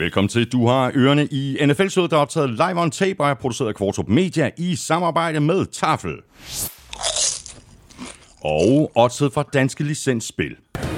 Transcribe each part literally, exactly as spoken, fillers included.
Velkommen til. Du har ørerne i N F L-showet, der er optaget live on tape og er produceret af Kvartrup Media i samarbejde med Tafel. Og oddset fra Danske Licensspil.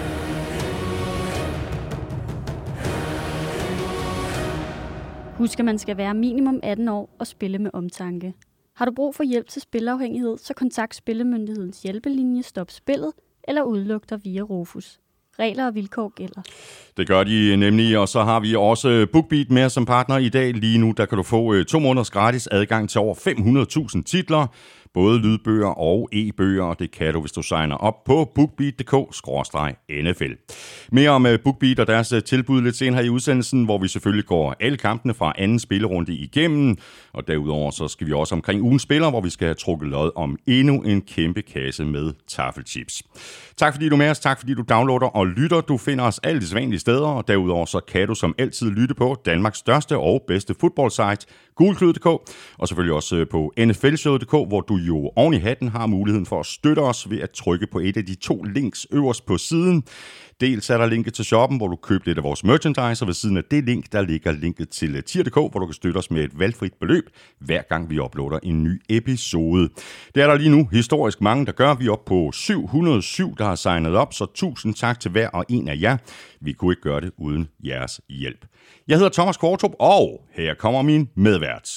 Husk, at man skal være minimum atten år og spille med omtanke. Har du brug for hjælp til spilafhængighed, så kontakt Spillemyndighedens hjælpelinje Stop Spillet eller udluk dig via Rufus. Regler og vilkår gælder. Det gør de nemlig, og så har vi også BookBeat med som partner i dag. Lige nu der kan du få to måneders gratis adgang til over fem hundrede tusind titler. Både lydbøger og e-bøger, og det kan du, hvis du signer op på bookbeat punktum d k skråstreg N F L. Mere om BookBeat og deres tilbud lidt senere i udsendelsen, hvor vi selvfølgelig går alle kampene fra anden spillerunde igennem. Og derudover så skal vi også omkring ugens spiller, hvor vi skal have trukket lod om endnu en kæmpe kasse med taffelchips. Tak fordi du er med os, tak fordi du downloader og lytter. Du finder os alle de sædvanlige steder, og derudover så kan du som altid lytte på Danmarks største og bedste fodboldsite, Gulklud punktum d k, og selvfølgelig også på N F L showet punktum d k, hvor du jo oven i hatten har muligheden for at støtte os ved at trykke på et af de to links øverst på siden. Dels er der linket til shoppen, hvor du køber lidt af vores merchandise, og ved siden af det link, der ligger linket til tier punktum d k, hvor du kan støtte os med et valgfrit beløb, hver gang vi uploader en ny episode. Det er der lige nu historisk mange, der gør. Vi er oppe på syv hundrede og syv, der har signet op, så tusind tak til hver og en af jer. Vi kunne ikke gøre det uden jeres hjælp. Jeg hedder Thomas Kvartrup, og her kommer min medvært.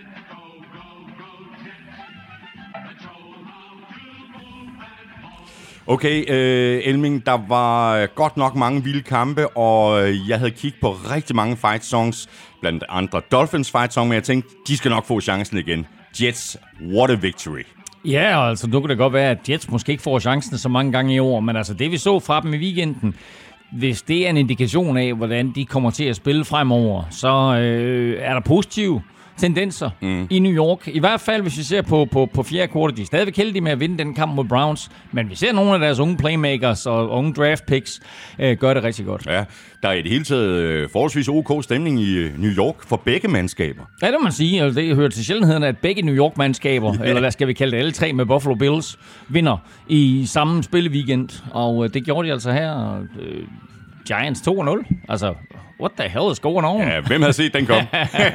Okay, øh, Elming, der var godt nok mange vilde kampe, og jeg havde kigget på rigtig mange fight songs, blandt andre Dolphins fight song, men jeg tænkte, de skal nok få chancen igen. Jets, what a victory. Ja, altså nu kan det godt være, at Jets måske ikke får chancen så mange gange i år, men altså det vi så fra dem i weekenden, hvis det er en indikation af, hvordan de kommer til at spille fremover, så øh, er der positive tendenser mm. i New York. I hvert fald, hvis vi ser på, på, på fjerde kvartal, de er stadigvæk heldige med at vinde den kamp mod Browns, men vi ser nogle af deres unge playmakers og unge draft picks øh, gør det rigtig godt. Ja, der er i det hele taget øh, forholdsvis ok stemning i New York for begge mandskaber. Ja, det må man sige. Altså, det hører til sjældenheden, at begge New York-mandskaber, yeah. eller hvad skal vi kalde det, alle tre med Buffalo Bills, vinder i samme spilleweekend, og øh, det gjorde de altså her. Øh, Giants to nul. Altså, what the hell is going on? Ja, hvem havde set den komme?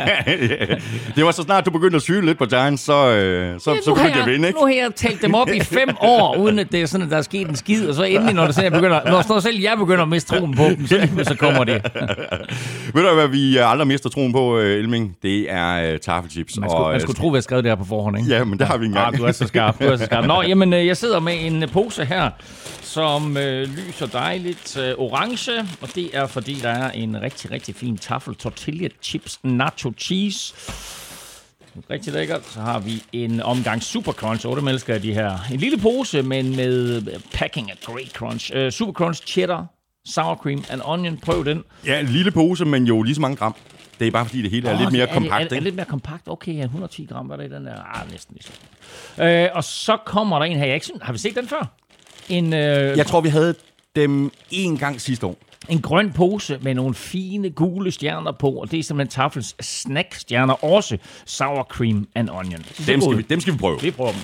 Det var så snart, du begyndte at syge lidt på Giants, så, øh, så, ja, så begyndte jeg at vinde, ikke? Nu har jeg talt dem op i fem år, uden at det er sådan, at der er sket en skid, og så endelig, når, det selv begynder, når selv jeg begynder at miste troen på dem, så, så kommer det. Ved du, hvad vi aldrig mister troen på, Elming? Det er uh, taffelchips. Man skulle, og, man skulle tro, at vi har skrevet det her på forhånd, ikke? Ja, men det har vi ikke engang. Ah, du er så skarp, du er så skarp. Nå, jamen, jeg sidder med en pose her, som øh, lyser dejligt øh, orange, og det er, fordi der er en rigtig, rigtig fin taffel tortilla chips nacho cheese. Rigtig lækkert. Så har vi en omgang Super Crunch, otte elsker de her. En lille pose, men med packing af Great Crunch. Uh, Super Crunch cheddar, sour cream and onion. Prøv den. Ja, en lille pose, men jo lige så mange gram. Det er bare fordi, det hele er oh, lidt mere er kompakt. Det, er, er, er lidt mere kompakt? Okay, ja, et hundrede og ti gram var det i den der. Ah, næsten lige så. Uh, og så kommer der en her. Jeg har vi set den før? En, uh, jeg tror, vi havde dem en gang sidste år. En grøn pose med nogle fine gule stjerner på, og det er simpelthen Tafels snackstjerner, også sour cream and onion. Dem skal, vi, dem skal vi prøve. Vi prøver dem.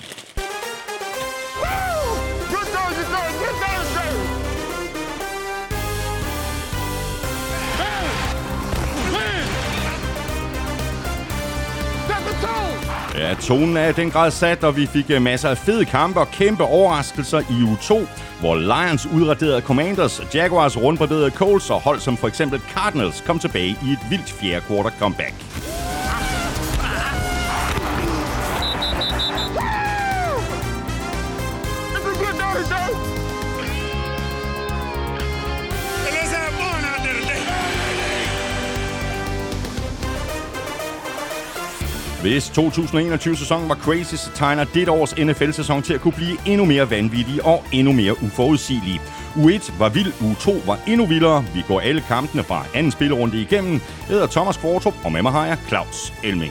Ja, tonen er den grad sat, og vi fik masser af fede kampe og kæmpe overraskelser i uge to, hvor Lions udraderede Commanders, Jaguars rundbarderede Colts og hold som for eksempel Cardinals kom tilbage i et vildt fjerde quarter comeback. Hvis to tusind og enogtyve-sæsonen var crazy, så tegner dit års N F L-sæson til at kunne blive endnu mere vanvittig og endnu mere uforudsigelig. U et var vild, U to var endnu vildere. Vi går alle kampene fra anden spillerunde igennem. Jeg hedder Thomas Kvartrup, og med mig har jeg Claus Elming.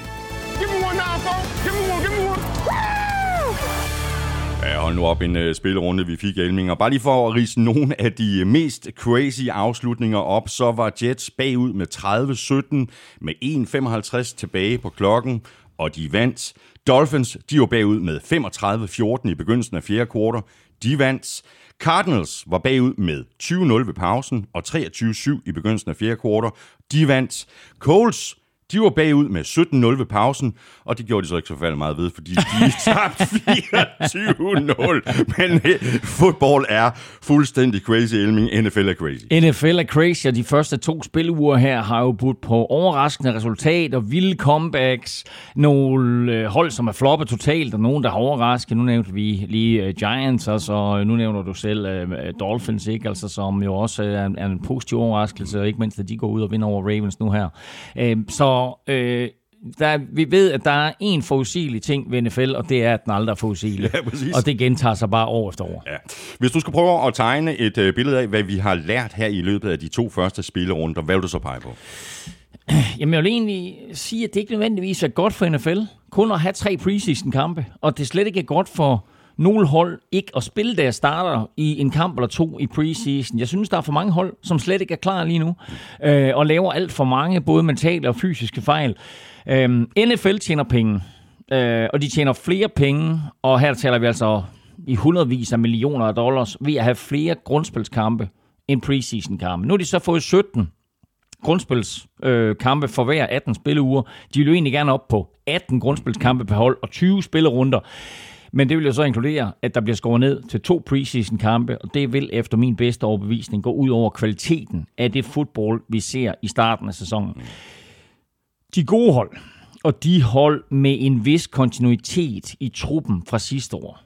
Ja, hold nu op en uh, spillerunde, vi fik, Elming. Og bare lige for at ridse nogle af de mest crazy afslutninger op, så var Jets bagud med tredive sytten med en femoghalvtreds tilbage på klokken, og de vandt. Dolphins, de var bagud med femogtredive fjorten i begyndelsen af fjerde kvartal. De vandt. Cardinals var bagud med tyve nul ved pausen og treogtyve syv i begyndelsen af fjerde kvartal. De vandt. Colts, de var bagud med sytten nul ved pausen, og det gjorde de så ikke så færdig meget ved, fordi de tabte fireogtyve nul. Men fodbold er fuldstændig crazy, Elming. N F L er crazy. N F L er crazy, og de første to spilleuger her har jo budt på overraskende resultater, vilde comebacks, nogle hold, som er floppet totalt, og nogen, der har overrasket. Nu nævnte vi lige Giants, og så nu nævner du selv uh, Dolphins, ikke? Altså, som jo også er en, er en positiv overraskelse, og ikke mindst, at de går ud og vinder over Ravens nu her. Uh, så Øh, der, vi ved, at der er en forudsigelig ting ved N F L, og det er, at den aldrig er forudsigelig. Ja, og det gentager sig bare år efter år. Ja. Hvis du skal prøve at tegne et uh, billede af, hvad vi har lært her i løbet af de to første spillerunder, hvad vil du så pege på? Jamen, jeg vil egentlig sige, at det ikke nødvendigvis er godt for N F L kun at have tre preseason-kampe, og det er slet ikke godt for nogle hold ikke at spille deres starter i en kamp eller to i preseason. Jeg synes, der er for mange hold, som slet ikke er klar lige nu, øh, og laver alt for mange, både mentale og fysiske fejl. Øh, N F L tjener penge, øh, og de tjener flere penge, og her taler vi altså i hundredvis af millioner af dollars, ved at have flere grundspilskampe end preseason-kampe. Nu har de så fået sytten grundspilskampe øh, for hver atten spilleuger. De vil jo egentlig gerne op på atten grundspilskampe per hold og tyve spillerunder. Men det vil jo så inkludere, at der bliver skåret ned til to preseason-kampe, og det vil efter min bedste overbevisning gå ud over kvaliteten af det fodbold, vi ser i starten af sæsonen. De gode hold, og de hold med en vis kontinuitet i truppen fra sidste år,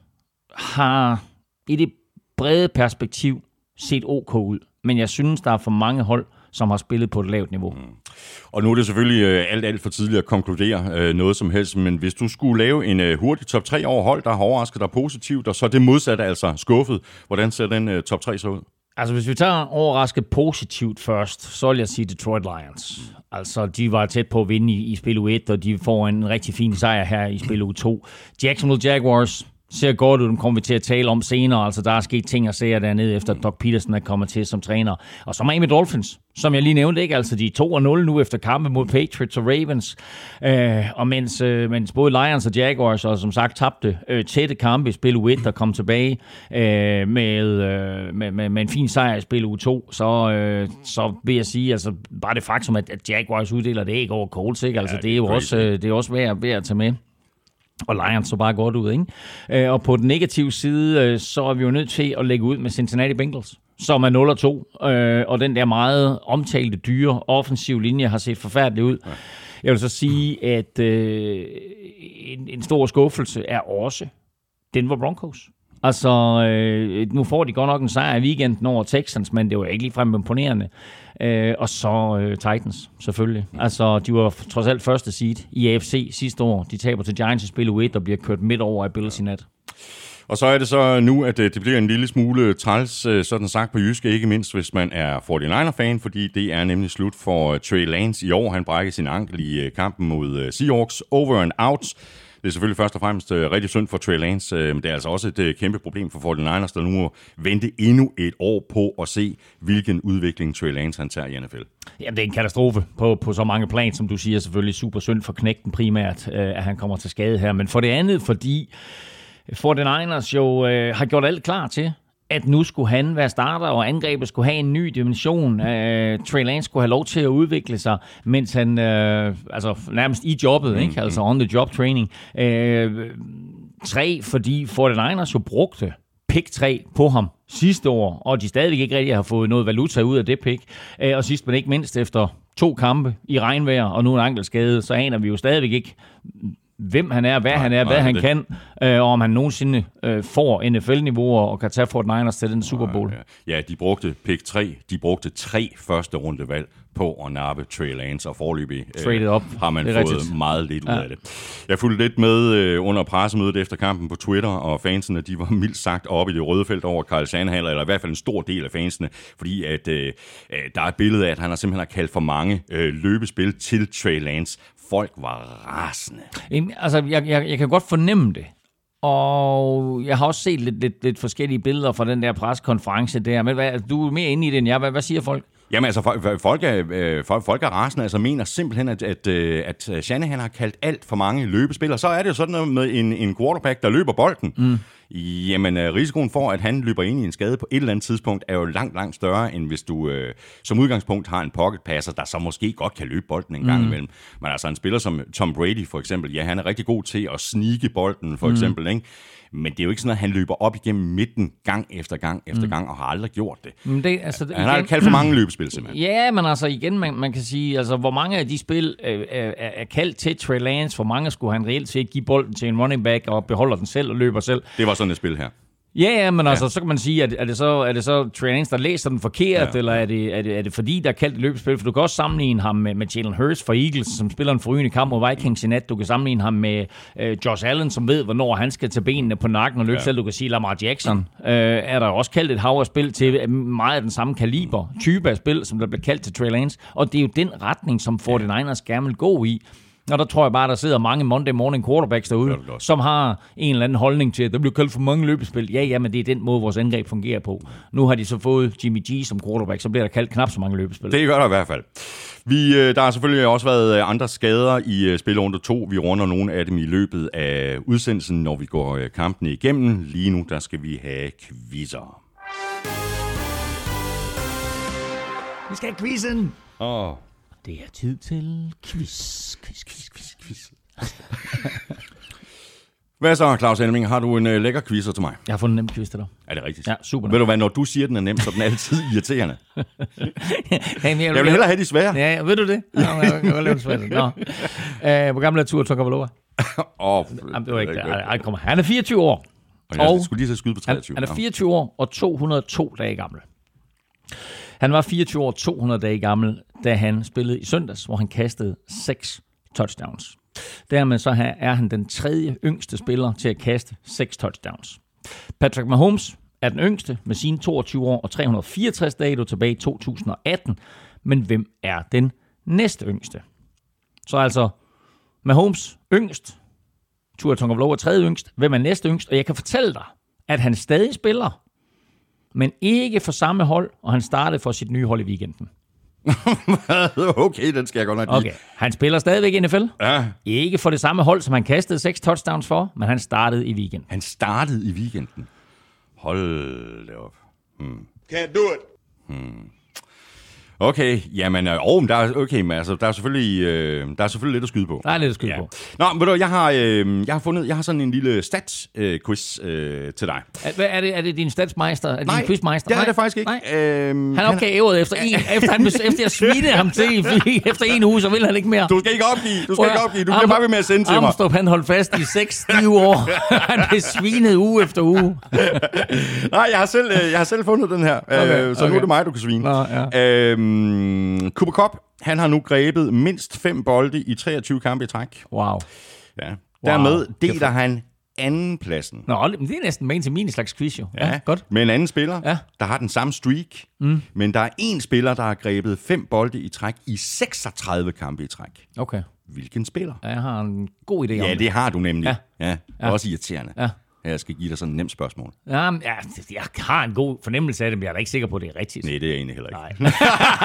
har i det brede perspektiv set ok ud. Men jeg synes, der er for mange hold, som har spillet på et lavt niveau. Mm. Og nu er det selvfølgelig øh, alt, alt for tidligt at konkludere øh, noget som helst, men hvis du skulle lave en øh, hurtig top tre over hold, der har overrasket dig positivt, og så det modsatte, altså skuffet, hvordan ser den øh, top tre så ud? Altså, hvis vi tager overrasket positivt først, så vil jeg sige Detroit Lions. Mm. Altså, de var tæt på at vinde i, i spil u et, og de får en rigtig fin sejr her i spil u to. Jacksonville Jaguars ser godt ud, dem kommer vi til at tale om senere. Altså, der er sket ting og sager dernede, efter Doug Peterson er kommet til som træner. Og så Miami Dolphins, som jeg lige nævnte, ikke? Altså, de er to nul nu efter kampe mod Patriots og Ravens. Øh, og mens, øh, mens både Lions og Jaguars, og som sagt, tabte øh, tætte kampe i spil u et, der kom tilbage øh, med, øh, med, med, med en fin sejr i spil u to, så, øh, så vil jeg sige, altså, bare det faktum, at, at Jaguars uddeler det ikke over Colts, ikke? Altså, ja, det er jo også, øh, det er også værd, værd at tage med. Og Lions så bare godt ud, ikke? Og på den negative side, så er vi jo nødt til at lægge ud med Cincinnati Bengals, som er nul og to, og den der meget omtalte dyre offensiv linje har set forfærdeligt ud. Jeg vil så sige, at øh, en, en stor skuffelse er også Denver Broncos. Altså, øh, nu får de godt nok en sejr i weekenden over Texans, men det var ikke ligefrem imponerende. Øh, og så øh, Titans, selvfølgelig. Altså, de var trods alt første seed i A F C sidste år. De taber til Giants i spil u et og bliver kørt midt over af Bills i nat. Og så er det så nu, at det bliver en lille smule træls, sådan sagt på jysk, ikke mindst hvis man er forty-niner-fan, fordi det er nemlig slut for Trey Lance i år. Han brækkede sin ankel i kampen mod Seahawks. Over and out. Det er selvfølgelig først og fremmest uh, rigtig synd for Trey Lance, uh, men det er altså også et uh, kæmpe problem for forty-niners, der nu må vente endnu et år på at se, hvilken udvikling Trey Lance han tager i N F L. Jamen, det er en katastrofe på, på så mange plan, som du siger. Selvfølgelig super synd for knægten primært, uh, at han kommer til skade her. Men for det andet, fordi forty-niners jo uh, har gjort alt klar til, at nu skulle han være starter, og angrebet skulle have en ny dimension. Uh, Trey Lance skulle have lov til at udvikle sig, mens han, uh, altså nærmest i jobbet, mm, ikke? Altså on the job training. Uh, tre, fordi forty-niners jo brugte pick tre på ham sidste år, og de stadigvæk ikke rigtig har fået noget valuta ud af det pick. Uh, og sidst men ikke mindst efter to kampe i regnvejr, og nu en ankelskade, så aner vi jo stadigvæk ikke, hvem han er, hvad nej, han er, hvad nej, han det. kan, øh, og om han nogensinde øh, får N F L-niveauer og kan tage forty-niners til den Super Bowl. Ja, ja, de brugte pick tre, de brugte tre første rundevalg på at nappe Trey Lance, og foreløbig øh, har man fået rigtigt. meget lidt ud ja. af det. Jeg fulgte lidt med øh, under pressemødet efter kampen på Twitter, og fansene, de var mildt sagt oppe i det røde felt over Kyle Shanahan, eller i hvert fald en stor del af fansene, fordi at øh, der er et billede af, at han har simpelthen har kaldt for mange øh, løbespil til Trey Lance. Folk var rasende. Altså, jeg, jeg, jeg kan godt fornemme det. Og jeg har også set lidt, lidt, lidt forskellige billeder fra den der preskonference der. Men hvad, du er mere inde i det end jeg. Hvad, hvad siger folk? Jamen altså, folk er, øh, folk er rasende, altså mener simpelthen, at, at, at Shanahan har kaldt alt for mange løbespillere. Så er det jo sådan noget med en, en quarterback, der løber bolden. Mm. Jamen, øh, risikoen for, at han løber ind i en skade på et eller andet tidspunkt, er jo langt, langt større, end hvis du øh, som udgangspunkt har en pocketpasser, der så måske godt kan løbe bolden en gang mm. imellem. Men altså en spiller som Tom Brady for eksempel, ja, han er rigtig god til at snige bolden for mm. eksempel, ikke? Men det er jo ikke sådan, at han løber op igennem midten gang efter gang efter mm. gang, og har aldrig gjort det. Men det altså, han igen, har kaldt for mange løbespil, simpelthen. Ja, men altså igen, man, man kan sige, altså hvor mange af de spil øh, er, er kaldt til Trey Lance, hvor mange skulle han reelt set give bolden til en running back og beholder den selv og løber selv. Det var sådan et spil her. Ja, ja, men altså, ja. så kan man sige, at er det så, er det så Trey Lance, der læser den forkert, ja. eller er det, er, det, er det fordi, der er kaldt et løbespil? For du kan også sammenligne ham med, med Jalen Hurts for Eagles, som spiller en forrygende kamp mod Vikings i nat. Du kan sammenligne ham med øh, Josh Allen, som ved, hvornår han skal tage benene på nakken og løbe ja. selv. Du kan sige, Lamar Jackson øh, er der også kaldt et hav af spil til meget af den samme kaliber, type af spil, som der bliver kaldt til Trey Lance. Og det er jo den retning, som forty-niners gerne vil gå i. Og der tror jeg bare, der sidder mange Monday morning quarterbacks derude, som har en eller anden holdning til, at der bliver kaldt for mange løbespil. Ja, ja, men det er den måde, vores angreb fungerer på. Nu har de så fået Jimmy G som quarterback, så bliver der kaldt knap så mange løbespil. Det gør der i hvert fald. Vi, der har selvfølgelig også været andre skader i spilrunde to. Vi runder nogle af dem i løbet af udsendelsen, når vi går kampene igennem. Lige nu, der skal vi have quizzer. Vi skal have quizzen! Åh... Oh. Det er tid til quiz, quiz, quiz, quiz, quiz. Hvad så, Claus Elming? Har du en uh, lækker quizzer til mig? Jeg har fundet en nem quiz til dig. Er det rigtigt? Ja, super. Ved du hvad, når du siger, den er nem, så er den altid irriterende. Jamen, jeg vil hellere have de svære. Ja, ved du det? Nå, jeg kan godt lave det svære. Nå. Uh, hvor gammel er Tua Tagovailoa? Åh, Jamen, det var ikke det. Ej, kom. Han er fireogtyve år. Og jeg og skulle lige så skyde på treogtyve. Han, han er fireogtyve år og to hundrede og to dage gammel. Han var fireogtyve år og to hundrede dage gammel, da han spillede i søndags, hvor han kastede seks touchdowns. Dermed så er han den tredje yngste spiller til at kaste seks touchdowns. Patrick Mahomes er den yngste med sine toogtyve år og tre hundrede og fireogtres dage, du tilbage i to tusind og atten. Men hvem er den næste yngste? Så altså Mahomes yngst, Tua Tagovailoa tredje yngst. Hvem er næste yngst? Og jeg kan fortælle dig, at han stadig spiller, men ikke for samme hold, og han startede for sit nye hold i weekenden. Okay, den skal jeg godt nok lide. Okay, han spiller stadigvæk i N F L. Ja. Ikke for det samme hold, som han kastede seks touchdowns for, men han startede i weekenden. Han startede i weekenden. Hold det op. Hmm. Can't do it. Hmm. Okay, jamen, oh, der er, okay, men altså, der er selvfølgelig, øh, der er selvfølgelig lidt at skyde på. Der er lidt at skyde ja. på. Nå, ved du, jeg har, øh, jeg har fundet, jeg har sådan en lille stats-quiz øh, øh, til dig. Er, er, det, er det din statsmeister? Er det Nej, din quizmeister? det er det faktisk ikke. Øhm, han opgav ævret efter en, efter, han, efter jeg svinede ham til, efter en uge, så vil han ikke mere. Du skal ikke opgive, du skal ikke opgive, du bliver bare ved med at sende til mig. Armstrong, han holdt fast i seks stive år. Han blev svinet uge efter uge. Nej, jeg har selv, jeg har selv fundet den her, okay, øh, så okay. Nu er det mig, du kan svine. Nå, ja. øhm, Cooper Kupp, han har nu grebet mindst fem bolde i treogtyve kampe i træk. Wow. Ja. Dermed wow. deler han anden pladsen. Nå, det er næsten med til min slags quiz, jo. Ja, ja, godt. Med en anden spiller, ja. der har den samme streak, mm. men der er en spiller, der har grebet fem bolde i træk i seksogtredive kampe i træk. Okay. Hvilken spiller? Jeg har en god idé om det. Ja, det har du nemlig. Ja. Ja, ja. Også irriterende. Ja. Jeg skal give dig sådan et nemt spørgsmål. Ja, ja, jeg har en god fornemmelse af det, men jeg er da ikke sikker på, at det er rigtigt. Nej, det er jeg egentlig heller ikke. Nej.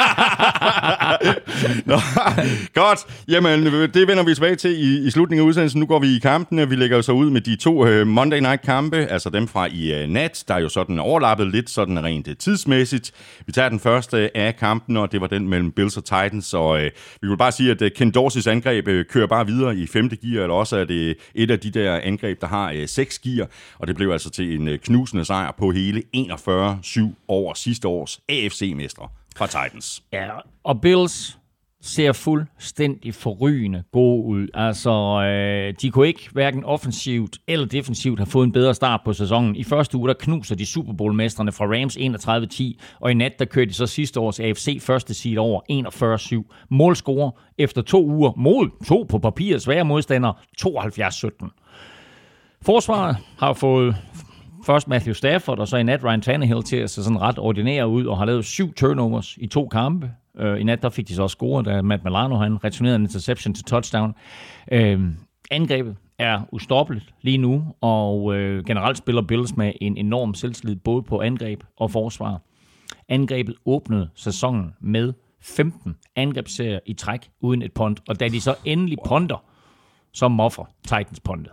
Nå, godt. Jamen, det vender vi tilbage til i, i slutningen af udsendelsen. Nu går vi i kampene. Vi lægger så ud med de to uh, Monday Night kampe, altså dem fra i uh, nat, der er jo sådan overlappet lidt sådan rent uh, tidsmæssigt. Vi tager den første af kampen, og det var den mellem Bills og Titans, og uh, vi vil bare sige, at uh, Ken Dorseys angreb uh, kører bare videre i femte gear, eller også er det et af de der angreb, der har uh, seks gear, og det blev altså til en uh, knusende sejr på hele enogfyrre syv over sidste års A F C-mestre fra Titans. Ja, og Bills ser fuldstændig forrygende gode ud. Altså, øh, de kunne ikke hverken offensivt eller defensivt have fået en bedre start på sæsonen. I første uge, der knuser de Super Bowl-mestrene fra Rams enogtredive ti, og i nat, der kørte de så sidste års A F C første seed over enogfyrre syv. Målscorer efter to uger mod to på papiret svære modstandere, tooghalvfjerds sytten. Forsvaret har fået først Matthew Stafford, og så i nat Ryan Tannehill til at se sådan ret ordinære ud, og har lavet syv turnovers i to kampe. Uh, I nat der fik de så også scoret, da Matt Milano han returnerede en interception til touchdown. Uh, angrebet er ustoppeligt lige nu, og uh, generelt spiller Bills med en enorm selvtillid både på angreb og forsvar. Angrebet åbnede sæsonen med femten angrebsserier i træk uden et punt, og da de så endelig punter, som moffer Titans pondet.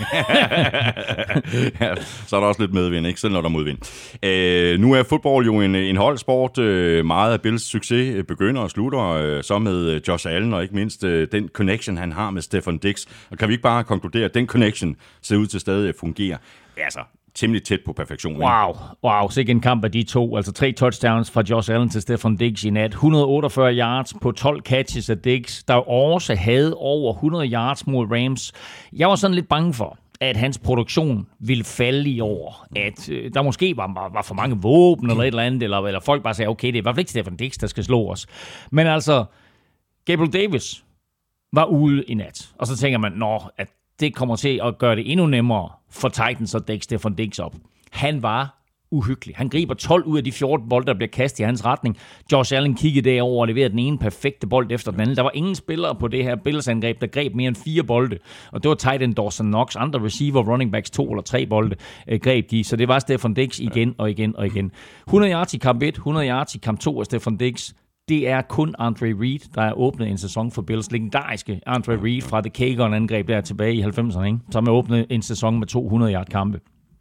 Ja, så er der også lidt medvind, ikke? Selv når der er modvind. Øh, nu er fodbold jo en, en holdsport. Øh, meget af Bills succes begynder og slutter øh, så med Josh Allen, og ikke mindst øh, den connection, han har med Stefon Diggs. Og kan vi ikke bare konkludere, at den connection ser ud til stadig at fungere? Altså, temmelig tæt på perfektion. Wow, wow, så ikke en kamp af de to. Altså tre touchdowns fra Josh Allen til Stefon Diggs i nat. et hundrede og otteogfyrre yards på tolv catches af Diggs, der også havde over hundrede yards mod Rams. Jeg var sådan lidt bange for, at hans produktion ville falde i år. At øh, der måske var, var for mange våben eller et eller andet, eller, eller folk bare sagde, okay, det er i hvert fald ikke Stefon Diggs, der skal slå os. Men altså, Gabriel Davis var ude i nat. Og så tænker man, nå, at det kommer til at gøre det endnu nemmere for Titans at dække Stefon Diggs op. Han var uhyggelig. Han griber tolv ud af de fjorten bolde, der bliver kastet i hans retning. Josh Allen kiggede derover og leverede den ene perfekte bold efter den anden. Der var ingen spillere på det her Bills-angreb, der greb mere end fire bolde. Og det var tight end Dawson Knox. Andre receiver, running backs, to eller tre bolde øh, greb de. Så det var Stefon Diggs igen og igen og igen. hundrede yards i kamp et, hundrede yards i kamp to af Stefon Diggs. Det er kun Andre Reed, der er åbnet en sæson for Bills. Legendariske Andre Reed fra The Kagon-angreb der tilbage i halvfemserne, ikke? Som er åbnet en sæson med to hundrede yard kampe.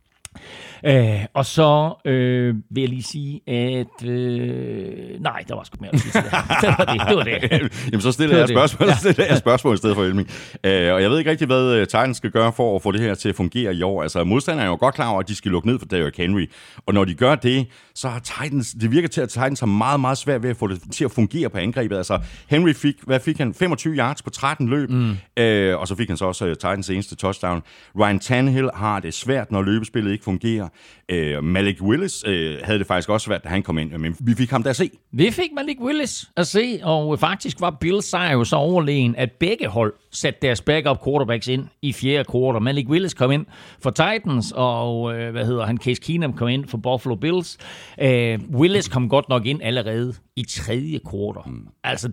Øh, og så øh, vil jeg lige sige, at øh, nej, der var sgu mere at sige til det. Det var det. det, var det. Jamen, så stiller jeg spørgsmål, ja. stiller jeg spørgsmål i stedet for Elming. Øh, og jeg ved ikke rigtig, hvad Titans skal gøre for at få det her til at fungere i år. Altså, modstanderne er jo godt klar over, at de skal lukke ned for Derrick Henry. Og når de gør det, så har Titans, det virker til, at Titans har meget, meget svært ved at få det til at fungere på angrebet. Altså, Henry fik, hvad fik han? femogtyve yards på tretten løb. Mm. Øh, og så fik han så også Titans eneste touchdown. Ryan Tannehill har det svært, når løbespillet ikke fungerer. Uh, Malik Willis uh, havde det faktisk også svært, da han kom ind, men vi fik ham der at se. Vi fik Malik Willis at se, og faktisk var Bills sejr jo så overlegen, at begge hold satte deres backup quarterbacks ind i fjerde kvartal. Malik Willis kom ind for Titans, og uh, hvad hedder han, Case Keenum kom ind for Buffalo Bills. Uh, Willis kom godt nok ind allerede i tredje kvartal. Mm. Altså,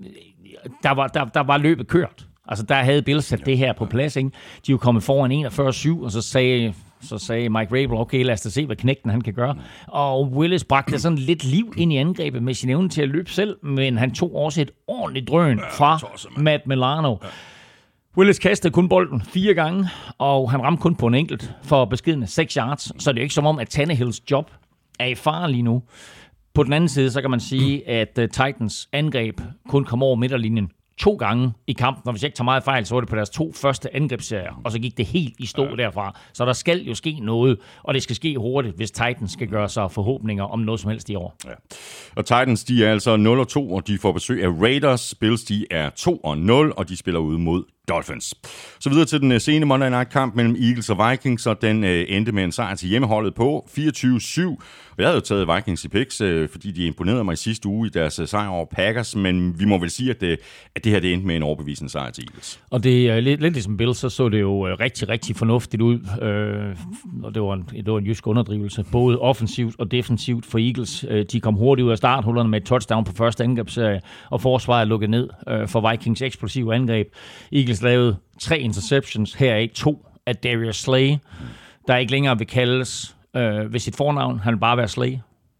der var, der, der var løbet kørt. Altså, der havde Bills sat ja, det her på plads, ikke? De var kommet foran enogfyrre syv, og så sagde... Så sagde Mike Vrabel, okay, lad os da se, hvad knægten han kan gøre. Og Willis bragte sådan lidt liv ind i angrebet med sin evne til at løbe selv, men han tog også et ordentligt drøn fra Matt Milano. Willis kastede kun bolden fire gange, og han ramte kun på en enkelt for beskedne seks yards. Så det er jo ikke som om, at Tannehills job er i fare lige nu. På den anden side, så kan man sige, at Titans angreb kun kom over midterlinjen to gange i kampen, og hvis jeg ikke tager meget fejl, så var det på deres to første angrebsserier, og så gik det helt i stå ja. derfra. Så der skal jo ske noget, og det skal ske hurtigt, hvis Titans skal gøre sig forhåbninger om noget som helst i år. Ja. Og Titans, de er altså nul og to, og de får besøg af Raiders. Bills, de er to og nul, og de spiller ude mod Dolphins. Så videre til den sene Monday Night-kamp mellem Eagles og Vikings, og den øh, endte med en sejr til hjemmeholdet på fireogtyve syv. Jeg havde jo taget Vikings i picks, øh, fordi de imponerede mig i sidste uge i deres øh, sejr over Packers, men vi må vel sige, at det, at det her det endte med en overbevisende sejr til Eagles. Og det er lidt, lidt ligesom Bills, så så det jo øh, rigtig, rigtig fornuftigt ud, øh, og det var, en, det var en jysk underdrivelse, både offensivt og defensivt for Eagles. Øh, de kom hurtigt ud af starthullerne med et touchdown på første angrebsserie, og forsvaret lukkede ned øh, for Vikings eksplosive angreb. Eagles lavede tre interceptions, her er to af Darius Slay, der ikke længere vil kaldes øh, ved sit fornavn. Han vil bare være Slay.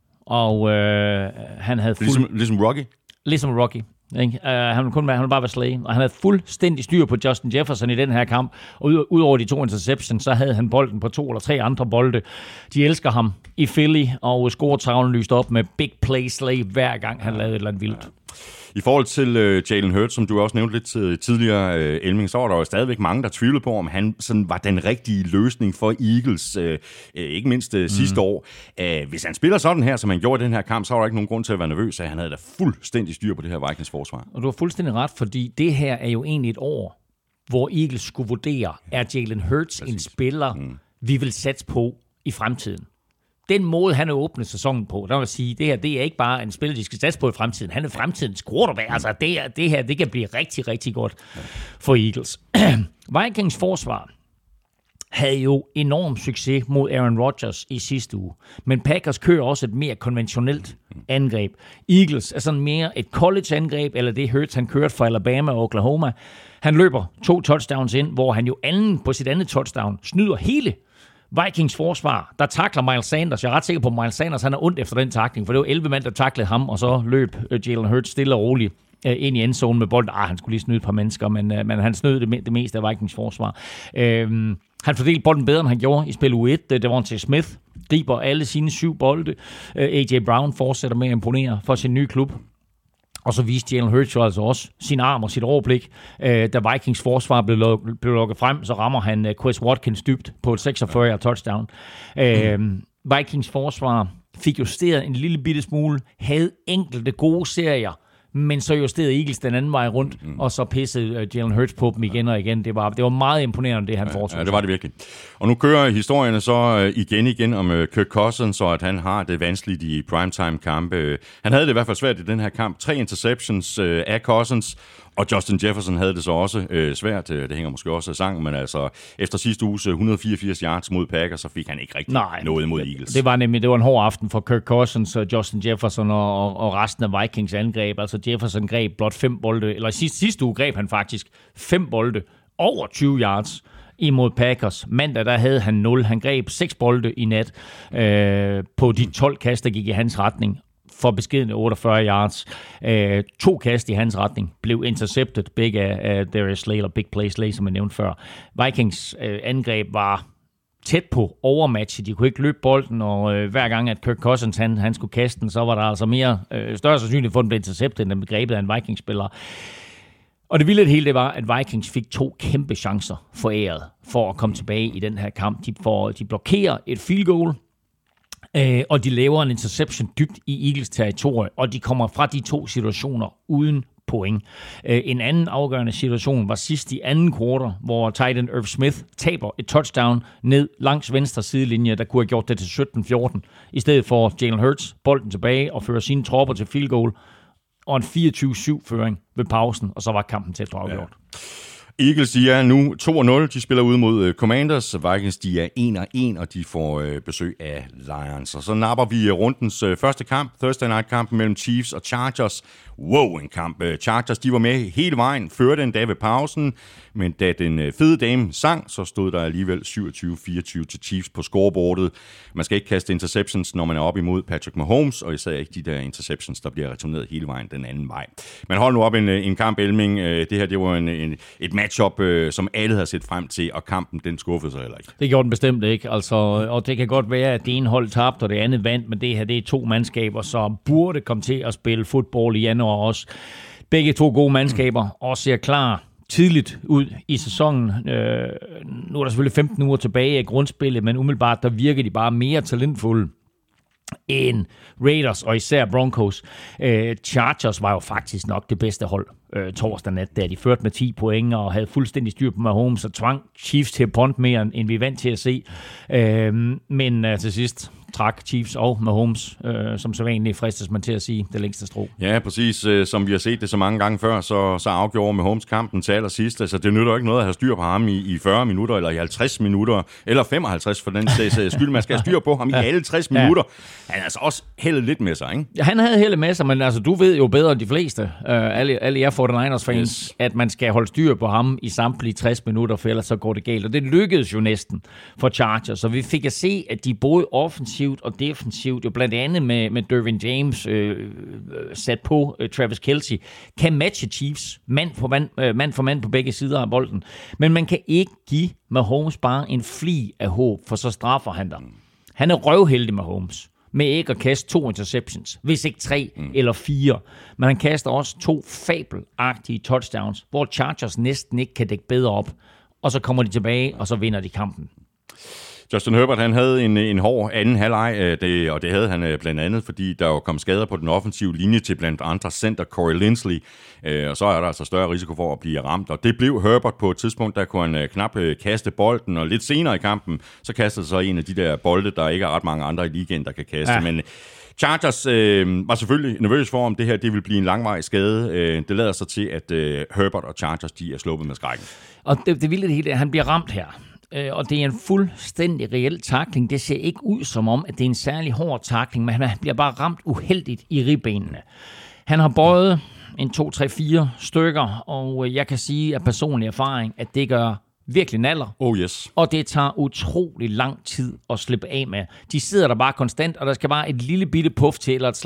Og øh, han havde fuld... Ligesom, ligesom Rocky? Ligesom Rocky. Ikke? Uh, han, ville kun være, han ville bare være Slay. Og han havde fuldstændig styr på Justin Jefferson i den her kamp. Og ud, ud over de to interceptions, så havde han bolden på to eller tre andre bolde. De elsker ham i Philly, og scoretavlen lyste op med big play Slay, hver gang han lavede et eller andet vildt. I forhold til øh, Jalen Hurts, som du også nævnte lidt tidligere, øh, Elming, så var der jo stadigvæk mange, der tvivlede på, om han sådan var den rigtige løsning for Eagles, øh, ikke mindst øh, sidste mm. år. Æh, hvis han spiller sådan her, som han gjorde i den her kamp, så var der ikke nogen grund til at være nervøs, at han havde da fuldstændig styr på det her Vikings forsvar. Og du har fuldstændig ret, fordi det her er jo egentlig et år, hvor Eagles skulle vurdere, er Jalen Hurts Præcis. en spiller, mm. vi vil satse på i fremtiden. Den måde, han har åbnet sæsonen på, der vil sige, det her, det er ikke bare en spiller, de skal satse på i fremtiden. Han er fremtidens quarterback. Altså, det, er, det her, det kan blive rigtig, rigtig godt for Eagles. Vikings forsvar havde jo enorm succes mod Aaron Rodgers i sidste uge. Men Packers kører også et mere konventionelt angreb. Eagles er sådan mere et college-angreb, eller det Hurts, han kørte for Alabama og Oklahoma. Han løber to touchdowns ind, hvor han jo anden på sit andet touchdown snyder hele Vikings forsvar, der takler Miles Sanders. Jeg er ret sikker på, at Miles Sanders han er ondt efter den takling, for det var elleve mand, der taklede ham, og så løb Jalen Hurts stille og roligt øh, ind i endzone med bolden. Ah, han skulle lige snyde et par mennesker, men, øh, men han snød det, det meste af Vikings forsvar. Øh, han fordelte bolden bedre, end han gjorde i spil U et. Devontae Smith griber alle sine syv bolde. Øh, A J Brown fortsætter med at imponere for sin nye klub. Og så viste Jalen Hurts altså også sin arm og sit overblik. Øh, da Vikings forsvar blev, luk- blev lukket frem, så rammer han uh, Chris Watkins dybt på et seksogfyrre-yard touchdown. Øh, mm. Vikings forsvar fik justeret en lille bitte smule, havde enkelte gode serier, men så justerede Eagles den anden vej rundt, mm. og så pissede uh, Jalen Hurts på dem igen og igen. Det var, det var meget imponerende, det han ja, foretog. Ja, det var det virkelig. Og nu kører historierne så uh, igen igen om uh, Kirk Cousins, og at han har det vanskeligt i primetime-kampe. Han havde det i hvert fald svært i den her kamp. Tre interceptions uh, af Cousins, og Justin Jefferson havde det så også øh, svært. Det hænger måske også af sangen, men altså efter sidste uges et hundrede og fireogfirs yards mod Packers, så fik han ikke rigtig Nej, noget mod Eagles. Det var nemlig det var en hård aften for Kirk Cousins, Justin Jefferson og, og, og resten af Vikings angreb. Altså Jefferson greb blot fem bolde, eller sidste, sidste uge greb han faktisk fem bolde over tyve yards imod Packers. Mandag der havde han nul. Han greb seks bolde i nat øh, på de tolv kast, der gik i hans retning. For beskedne otteogfyrre yards. Øh, to kast i hans retning blev intercepted, begge af uh, Darius Slay eller Big Play Slay, som jeg nævnte før. Vikings øh, angreb var tæt på overmatchet. De kunne ikke løbe bolden, og øh, hver gang, at Kirk Cousins han, han skulle kaste den, så var der altså mere øh, større sandsynlighed for, at den blev intercepted, end den blev grebet af en Vikings-spiller. Og det vilde hele, det var, at Vikings fik to kæmpe chancer foræret for at komme tilbage i den her kamp. De, får, de blokerer et field goal, Øh, og de laver en interception dybt i Eagles territorie, og de kommer fra de to situationer uden point. Øh, en anden afgørende situation var sidst i anden kvartal, hvor tight end Irv Smith taber et touchdown ned langs venstre sidelinje, der kunne have gjort det til sytten fjorten, i stedet for Jalen Hurts bolden tilbage og fører sine tropper til field goal, og en fireogtyve syv føring ved pausen, og så var kampen tæt på afgjort. Ja. Eagles, de er nu to nul. De spiller ud mod uh, Commanders. Vikings, de er en en, og de får uh, besøg af Lions. Og så napper vi rundens uh, første kamp, Thursday Night-kampen mellem Chiefs og Chargers. Wow, en kamp. Uh, Chargers, de var med hele vejen, førte en dag ved pausen, men da den uh, fede dame sang, så stod der alligevel syvogtyve fireogtyve til Chiefs på scoreboardet. Man skal ikke kaste interceptions, når man er op imod Patrick Mahomes, og især ikke de der interceptions, der bliver returneret hele vejen den anden vej. Men hold nu op en, en kamp, Elming. Uh, det her, det var en, en, et matchup, øh, som alle havde set frem til, og kampen, den skuffede sig heller ikke. Det gjorde den bestemt ikke, altså, og det kan godt være, at det ene hold tabte, og det andet vandt, men det her, det er to mandskaber, som burde komme til at spille fodbold i januar også. Begge to gode mandskaber, og ser klar tidligt ud i sæsonen. Øh, nu er der selvfølgelig femten uger tilbage af grundspillet, men umiddelbart, der virker de bare mere talentfulde end Raiders og især Broncos. Øh, Chargers var jo faktisk nok det bedste hold øh, torsdag nat, der de førte med ti point og havde fuldstændig styr på Mahomes og tvang Chiefs til at punt mere, end vi er vant til at se. Øh, men øh, til sidst trak Chiefs og Mahomes, øh, som så vanligt fristes man til at sige, det længste strå. Ja, præcis. Som vi har set det så mange gange før, så, så afgjorde Mahomes kampen til allersidst. Altså, det nytter jo ikke noget at have styr på ham i, i fyrre minutter, eller i halvtreds minutter, eller femoghalvtreds for den sags skyld. Man skal have styr på ham i alle tres minutter. Han er altså også heldet lidt med sig, ikke? Ja, han havde heldet med sig, men altså, du ved jo bedre end de fleste, øh, alle, alle jer forty-niners fans, yes. at man skal holde styr på ham i samtlige tres minutter, for ellers så går det galt. Og det lykkedes jo næsten for Chargers, så vi fik at se, at de både offensivt og defensivt, jo blandt andet med, med Derwin James øh, sat på øh, Travis Kelce, kan matche Chiefs mand for mand, øh, mand for mand på begge sider af bolden. Men man kan ikke give Mahomes bare en fli af håb, for så straffer han dig. Han er røvheldig med Mahomes, med ikke at kaste to interceptions, hvis ikke tre mm. eller fire. Men han kaster også to fabelagtige touchdowns, hvor Chargers næsten ikke kan dække bedre op. Og så kommer de tilbage, og så vinder de kampen. Justin Herbert, han havde en, en hård anden halvleg, det, og det havde han blandt andet, fordi der jo kom skader på den offensive linje til blandt andre center Corey Linsley, og så er der altså større risiko for at blive ramt, og det blev Herbert på et tidspunkt, der kunne han knap kaste bolden, og lidt senere i kampen, så kastede så en af de der bolde, der ikke er ret mange andre i ligaen, der kan kaste, ja. Men Chargers øh, var selvfølgelig nervøs for, om det her det vil blive en langvarig skade. Øh, det lader sig til, at øh, Herbert og Chargers, de er sluppet med skrækken. Og det, det vilde det hele, han bliver ramt her. Og det er en fuldstændig reel tackling. Det ser ikke ud som om, at det er en særlig hård tackling, men han bliver bare ramt uheldigt i ribbenene. Han har bøjet en to, tre, fire stykker, og jeg kan sige af personlig erfaring, at det gør virkelig naller. Oh yes. Og det tager utrolig lang tid at slippe af med. De sidder der bare konstant, og der skal bare et lille bitte puff til eller et slag,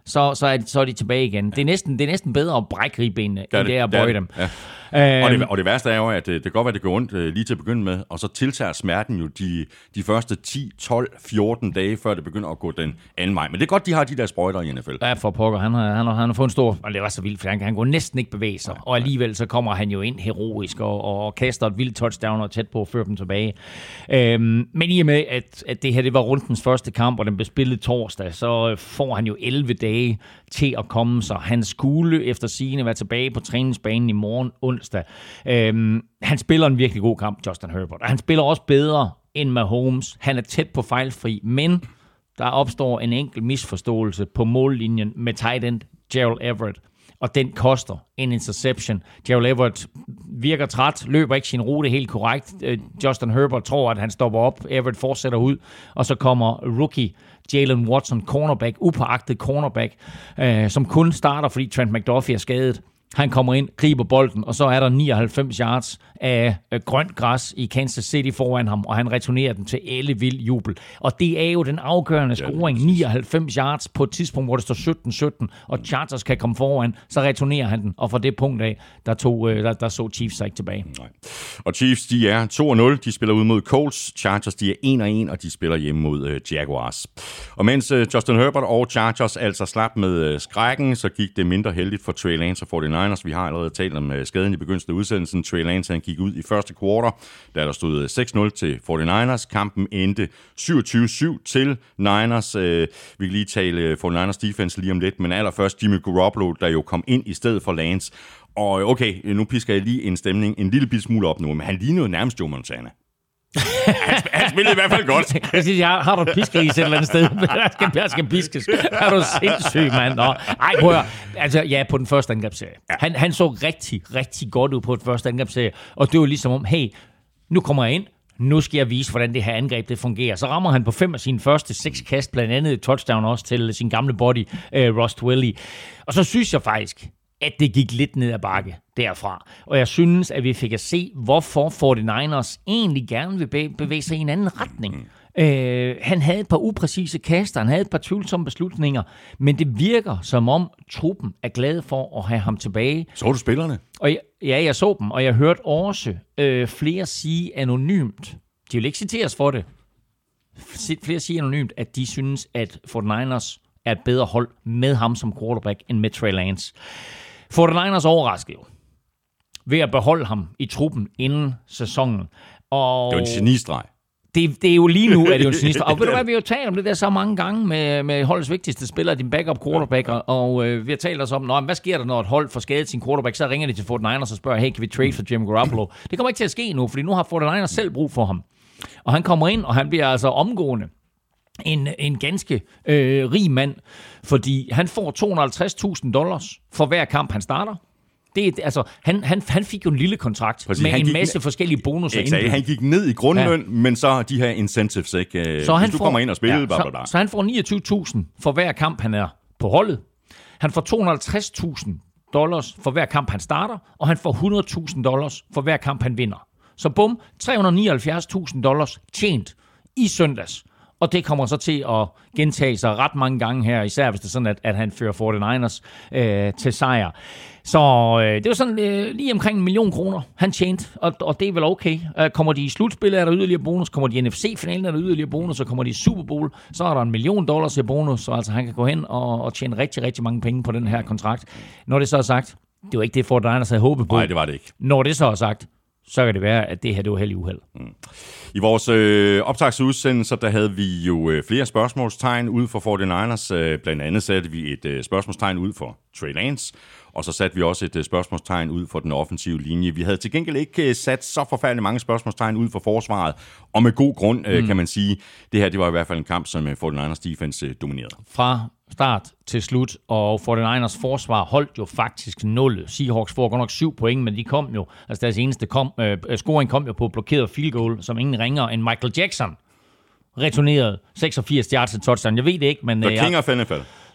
så, så, er, så er de tilbage igen. Ja. Det, er næsten, det er næsten bedre at brække ribbenene, end det er at bøje dem. Ja. Øhm, og, det, og det værste er jo, at det, det kan godt være, det går ondt øh, lige til at begynde med, og så tiltager smerten jo de, de første ti, tolv, fjorten dage, før det begynder at gå den anden vej. Men det er godt, de har de der sprøjter i N F L. Ja, for pokker. Han har, han har, han har fået en stor... Og det var så vildt, for han, han går næsten ikke bevæge sig. Og alligevel så kommer han jo ind heroisk og, og kaster et vildt touchdown og tæt på at føre dem tilbage. Øhm, men i og med, at, at det her det var rundens første kamp, og den blev spillet torsdag, så får han jo elleve dage til at komme sig. Han skulle efter sigende være tilbage på træningsbanen i morgen onsdag. Øhm, han spiller en virkelig god kamp, Justin Herbert. Og han spiller også bedre end Mahomes. Han er tæt på fejlfri, men der opstår en enkelt misforståelse på mållinjen med tight end Gerald Everett. Og den koster en interception. Gerald Everett virker træt, løber ikke sin rute helt korrekt. Justin Herbert tror, at han stopper op. Everett fortsætter ud, og så kommer rookie Jalen Watson, cornerback, upåagtet cornerback, øh, som kun starter, fordi Trent McDuffie er skadet. Han kommer ind, griber bolden, og så er der nioghalvfems yards af grønt græs i Kansas City foran ham, og han returnerer den til ellevild jubel. Og det er jo den afgørende scoring, nioghalvfems yards på et tidspunkt, hvor det står sytten sytten, og Chargers kan komme foran, så returnerer han den, og fra det punkt af, der, tog, der, der så Chiefs sig ikke tilbage. Nej. Og Chiefs, de er to og nul, de spiller ud mod Colts, Chargers, de er en og en, og de spiller hjemme mod uh, Jaguars. Og mens uh, Justin Herbert og Chargers altså slap med uh, skrækken, så gik det mindre heldigt for Trey Lance og forty-niners. Vi har allerede talt om skaden i begyndelsen af udsendelsen. Trey Lance han gik ud i første kvartal, da der stod seks nul til forty-niners. Kampen endte syvogtyve syv til Niners. Vi kan lige tale forty-niners defense lige om lidt, men allerførst Jimmy Garoppolo, der jo kom ind i stedet for Lance. Og okay, nu pisker jeg lige en stemning en lille bit smule op nu, men han lignede jo nærmest Joe Montana. han, han spillede i hvert fald godt. Jeg siger, har, har du piskeris et eller andet sted? Jeg skal, jeg skal piskes. Er du sindssyg, mand? Nå. Ej, prøv at, altså, ja, på den første angrebsserie. Ja. Han, han så rigtig, rigtig godt ud på den første angrebsserie. Og det var ligesom om, hey, nu kommer jeg ind. Nu skal jeg vise, hvordan det her angreb det fungerer. Så rammer han på fem af sine første seks kast, blandt andet et touchdown også til sin gamle body, uh, Ross Twilley. Og så synes jeg faktisk, at det gik lidt ned ad bakke derfra. Og jeg synes, at vi fik at se, hvorfor forty-niners egentlig gerne vil bevæge sig i en anden retning. Mm. Øh, han havde et par upræcise kaster, han havde et par tvivlsomme beslutninger, men det virker som om truppen er glad for at have ham tilbage. Så du spillerne? Og jeg, ja, jeg så dem, og jeg hørte også øh, flere sige anonymt, de vil ikke citeres for det, flere sige anonymt, at de synes, at forty-niners er et bedre hold med ham som quarterback end med Trey Lance. forty-niners overraskede jo ved at beholde ham i truppen inden sæsonen. Og det var en genistreg. Det, det er jo lige nu, at det er jo en genistreg. Og ved du hvad, vi har jo talt om det der så mange gange med, med holdets vigtigste spiller, din backup quarterback, og øh, vi har talt os om, Nå, hvad sker der, når et hold får skadet sin quarterback, så ringer de til forty-niners og spørger, hey, kan vi trade for Jimmy Garoppolo? Det kommer ikke til at ske nu, fordi nu har forty-niners selv brug for ham. Og han kommer ind, og han bliver altså omgående En, en ganske øh, rig mand, fordi han får to hundrede og halvtreds tusind dollars for hver kamp, han starter. Det, altså, han, han, han fik jo en lille kontrakt Præcis, med en masse forskellige bonusser. Exakt, han gik ned i grundløn, ja. Men så de her incentives, ikke? Så han du får, kommer ind og spiller, ja, bla, bla, bla. Så, så han får niogtyve tusind for hver kamp, han er på holdet. Han får to hundrede og halvtreds tusind dollars for hver kamp, han starter, og han får hundrede tusind dollars for hver kamp, han vinder. Så bum, tre hundrede og nioghalvfjerds tusind dollars tjent i søndags. Og det kommer så til at gentage sig ret mange gange her, især hvis det er sådan, at, at han fører forty-niners øh, til sejr. Så øh, det var sådan øh, lige omkring en million kroner, han tjente, og, og det er vel okay. Øh, kommer de i slutspillet, er der yderligere bonus. Kommer de i N F C-finalen, er der yderligere bonus. Så kommer de i Super Bowl, så er der en million dollars i bonus. Så altså, han kan gå hen og, og tjene rigtig, rigtig mange penge på den her kontrakt. Når det så er sagt, det var ikke det, forty-niners havde håbet på. Nej, det var det ikke. Når det så er sagt, så kan det være, at det her det var held i uheld. Mm. I vores øh, optagsudsendelser, der havde vi jo øh, flere spørgsmålstegn ud for forty-niners. Øh, blandt andet satte vi et øh, spørgsmålstegn ud for Trey Lance, og så satte vi også et øh, spørgsmålstegn ud for den offensive linje. Vi havde til gengæld ikke øh, sat så forfærdeligt mange spørgsmålstegn ud for forsvaret, og med god grund, øh, mm. kan man sige. Det her det var i hvert fald en kamp, som øh, forty-niners defense øh, dominerede. Fra start til slut, og forty-niners forsvar holdt jo faktisk nul. Seahawks får godt nok syv point, men de kom jo, altså deres eneste kom, øh, scoring kom jo på blokeret field goal, som ingen ringer end Michael Jackson returnerede seksogfirs yards til touchdown. Jeg ved det ikke, men... The øh, king of N F L.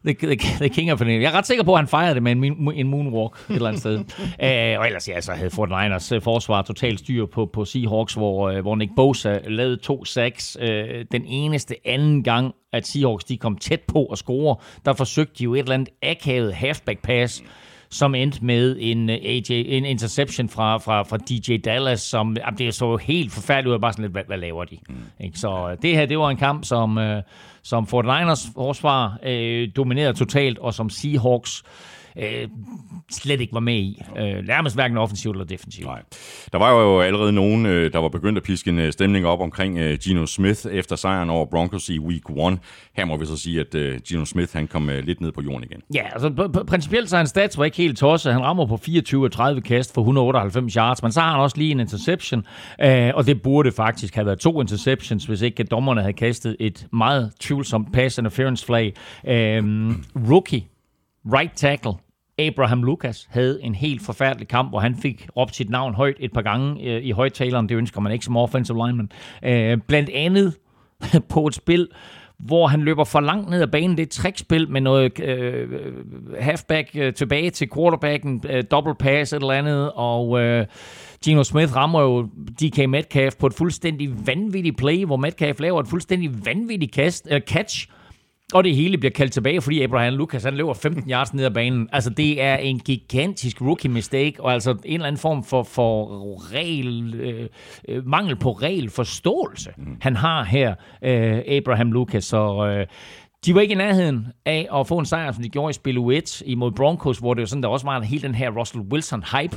the, the, the King of Finale. Jeg er ret sikker på, at han fejrede det med en, en moonwalk et eller andet sted. uh, og ellers ja, så havde forty-niners uh, forsvar totalt styr på, på Seahawks, hvor, uh, hvor Nick Bosa lavede to sacks. Uh, den eneste anden gang, at Seahawks de kom tæt på at score, der forsøgte de jo et eller andet akavet halfback pass, som endte med en, A J, en interception fra, fra, fra D J Dallas, som jamen, det så helt forfærdeligt ud, bare sådan lidt, hvad, hvad laver de? Mm. Ikke? Så det her, det var en kamp, som, øh, som forty-niners forsvar øh, dominerede totalt, og som Seahawks øh, slet ikke var med i. Øh, nærmest hverken offensivt eller defensivt. Nej. Der var jo allerede nogen, der var begyndt at piske en stemning op omkring Geno Smith efter sejren over Broncos i week one. Her må vi så sige, at Geno Smith han kom lidt ned på jorden igen. Ja, altså principielt så er hans stats var ikke helt tosset. Han rammer på fireogtyve af tredive kast for et hundrede otteoghalvfems yards, men så har han også lige en interception, og det burde faktisk have været to interceptions, hvis ikke dommerne havde kastet et meget tvivlsomt pass interference flag. Um, rookie right tackle Abraham Lucas havde en helt forfærdelig kamp, hvor han fik råbt sit navn højt et par gange øh, i højtaleren. Det ønsker man ikke som offensive lineman. Øh, blandt andet på et spil, hvor han løber for langt ned ad banen. Det er et trickspil med noget øh, halfback øh, tilbage til quarterbacken, øh, double pass et eller andet, og øh, Geno Smith rammer jo D K Metcalf på et fuldstændig vanvittigt play, hvor Metcalf laver et fuldstændig vanvittigt kast, øh, catch, og det hele bliver kaldt tilbage, fordi Abraham Lucas han løber femten yards ned ad banen. Altså, det er en gigantisk rookie mistake, og altså en eller anden form for, for regel, øh, mangel på regelforståelse, mm. han har her, øh, Abraham Lucas. Så øh, de var ikke i nærheden af at få en sejr, som de gjorde i spil U et imod Broncos, hvor det jo sådan, der også var hele den her Russell Wilson-hype.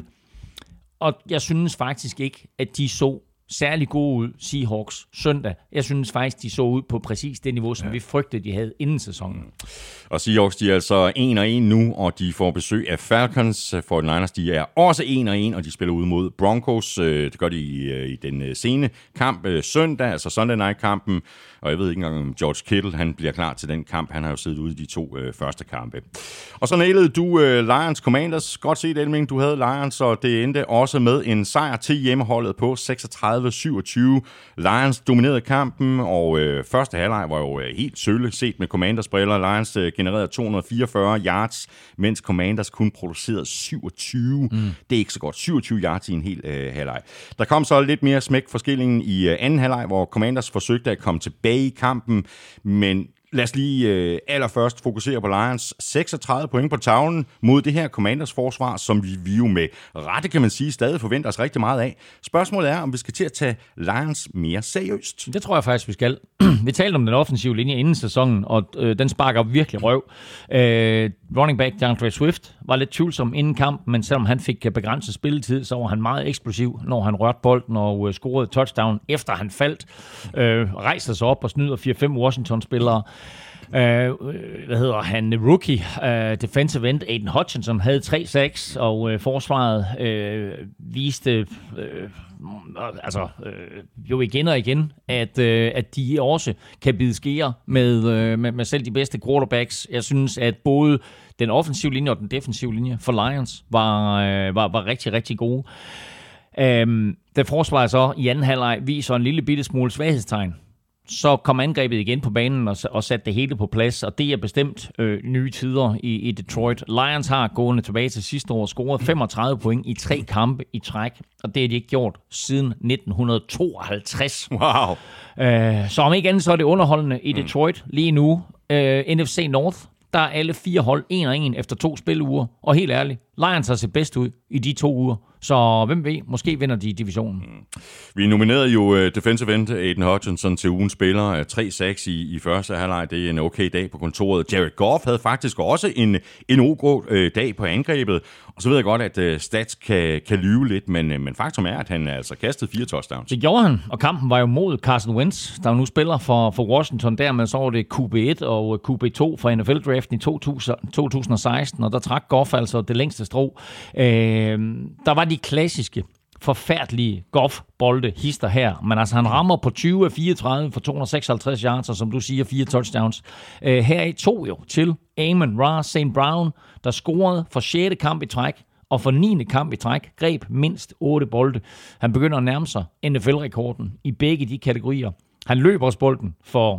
Og jeg synes faktisk ikke, at de så særlig gode ud, Seahawks, søndag. Jeg synes faktisk, de så ud på præcis det niveau, som ja. vi frygtede, de havde inden sæsonen. Mm. Og Seahawks, de er altså en og en nu, og de får besøg af Falcons. forty-niners, de er også en og en, og de spiller ud mod Broncos. Det gør de i, i den sene kamp søndag, altså Sunday Night-kampen. Og jeg ved ikke engang, om George Kittle han bliver klar til den kamp. Han har jo siddet ude i de to øh, første kampe. Og så nailede du øh, Lions Commanders. Godt set, Elming. Du havde Lions, og det endte også med en sejr til hjemmeholdet på seksogtredive syvogtyve. Lions dominerede kampen, og øh, første halvleg var jo øh, helt sølle set med Commanders briller. Lions øh, genererede to hundrede fireogfyrre yards, mens Commanders kun producerede syvogtyve. Mm. Det er ikke så godt. syvogtyve yards i en hel øh, halvleg. Der kom så lidt mere smæk for skillingen i øh, anden halvleg, hvor Commanders forsøgte at komme tilbage i kampen, men lad os lige øh, allerførst fokusere på Lions. seksogtredive point på tavlen mod det her Commanders forsvar, som vi, vi jo med rette, kan man sige, stadig forventer os rigtig meget af. Spørgsmålet er, om vi skal til at tage Lions mere seriøst. Det tror jeg faktisk, vi skal. Vi talte om den offensive linje inden sæsonen, og øh, den sparker virkelig røv. Øh, running back DeAndre Swift var lidt tvivlsom inden kampen, men selvom han fik begrænset spilletid, så var han meget eksplosiv, når han rørte bolden og øh, scorede touchdown, efter han faldt. Øh, rejste sig op og snyder fire fem Washington-spillere. Uh, hvad hedder han, rookie uh, defensive end Aiden Hutchinson havde tre sacks, og uh, forsvaret uh, viste uh, altså uh, jo igen og igen, at, uh, at de også kan bide skeer med, uh, med, med selv de bedste quarterbacks. Jeg synes, at både den offensive linje og den defensive linje for Lions var, uh, var, var rigtig, rigtig gode. Um, det forsvaret så i anden halvleg viser en lille bitte smule svaghedstegn. Så kom angrebet igen på banen og, og satte det hele på plads, og det er bestemt øh, nye tider i, i Detroit. Lions har gående tilbage til sidste år scoret femogtredive point i tre kampe i træk, og det har de ikke gjort siden nitten tooghalvtreds. Wow! Øh, så om ikke andet, så er det underholdende i Detroit lige nu. Øh, N F C North, der er alle fire hold en og en efter to spiluger, og helt ærligt, Lions har set bedst ud i de to uger. Så hvem ved, måske vinder de divisionen. Mm. Vi nominerede jo uh, defensive end Aiden Hutchinson til ugens spiller. tre seks i, i første halvleg. Det er en okay dag på kontoret. Jared Goff havde faktisk også en, en ok uh, dag på angrebet. Og så ved jeg godt, at uh, stats kan, kan lyve lidt, men, uh, men faktum er, at han altså kastede fire touchdowns. Det gjorde han, og kampen var jo mod Carson Wentz, der nu spiller for, for Washington. Dermed så var det Q B et og Q B to fra N F L-draften i to tusind og seksten, og der trak Goff altså det længste strå. Øh, der var de klassiske, forfærdelige Goff-bolde hister her, men altså han rammer på tyve af fireogtredive for to hundrede seksoghalvtreds yards, og som du siger, fire touchdowns. Øh, her i to jo til Amon-Ra Saint Brown, der scorede for sjette kamp i træk, og for niende kamp i træk greb mindst otte bolde. Han begynder at nærme sig N F L-rekorden i begge de kategorier. Han løb også bolden for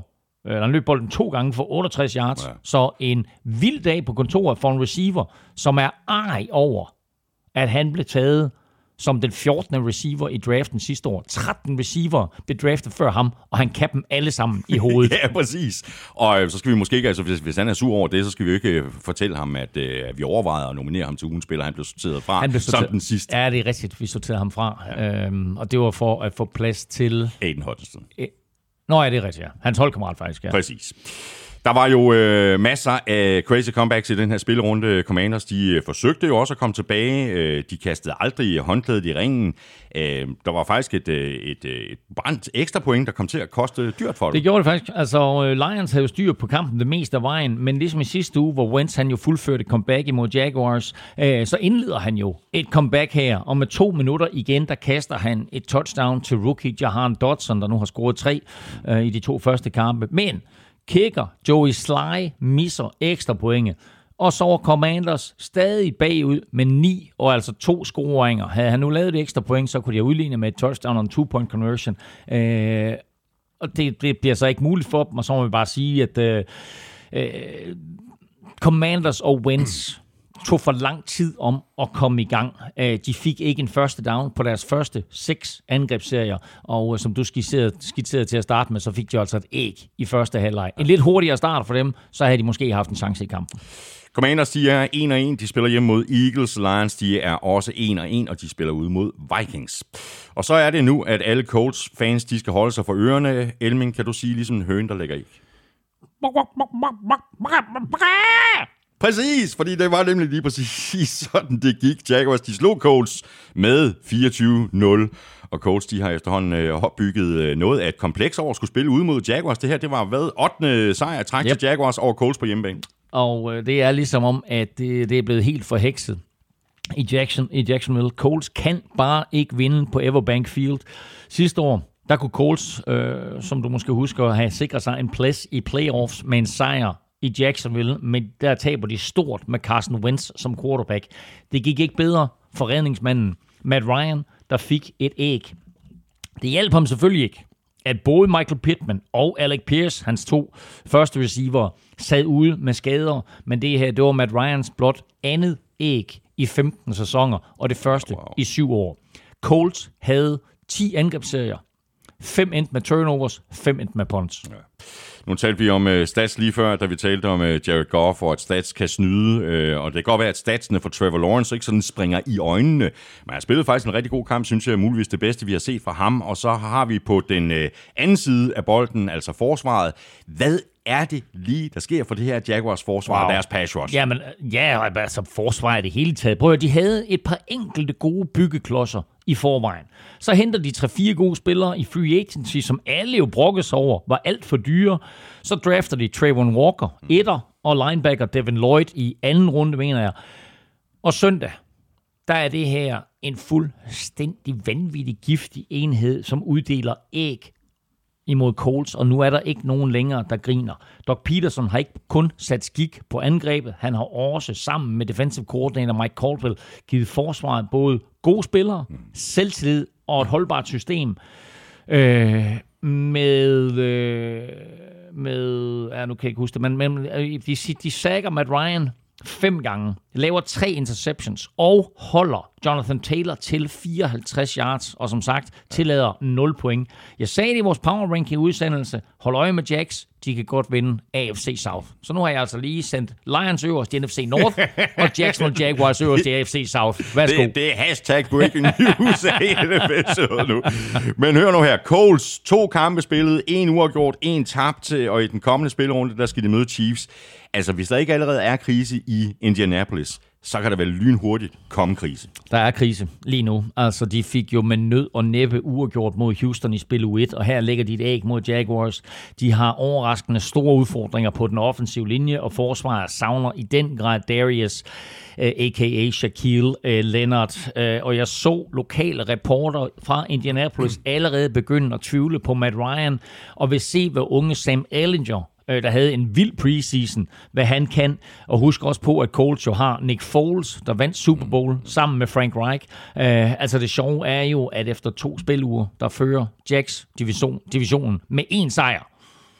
Øh, han løb bolden to gange for otteogtres yards. Ja. Så en vild dag på kontoret for en receiver, som er ej over, at han blev taget som den fjortende receiver i draften sidste år. tretten receiver blev draftet før ham, og han kan dem alle sammen i hovedet. Ja, præcis. Og øh, så skal vi måske ikke, altså hvis, hvis han er sur over det, så skal vi jo ikke fortælle ham, at, øh, at vi overvejede at nominere ham til ugens spiller. Han blev sorteret fra han blev sorteret, som den sidste. Ja, det er rigtigt, vi sorterede ham fra. Ja. Øhm, og det var for at få plads til... Aiden Hutchinson. Øh, Nå ja, det er rigtigt, ja. Hans holdkammerat faktisk, ja. Præcis. Der var jo øh, masser af crazy comebacks i den her spillerunde. Commanders, de øh, forsøgte jo også at komme tilbage. Øh, de kastede aldrig håndklædet i ringen. Øh, der var faktisk et, øh, et, et brændt ekstra point, der kom til at koste dyrt for dem. Det gjorde det faktisk. Altså, Lions havde jo styr på kampen det meste af vejen, men ligesom i sidste uge, hvor Wentz han jo fuldførte comeback imod Jaguars, øh, så indleder han jo et comeback her, og med to minutter igen, der kaster han et touchdown til rookie Jahan Dotson, der nu har scoret tre øh, i de to første kampe. Men kicker Joey Sly misser ekstra pointe, og så var Commanders stadig bagud med ni og altså to scoringer. Havde han nu lavet det ekstra point, så kunne de have udlignet med et touchdown og en two-point conversion. Øh, og det, det bliver så ikke muligt for dem, og så må vi bare sige, at øh, øh, Commanders og Wentz tog for lang tid om at komme i gang. De fik ikke en første down på deres første seks angrebsserier, og som du skitserede, skitserede til at starte med, så fik de altså et æg i første halvleg. En lidt hurtigere start for dem, så havde de måske haft en chance i kampen. Commanders, de er en og en. De spiller hjemme mod Eagles. Lions, de er også en og en, og de spiller ude mod Vikings. Og så er det nu, at alle Colts-fans, de skal holde sig for ørerne. Elming, kan du sige ligesom en høne, der lægger i? Præcis, fordi det var nemlig lige præcis sådan, det gik. Jaguars, de slog Colts med fireogtyve nul, og Colts, de har efterhånden øh, opbygget noget af et kompleks over at skulle spille ude mod Jaguars. Det her, det var hvad? ottende sejr træk yep. til Jaguars over Colts på hjemmebane. Og øh, det er ligesom om, at det, det er blevet helt forhekset i, Jackson, i Jacksonville. Colts kan bare ikke vinde på Everbank Field. Sidste år, der kunne Colts, øh, som du måske husker, have sikret sig en plads i playoffs med en sejr i Jacksonville, men der taber de stort med Carson Wentz som quarterback. Det gik ikke bedre for redningsmanden Matt Ryan, der fik et æg. Det hjalp ham selvfølgelig ikke, at både Michael Pittman og Alec Pierce, hans to første receiver, sad ude med skader, men det her, det var Matt Ryans blot andet æg i femten sæsoner, og det første wow. i syv år. Colts havde ti angrebsserier. Fem endte med turnovers, fem endte med punts. Ja. Nu talte vi om uh, stats lige før, da vi talte om uh, Jared Goff, og at stats kan snyde. Uh, og det kan godt være, at statsene for Trevor Lawrence ikke sådan springer i øjnene. Men han spillede faktisk en rigtig god kamp, synes jeg, muligvis det bedste, vi har set fra ham. Og så har vi på den uh, anden side af bolden, altså forsvaret. Hvad er det lige, der sker for det her Jaguars forsvar wow. og deres pass rush? Jamen, ja, altså forsvaret det hele taget. Prøv at de havde et par enkelte gode byggeklodser i forvejen. Så henter de tre-fire gode spillere i free agency, som alle jo brokkes over, var alt for dyre. Så drafter de Trayvon Walker, etter, og linebacker Devin Lloyd i anden runde, mener jeg. Og søndag, der er det her en fuldstændig vanvittig giftig enhed, som uddeler æg imod Colts, og nu er der ikke nogen længere, der griner. Doug Peterson har ikke kun sat skik på angrebet, han har også sammen med defensive coordinator Mike Caldwell givet forsvaret både gode spillere, selvtillid og et holdbart system. Øh, med, øh, med, ja, nu kan jeg ikke huske det, men, men de, de sacker Matt Ryan fem gange, laver tre interceptions og holder Jonathan Taylor til fireoghalvtreds yards, og som sagt, tillader nul point. Jeg sagde det i vores power ranking udsendelse. Hold øje med Jacks, de kan godt vinde A F C South. Så nu har jeg altså lige sendt Lions øverst i N F C North, og Jacksonville Jaguars øverst i A F C South. Værsgo. Det, det er hashtag breaking news af N F L nu. Men hør nu her, Colts, to kampe spillet, en uafgjort, en tabt, og i den kommende spillerunde, der skal de møde Chiefs. Altså, hvis der ikke allerede er krise i Indianapolis, så kan der vel lynhurtigt komme krise. Der er krise lige nu. Altså, de fik jo med nød og næppe uafgjort mod Houston i spil U et, og her lægger de et æg mod Jaguars. De har overraskende store udfordringer på den offensive linje, og forsvaret savner i den grad Darius, a k a. Shaquille Leonard. Og jeg så lokale reporter fra Indianapolis allerede begynde at tvivle på Matt Ryan, og vil se, hvad unge Sam Ehlinger, der havde en vild preseason, hvad han kan. Og husk også på, at Colts jo har Nick Foles, der vandt Super Bowl sammen med Frank Reich. Uh, altså det sjove er jo, at efter to spiluger, der fører Jacks division, divisionen med én sejr.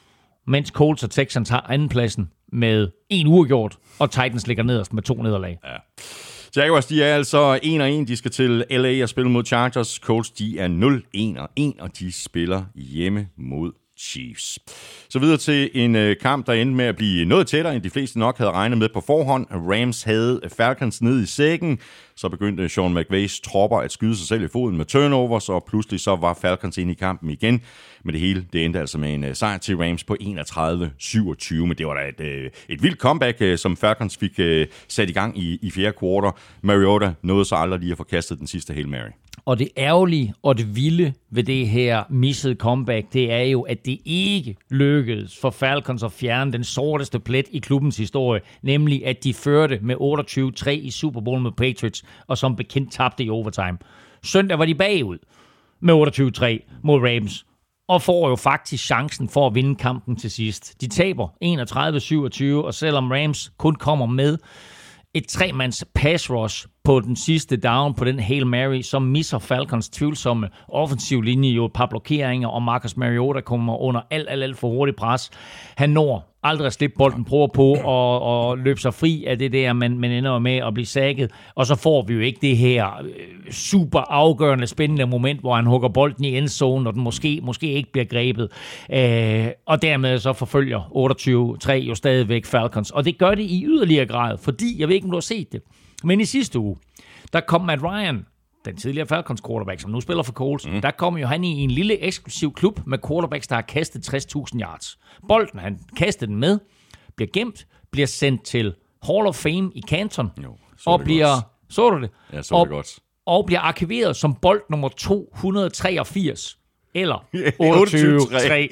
mens Colts og Texans har andenpladsen med en uafgjort, og Titans ligger nederst med to nederlag. Ja. Jaguars, de er altså en og en. De skal til L A og spille mod Chargers. Colts, de er nul en og en, og de spiller hjemme mod Chiefs. Så videre til en øh, kamp, der endte med at blive noget tættere, end de fleste nok havde regnet med på forhånd. Rams havde Falcons ned i sækken. Så begyndte Sean McVays tropper at skyde sig selv i foden med turnovers, og pludselig så var Falcons inde i kampen igen. Men det hele, det endte altså med en uh, sejr til Rams på enogtredive syvogtyve. Men det var da et, uh, et vildt comeback, uh, som Falcons fik uh, sat i gang i, i fjerde kvartal. Mariota nåede så aldrig lige at få kastet den sidste Hail Mary. Og det ærgerlige og det vilde ved det her missede comeback, det er jo, at det ikke lykkedes for Falcons at fjerne den sorteste plet i klubbens historie, nemlig at de førte med otteogtyve tre i Super Bowl med Patriots, og som bekendt tabte i overtime. Søndag var de bagud med otteogtyve tre mod Rams, og får jo faktisk chancen for at vinde kampen til sidst. De taber enogtredive syvogtyve, og selvom Rams kun kommer med et tremands pass rush på den sidste down på den Hail Mary, så misser Falcons tvivlsomme offensiv linje jo et par blokeringer, og Marcus Mariota kommer under alt, alt, alt for hurtigt pres. Han når aldrig at slippe bolden, prøver på og, og løbe sig fri af det der, men, men ender med at blive sækket. Og så får vi jo ikke det her super afgørende, spændende moment, hvor han hugger bolden i endzone, og den måske, måske ikke bliver grebet. Øh, og dermed så forfølger otteogtyve tre jo stadigvæk Falcons. Og det gør det i yderligere grad, fordi, jeg ved ikke, om du har set det, men i sidste uge, der kom Matt Ryan, den tidligere Falcons quarterback, som nu spiller for Colts, mm. der kom jo han i en lille eksklusiv klub med quarterbacks, der har kastet tres tusind yards. Bolden, han kastede den med, bliver gemt, bliver sendt til Hall of Fame i Canton, jo, og bliver, godt. så du det? Ja, så og, det godt. Og bliver arkiveret som bold nummer to hundrede treogfirs. Eller otteogtyve tre.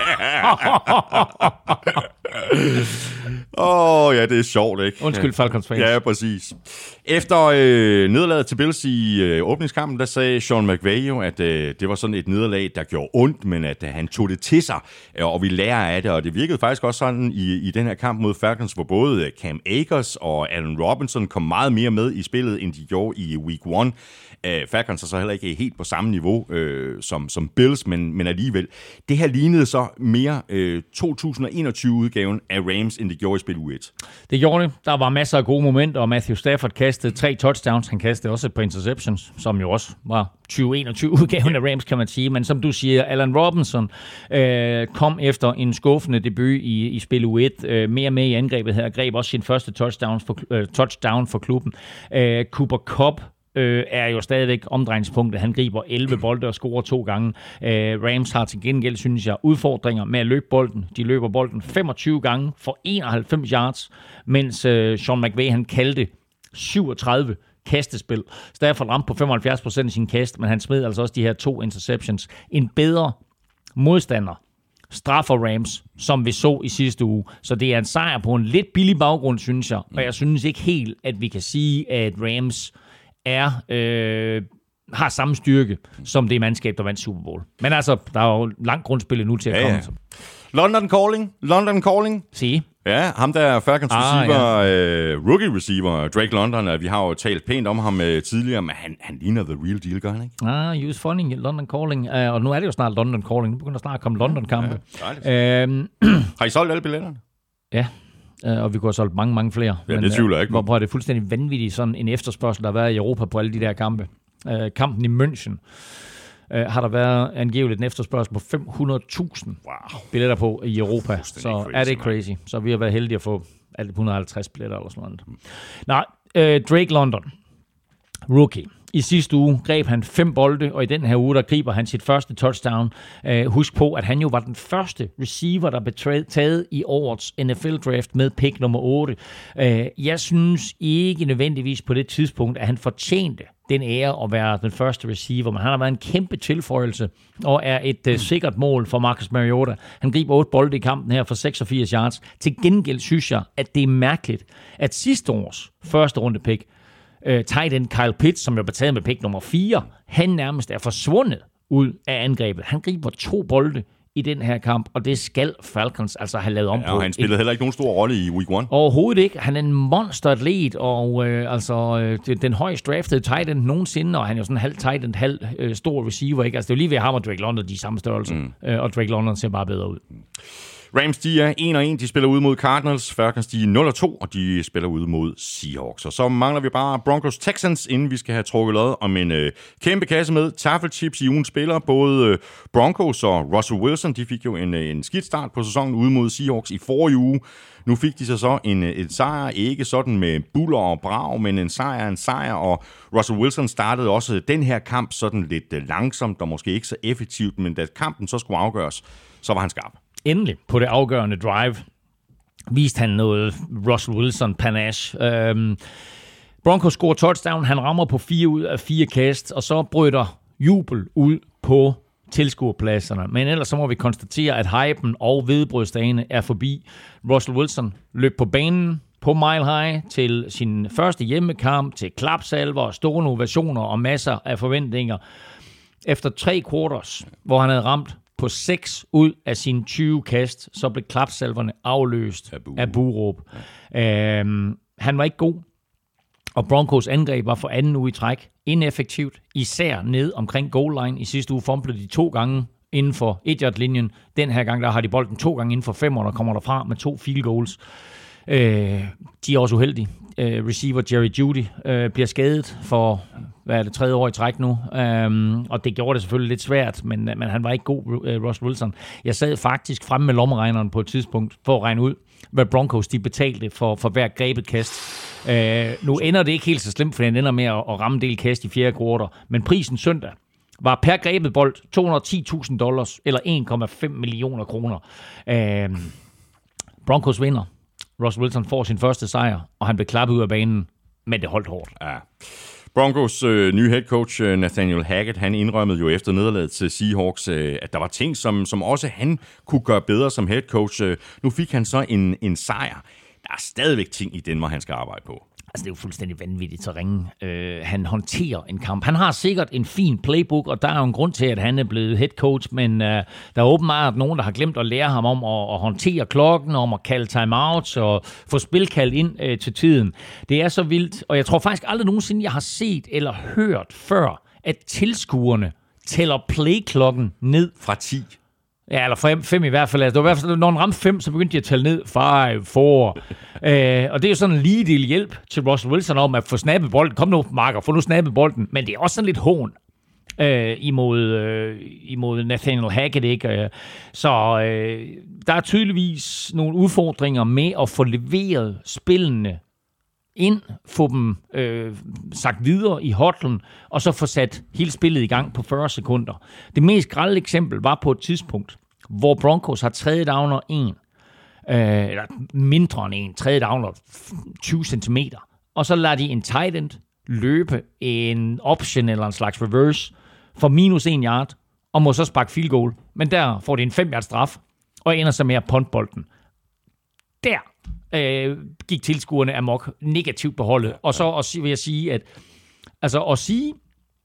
Åh, oh, ja, det er sjovt, ikke? Undskyld, Falcons fans. Ja, præcis. Efter øh, nederlaget til Bills i øh, åbningskampen, der sagde Sean McVay jo, at øh, det var sådan et nederlag, der gjorde ondt, men at øh, han tog det til sig, øh, og vi lærer af det. Og det virkede faktisk også sådan i, i den her kamp mod Falcons, hvor både Cam Akers og Allen Robinson kom meget mere med i spillet, end de gjorde i week one. Uh, Falcons er så heller ikke helt på samme niveau uh, som, som Bills, men, men alligevel. Det her lignede så mere uh, to tusind og enogtyve-udgaven af Rams, end det gjorde i spil U et. Det gjorde det. Der var masser af gode momenter, og Matthew Stafford kastede tre touchdowns. Han kastede også et par interceptions, som jo også var tyve enogtyve-udgaven af Rams, kan man sige. Men som du siger, Allen Robinson uh, kom efter en skuffende debut i, i spil U et. Uh, mere med i angrebet her. Greb også sin første touchdown for, uh, touchdown for klubben. Uh, Cooper Kupp Øh, er jo stadigvæk omdrejningspunktet. Han griber elleve bolde og scorer to gange. Øh, Rams har til gengæld, synes jeg, udfordringer med at løbe bolden. De løber bolden femogtyve gange for enoghalvfems yards, mens øh, Sean McVay, han kaldte syvogtredive kastespil. Stafford ramte på femoghalvfjerds procent af sin kast, men han smed altså også de her to interceptions. En bedre modstander straffer Rams, som vi så i sidste uge. Så det er en sejr på en lidt billig baggrund, synes jeg. Og jeg synes ikke helt, at vi kan sige, at Rams er, øh, har samme styrke som det mandskab, der vandt Super Bowl. Men altså, der er jo langt grundspillet nu til at ja, komme. Ja. London calling. London calling. Se. Ja, ham der Falcons ah, receiver, ja. øh, rookie receiver, Drake London, vi har jo talt pænt om ham øh, tidligere, men han, han ligner the real deal, gør han ikke? Ah, use funny, London calling. Uh, og nu er det jo snart London calling. Nu begynder snart at komme London-kampe. Ja, øhm, har I solgt alle billetterne? Ja. Og vi kunne have solgt mange, mange flere. Ja, det tvivler jeg ikke. Hvor, hvor er det fuldstændig vanvittigt, sådan en efterspørgsel, der har været i Europa på alle de der kampe. Uh, kampen i München uh, har der været angiveligt en efterspørgsel på fem hundrede tusind wow. billetter på i Europa. Så crazy, er det crazy. Man. Så vi har været heldige at få alt et hundrede og halvtreds billetter eller sådan noget. Mm. Nej, uh, Drake London, rookie. I sidste uge greb han fem bolde, og i den her uge, der griber han sit første touchdown. Uh, husk på, at han jo var den første receiver, der blev taget i årets N F L-draft med pick nummer otte. Uh, jeg synes ikke nødvendigvis på det tidspunkt, at han fortjente den ære at være den første receiver, men han har været en kæmpe tilføjelse og er et uh, sikkert mål for Marcus Mariota. Han griber otte bolde i kampen her for seksogfirs yards. Til gengæld synes jeg, at det er mærkeligt, at sidste års første runde pick, Uh, tight end Kyle Pitts, som jo blev taget med pick nummer fire, han nærmest er forsvundet ud af angrebet. Han griber to bolde i den her kamp, og det skal Falcons altså have lavet om ja, på. Og han spillede heller ikke nogen stor rolle i week one. Overhovedet ikke. Han er en monsteratlet, og øh, altså øh, den højst draftede tight end nogensinde, og han er jo sådan en halv tight end, halv øh, stor receiver, ikke? Altså det er jo lige ved ham og Drake London, de samme størrelse, mm. øh, og Drake London ser bare bedre ud. Rams, de er en og en, de spiller ud mod Cardinals. Falcons, de er nul og to, og de spiller ud mod Seahawks. Og så mangler vi bare Broncos Texans, inden vi skal have trukket lod om en øh, kæmpe kasse med taffelchips i ugens spillere. Både øh, Broncos og Russell Wilson, de fik jo en, øh, en skidt start på sæsonen ude mod Seahawks i forrige uge. Nu fik de så så en, en sejr, ikke sådan med buller og brag, men en sejr en sejr, og Russell Wilson startede også den her kamp sådan lidt øh, langsomt og måske ikke så effektivt, men da kampen så skulle afgøres, så var han skarp. Endelig på det afgørende drive viste han noget Russell Wilson panache. Øhm, Broncos scorer touchdown, han rammer på fire ud af fire kast, og så bryder jubel ud på tilskuerpladserne. Men ellers så må vi konstatere, at hypen og vedbrødsdagene er forbi. Russell Wilson løb på banen på Mile High til sin første hjemmekamp, til klapsalver, store ovationer og masser af forventninger. Efter tre quarters, hvor han havde ramt på seks ud af sine tyve kast, så blev klapsalverne afløst af buråb. Ja. Øhm, han var ikke god, og Broncos angreb var for anden uge i træk ineffektivt, især ned omkring goal line. I sidste uge fumblede de to gange inden for et-yard-linjen. Den her gang der har de bolden to gange inden for fem, og der kommer derfra med to field goals. Øh, de er også uheldige. Øh, receiver Jerry Jeudy øh, bliver skadet for hvad er det, tredje år i træk nu, um, og det gjorde det selvfølgelig lidt svært, men, men han var ikke god, uh, Russell Wilson. Jeg sad faktisk fremme med lommeregneren på et tidspunkt for at regne ud, hvad Broncos de betalte for, for hver grebet kast. Uh, nu ender det ikke helt så slemt, for han ender med at, at ramme del kast i fjerde kvartal, men prisen søndag var per grebet bold to hundrede og ti tusind dollars, eller en komma fem millioner kroner. Uh, Broncos vinder. Russell Wilson får sin første sejr, og han blev klappet ud af banen, men det holdt hårdt. Ja. Broncos øh, nye head coach Nathaniel Hackett, han indrømmede jo efter nederlaget til Seahawks, øh, at der var ting, som, som også han kunne gøre bedre som head coach. Øh, nu fik han så en, en sejr. Der er stadigvæk ting i den, hvor han skal arbejde på. Altså, det er jo fuldstændig vanvittigt terræn. Øh, han håndterer en kamp. Han har sikkert en fin playbook, og der er jo en grund til, at han er blevet head coach, men øh, der er åbenbart nogen, der har glemt at lære ham om at, at håndtere klokken, om at kalde timeouts og få spilkald ind øh, til tiden. Det er så vildt, og jeg tror faktisk aldrig nogensinde, jeg har set eller hørt før, at tilskuerne tæller playklokken ned fra ti. Ja, eller fem, fem i hvert fald. Altså, det var i hvert fald, når den ramte fem, så begyndte de at tælle ned. Five, four. øh, og det er jo sådan en lige del hjælp til Russell Wilson om at få snappet bolden. Kom nu, Marker, få nu snappet bolden. Men det er også sådan lidt hån øh, imod, øh, imod Nathaniel Hackett, ikke? Så øh, der er tydeligvis nogle udfordringer med at få leveret spillene ind, få dem øh, sagt videre i hotlen, og så få sat hele spillet i gang på fyrre sekunder. Det mest grelle eksempel var på et tidspunkt, hvor Broncos har tredje down og en, øh, eller mindre end en, tredje down og tyve centimeter, og så lader de en tight end løbe en option eller en slags reverse for minus en yard, og må så sparke field goal. Men der får de en fem yard straf, og ender så med at punt bolden. Der Øh, gik tilskuerne amok negativt på holdet. Og så også vil jeg sige, at altså at sige,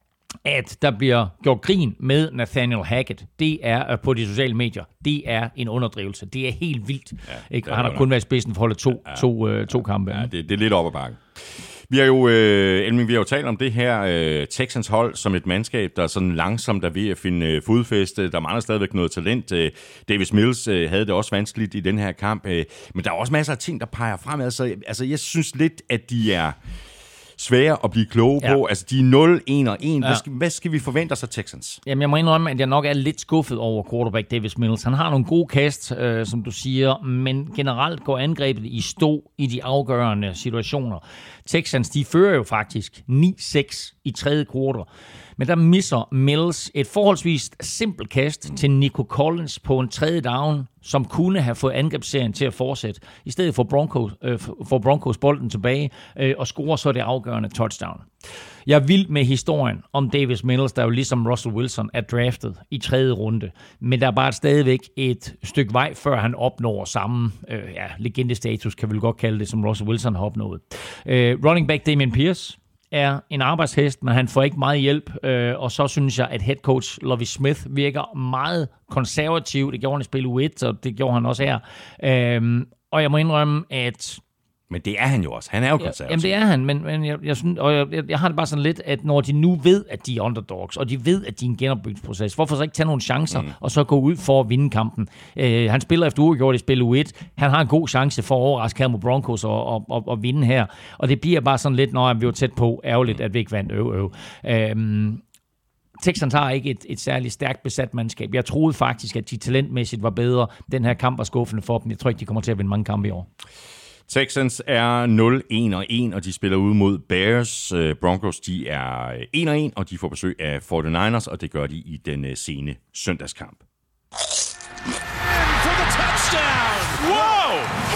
at der bliver gjort grin med Nathaniel Hackett, det er på de sociale medier, det er en underdrivelse. Det er helt vildt. Ja, ikke? Og han har kun været i spidsen for holdet to, ja, to, øh, to kampe. Ja, det, det er lidt op ad bakken. Vi har jo, øh, Elming, vi har jo talt om det her øh, Texans hold som et mandskab, der er sådan langsomt er ved at finde øh, fodfæste. Der mangler stadigvæk noget talent. Øh, Davis Mills øh, havde det også vanskeligt i den her kamp. Øh, men der er også masser af ting, der peger fremad. Så altså, jeg synes lidt, at de er svære at blive kloge ja. på. Altså, de er nul, en og en. Hvad, ja. hvad skal vi forvente os af Texans? Jamen, jeg må indrømme, at jeg nok er lidt skuffet over quarterback Davis Mills. Han har nogle gode kast, øh, som du siger, men generelt går angrebet i stå i de afgørende situationer. Texans, de fører jo faktisk ni seks i tredje kvartal. Men der misser Mills et forholdsvis simpelt kast til Nico Collins på en tredje down, som kunne have fået angrebsserien til at fortsætte. I stedet for Broncos, øh, for Broncos bolden tilbage øh, og scorer så det afgørende touchdown. Jeg er vild med historien om Davis Mills, der jo ligesom Russell Wilson er draftet i tredje runde. Men der er bare stadigvæk et stykke vej, før han opnår samme øh, ja, legendestatus, kan vi vel godt kalde det, som Russell Wilson har opnået. Øh, running back Dameon Pierce er en arbejdshest, men han får ikke meget hjælp, øh, og så synes jeg, at head coach Lovie Smith virker meget konservativ. Det gjorde han i spil U et, og det gjorde han også her. Øh, og jeg må indrømme, at men det er han jo også. Han er jo konservativ. Jamen det er han, men, men jeg, jeg, synes, og jeg, jeg har det bare sådan lidt, at når de nu ved, at de er underdogs, og de ved, at de er en genopbygningsproces, hvorfor så ikke tage nogle chancer, mm. og så gå ud for at vinde kampen? Øh, han spiller efter uafgjort i spil U et. Han har en god chance for at overraske her mod Broncos og, og, og, og vinde her. Og det bliver bare sådan lidt, når vi var tæt på, ærgerligt, at vi ikke vandt øv øv. Øhm, Texans har ikke et, et særligt stærkt besat mandskab. Jeg troede faktisk, at de talentmæssigt var bedre. Den her kamp var skuffende for dem. Jeg tror ikke, de kommer til at vinde mange kampe i år. Texans er nul en og en, og de spiller ude mod Bears. Broncos, de er en og en, og de får besøg af forty-niners, og det gør de i den sene søndagskamp. Wow!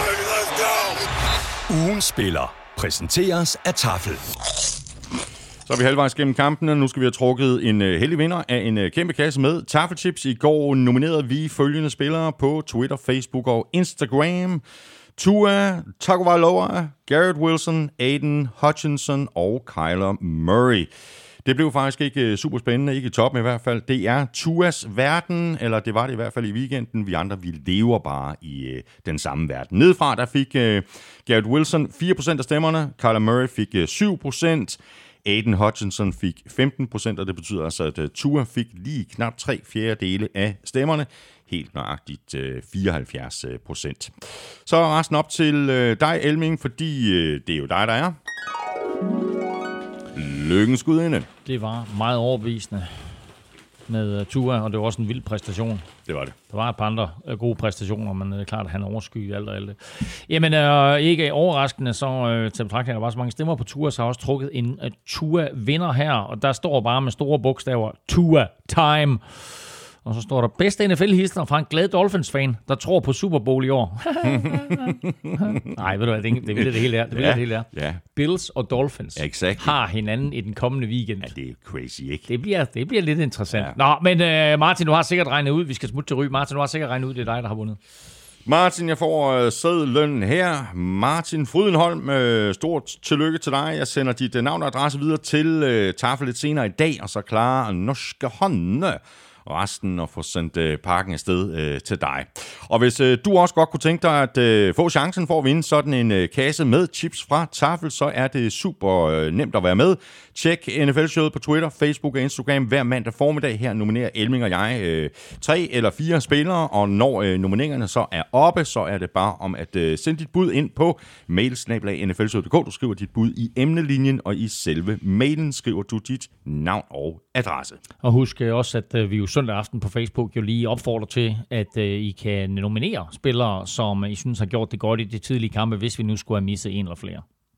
Ugens spiller præsenteres af Tafel. Så er vi halvvejs gennem kampen, og nu skal vi have trukket en uh, heldig vinder af en uh, kæmpe kasse med Tafelchips. I går nominerede vi følgende spillere på Twitter, Facebook og Instagram: Tua Tagovailoa, Garrett Wilson, Aiden Hutchinson og Kyler Murray. Det blev faktisk ikke super spændende, ikke i toppen i hvert fald. Det er Tuas verden, eller det var det i hvert fald i weekenden. Vi andre, vi lever bare i øh, den samme verden. Nedefra, der fik øh, Garrett Wilson fire procent af stemmerne, Kyler Murray fik øh, syv procent, Aiden Hutchinson fik femten procent, og det betyder altså, at uh, Tua fik lige knap tre fjerdedele af stemmerne. Helt nøjagtigt uh, fireoghalvfjerds procent. Så er resten op til uh, dig, Elming, fordi uh, det er jo dig, der er lykkens gudinde. Det var meget overbevisende med uh, Tua, og det var også en vild præstation. Det var det. Der var et par andre uh, gode præstationer, men det uh, er klart, at han overskygger alt og alt det. Jamen, uh, ikke overraskende, så uh, til betragtning, der var så mange stemmer på Tua, så har også trukket en uh, Tua-vinder her, og der står bare med store bogstaver, Tua Time. Og så står der bedste N F L-hister fra en glad Dolphins-fan, der tror på Super Bowl i år. Nej, ved du hvad, det, det vil det hele er. Det vil ja, det hele er. Ja. Bills og Dolphins ja, exactly. har hinanden i den kommende weekend. Ja, det er crazy, ikke? Det bliver, det bliver lidt interessant. Ja. Nå, men uh, Martin, du har sikkert regnet ud. Vi skal smutte til Ry. Martin, du har sikkert regnet ud, det er dig, der har vundet. Martin, jeg får uh, sædløn her. Martin Frydenholm, uh, stort tillykke til dig. Jeg sender dit uh, navn og adresse videre til uh, Tafel lidt senere i dag, og så klarer Norske Hånde og resten og få sendt øh, pakken afsted øh, til dig. Og hvis øh, du også godt kunne tænke dig at øh, få chancen for at vinde sådan en øh, kasse med chips fra Tafel, så er det super øh, nemt at være med. Tjek N F L-showet på Twitter, Facebook og Instagram hver mandag formiddag. Her nominerer Elming og jeg øh, tre eller fire spillere, og når øh, nomineringerne så er oppe, så er det bare om at øh, sende dit bud ind på mail snabel-a n f l showet punktum d k. Du skriver dit bud i emnelinjen, og i selve mailen skriver du dit navn og adresse. Og husk også, at øh, vi jo søndag aften på Facebook jo lige opfordrer til, at øh, I kan nominere spillere, som I synes har gjort det godt i de tidlige kampe, hvis vi nu skulle have misset en eller flere.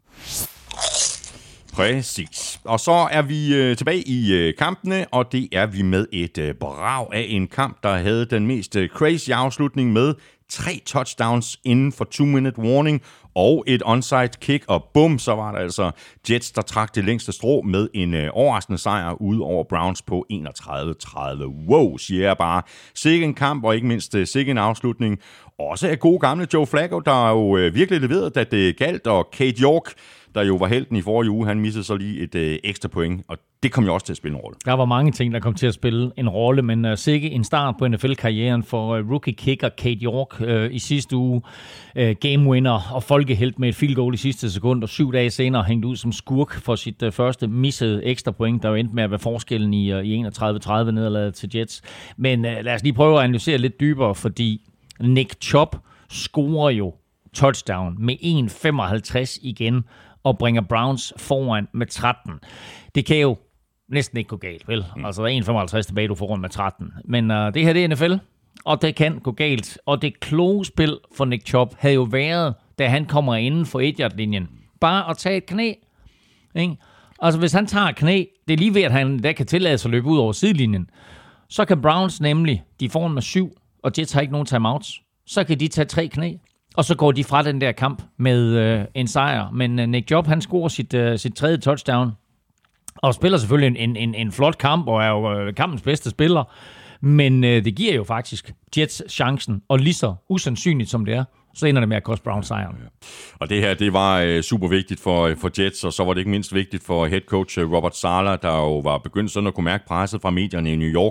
Præcis. Og så er vi øh, tilbage i øh, kampene, og det er vi med et øh, brag af en kamp, der havde den mest øh, crazy afslutning med tre touchdowns inden for two-minute warning og et onside kick, og bum, så var der altså Jets, der trak det længste strå med en øh, overraskende sejr ude over Browns på enogtredive tredive. Wow, siger jeg bare. Sikke en kamp, og ikke mindst øh, sikke en afslutning. Også af gode gamle Joe Flacco, der jo øh, virkelig leverede, da det galt, og Kate York, der jo var helten i forrige uge, han missede så lige et øh, ekstra point, og det kom jo også til at spille en rolle. Der var mange ting, der kom til at spille en rolle, men uh, sikke en start på N F L-karrieren for uh, rookie kicker Kate York uh, i sidste uge. Uh, game winner og folkehelt med et field goal i sidste sekund, og syv dage senere hængte ud som skurk for sit uh, første missede ekstra point, der jo endte med at være forskellen i, uh, i enogtredive tredive nederlaget til Jets. Men uh, lad os lige prøve at analysere lidt dybere, fordi Nick Chubb scorer jo touchdown med en femoghalvtreds igen, og bringer Browns foran med tretten. Det kan jo næsten ikke gå galt, vel? Mm. Altså, der er en femoghalvtreds tilbage, du får foran med tretten. Men uh, det her, det er N F L, og det kan gå galt. Og det kloge spil for Nick Chubb havde jo været, da han kommer inden for et-yard-linjen. Bare at tage et knæ. Ikke? Altså, hvis han tager et knæ, det er lige ved, at han der kan tillade sig at løbe ud over sidelinjen, så kan Browns nemlig, de får med syv, og Jets har ikke nogen timeouts, så kan de tage tre knæ. Og så går de fra den der kamp med øh, en sejr. Men øh, Nick Chubb, han scorer sit, øh, sit tredje touchdown. Og spiller selvfølgelig en, en, en flot kamp, og er jo øh, kampens bedste spiller. Men øh, det giver jo faktisk Jets chancen. Og lige så usandsynligt som det er, så ender det med at koste Browns sejren. Ja. Og det her, det var øh, super vigtigt for, for Jets, og så var det ikke mindst vigtigt for head coach Robert Saleh, der jo var begyndt sådan at kunne mærke presset fra medierne i New York.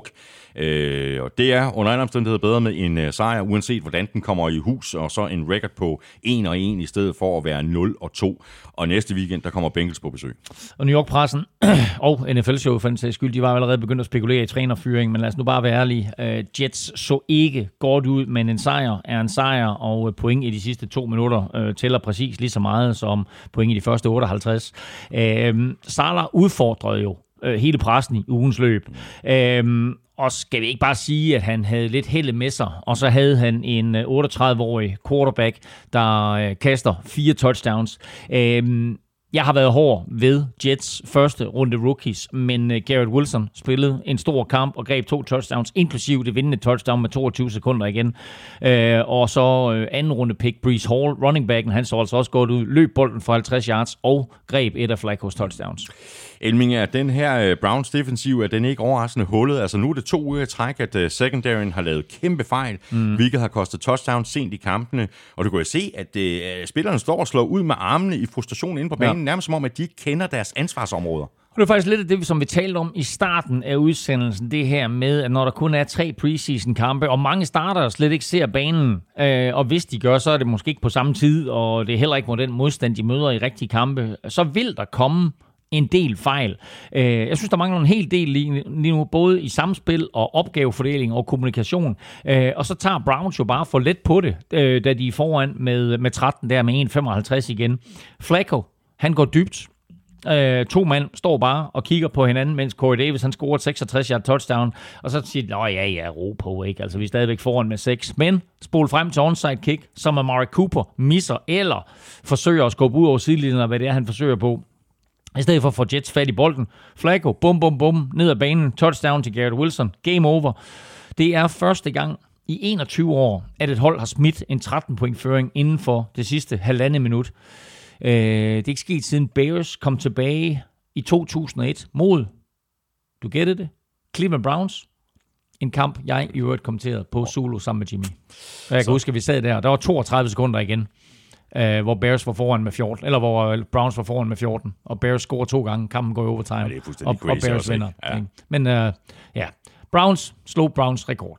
Øh, og det er under en omstændighed bedre med en uh, sejr, uanset hvordan den kommer i hus, og så en record på en og en i stedet for at være nul og to. Og næste weekend, der kommer Bengals på besøg. Og New York-pressen og N F L-show for den sags skyld, de var allerede begyndt at spekulere i trænerfyring, men lad os nu bare være ærlige. Uh, Jets så ikke godt ud, men en sejr er en sejr, og point i de sidste to minutter uh, tæller præcis lige så meget som point i de første otteoghalvtreds. Uh, Saleh udfordrede jo uh, hele pressen i ugens løb. Uh, Og skal vi ikke bare sige, at han havde lidt held med sig, og så havde han en otteogtredive-årig quarterback, der øh, kaster fire touchdowns. Øhm, jeg har været hård ved Jets første runde rookies, men øh, Garrett Wilson spillede en stor kamp og greb to touchdowns, inklusive det vindende touchdown med toogtyve sekunder igen. Øh, og så øh, anden runde pick, Breece Hall, running backen, han så altså også godt ud, løb bolden for halvtreds yards og greb et af Flacco's touchdowns. Elming, er den her Browns defensiv, er den ikke overraskende hullet? Altså nu er det to uger i træk, at uh, secondaryen har lavet kæmpe fejl, mm. hvilket har kostet touchdowns sent i kampene. Og du kan jo se, at uh, spillerne står og slår ud med armene i frustration inde på banen, ja. Nærmest som om, at de ikke kender deres ansvarsområder. Det er faktisk lidt af det, som vi talte om i starten af udsendelsen, det her med, at når der kun er tre preseason-kampe, og mange starter slet ikke ser banen, øh, og hvis de gør, så er det måske ikke på samme tid, og det er heller ikke mod den modstand, de møder i rigtige kampe, så vil der komme en del fejl. Jeg synes, der mangler en hel del lige nu, både i samspil og opgavefordeling og kommunikation. Og så tager Browns jo bare for let på det, da de er foran med, med tretten der med en komma femoghalvtreds igen. Flacco, han går dybt. Uh, to mand står bare og kigger på hinanden, mens Corey Davis, han scorer et seksogtres yard touchdown, og så siger de, nå ja, ja, ro på, ikke? Altså, vi er stadigvæk foran med seks, men spol frem til onside kick, som Amari Cooper misser, eller forsøger at skubbe ud over sidelinjen, og hvad det er, han forsøger på. I stedet for at få Jets fat i bolden. Flacco, bum, bum, bum, ned ad banen, touchdown til Garrett Wilson, game over. Det er første gang i enogtyve år, at et hold har smidt en tretten point føring inden for det sidste halvandet minut. Uh, det er ikke sket siden Bears kom tilbage i to tusind og et mod, du gættede det, Cleveland Browns. En kamp, jeg i øvrigt kommenterede på Zulu sammen med Jimmy. Og jeg kan Så. huske, at vi sad der, der var toogtredive sekunder igen, uh, hvor Bears var foran med fjorten, eller hvor Browns var foran med fjorten, og Bears scorer to gange, kampen går i overtime, ja, og, og Bears også, vinder. Ja. Men uh, ja, Browns slog Browns rekord.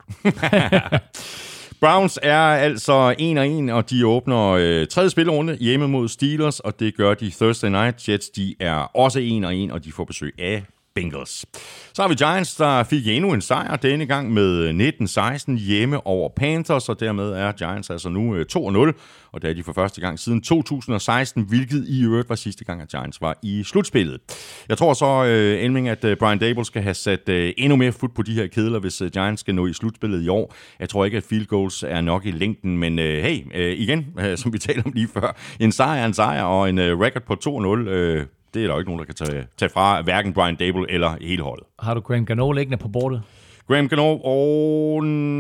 Browns er altså en og en, og de åbner øh, tredje spillerunde hjemme mod Steelers, og det gør de Thursday Night Jets. De er også en og en, og de får besøg af Bengals. Så har vi Giants, der fik endnu en sejr denne gang med nitten seksten hjemme over Panthers, og dermed er Giants altså nu to og nul, og det er de for første gang siden to tusind og seksten, hvilket i øvrigt var sidste gang, at Giants var i slutspillet. Jeg tror så, uh, Elming, at uh, Brian Daboll skal have sat uh, endnu mere fod på de her kedler, hvis uh, Giants skal nå i slutspillet i år. Jeg tror ikke, at field goals er nok i længden, men uh, hey, uh, igen, uh, som vi talte om lige før, en sejr er en sejr, og en uh, record på to og nul, uh, det er der jo ikke nogen, der kan tage, tage fra, hverken Brian Daboll eller hele holdet. Har du Graham Gano liggende på bordet? Graham Gano? Åh,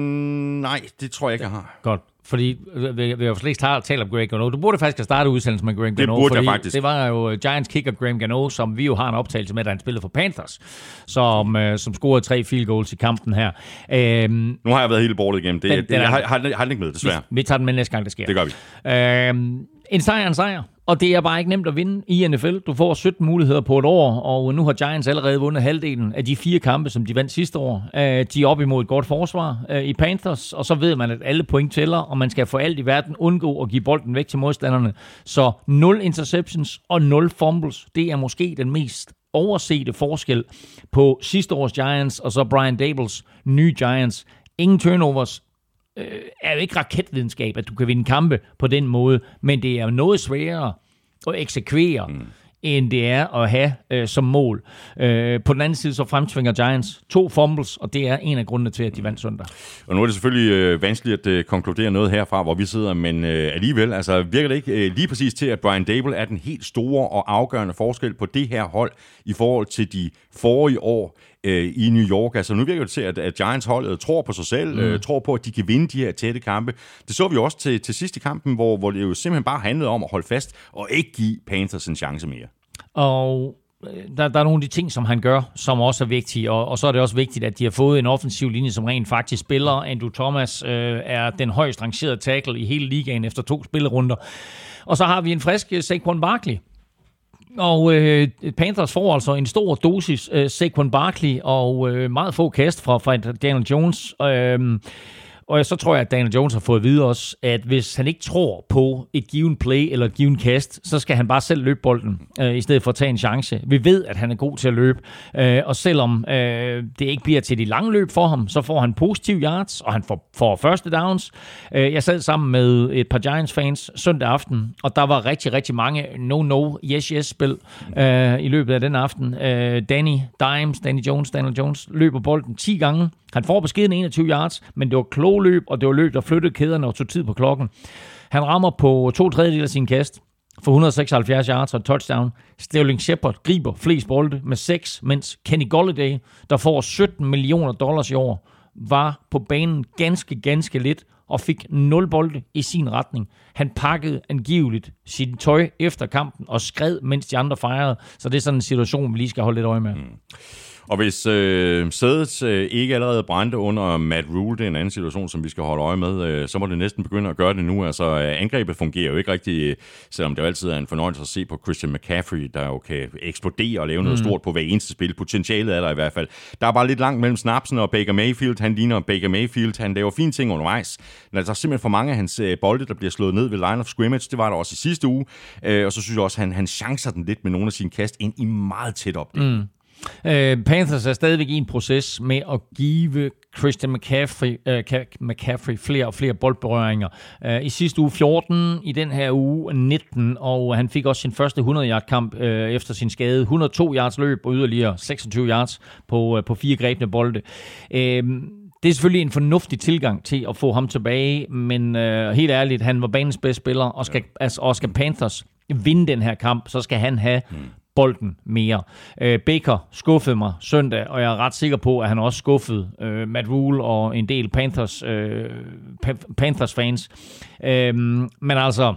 nej, det tror jeg ikke, jeg har. Godt, fordi vi, vi har jo slet ikke talt om Graham Gano. Du burde faktisk have startet udsendelsen med Graham Gano. Det burde jeg faktisk. Det var jo Giants kicker Graham Gano, som vi jo har en optagelse med, da han spillede for Panthers, som, øh, som scorede tre field goals i kampen her. Øhm, nu har jeg været hele bordet igennem. Det, den, det, den jeg har, har, har den ikke med, desværre. Vi, vi tager den med næste gang, det sker. Det gør vi. Øhm, en sejr er en sejr. Og det er bare ikke nemt at vinde i N F L. Du får sytten muligheder på et år, og nu har Giants allerede vundet halvdelen af de fire kampe, som de vandt sidste år. De er op imod et godt forsvar i Panthers, og så ved man, at alle point tæller, og man skal for alt i verden undgå at give bolden væk til modstanderne. Så nul interceptions og nul fumbles, det er måske den mest oversete forskel på sidste års Giants, og så Brian Dabolls nye Giants. Ingen turnovers. Øh, er jo ikke raketvidenskab, at du kan vinde kampe på den måde, men det er noget sværere at eksekvere, mm. end det er at have øh, som mål. Øh, på den anden side så fremtvinger Giants to fumbles, og det er en af grundene til, at de vandt søndag. Og nu er det selvfølgelig øh, vanskeligt at øh, konkludere noget herfra, hvor vi sidder, men øh, alligevel, altså virker det ikke øh, lige præcis til, at Brian Daboll er den helt store og afgørende forskel på det her hold i forhold til de forrige år i New York. Altså nu virker det til, at, at Giants-holdet tror på sig selv, mm. øh, tror på, at de kan vinde de her tætte kampe. Det så vi også til, til sidst i kampen, hvor, hvor det jo simpelthen bare handlede om at holde fast og ikke give Panthers en chance mere. Og der, der er nogle af de ting, som han gør, som også er vigtige, og, og så er det også vigtigt, at de har fået en offensiv linje, som rent faktisk spiller. Andrew Thomas øh, er den højst rangerede tackle i hele ligaen efter to spillerunder. Og så har vi en frisk Saquon Barkley. Og øh, Panthers får altså en stor dosis øh, Saquon Barkley og øh, meget få kast fra, fra Daniel Jones. Øh, Og så tror jeg, at Daniel Jones har fået at vide også, at hvis han ikke tror på et given play eller et given kast, så skal han bare selv løbe bolden, øh, i stedet for at tage en chance. Vi ved, at han er god til at løbe, øh, og selvom øh, det ikke bliver til de lange løb for ham, så får han positive yards, og han får, får første downs. Øh, jeg sad sammen med et par Giants-fans søndag aften, og der var rigtig, rigtig mange no-no, yes-yes-spil øh, i løbet af den aften. Øh, Danny Dimes, Danny Jones, Daniel Jones løber bolden ti gange. Han får beskeden enogtyve yards, men det var kloge løb, og det var løb, der flyttede kæderne og tog tid på klokken. Han rammer på to tredjedel af sin kast for et hundrede og seksoghalvfjerds yards og touchdown. Sterling Shepard griber flest bolde med seks, mens Kenny Golladay, der får sytten millioner dollars i år, var på banen ganske, ganske lidt og fik nul bolde i sin retning. Han pakkede angiveligt sit tøj efter kampen og skred, mens de andre fejrede. Så det er sådan en situation, vi lige skal holde lidt øje med. Mm. Og hvis øh, sædet øh, ikke allerede brændte under Matt Rule, det er en anden situation, som vi skal holde øje med, øh, så må det næsten begynde at gøre det nu. Altså, øh, angrebet fungerer jo ikke rigtig, øh, selvom det jo altid er en fornøjelse at se på Christian McCaffrey, der jo kan eksplodere og lave noget mm. stort på hver eneste spil. Potentialet er der i hvert fald. Der er bare lidt langt mellem snapsen og Baker Mayfield. Han ligner Baker Mayfield. Han laver fine ting undervejs. Men der er simpelthen for mange af hans øh, bolde, der bliver slået ned ved line of scrimmage. Det var der også i sidste uge. Øh, og så synes jeg også, at han, han chancer den lidt med nogle af sine kast ind i meget tæt op. Mm. Uh, Panthers er stadigvæk i en proces med at give Christian McCaffrey, uh, McCaffrey flere og flere boldberøringer. Uh, I sidste uge fjorten, i den her uge nitten, og han fik også sin første hundrede-yard-kamp uh, efter sin skade. et hundrede og to yards løb og yderligere seksogtyve yards på, uh, på fire grebne bolde. Uh, Det er selvfølgelig en fornuftig tilgang til at få ham tilbage, men uh, helt ærligt, han var banens bedste spiller, og skal, altså, og skal Panthers vinde den her kamp, så skal han have hmm. bolden mere. Øh, Baker skuffede mig søndag, og jeg er ret sikker på, at han også skuffede øh, Matt Rule og en del Panthers, øh, Panthers fans. Øh, men altså,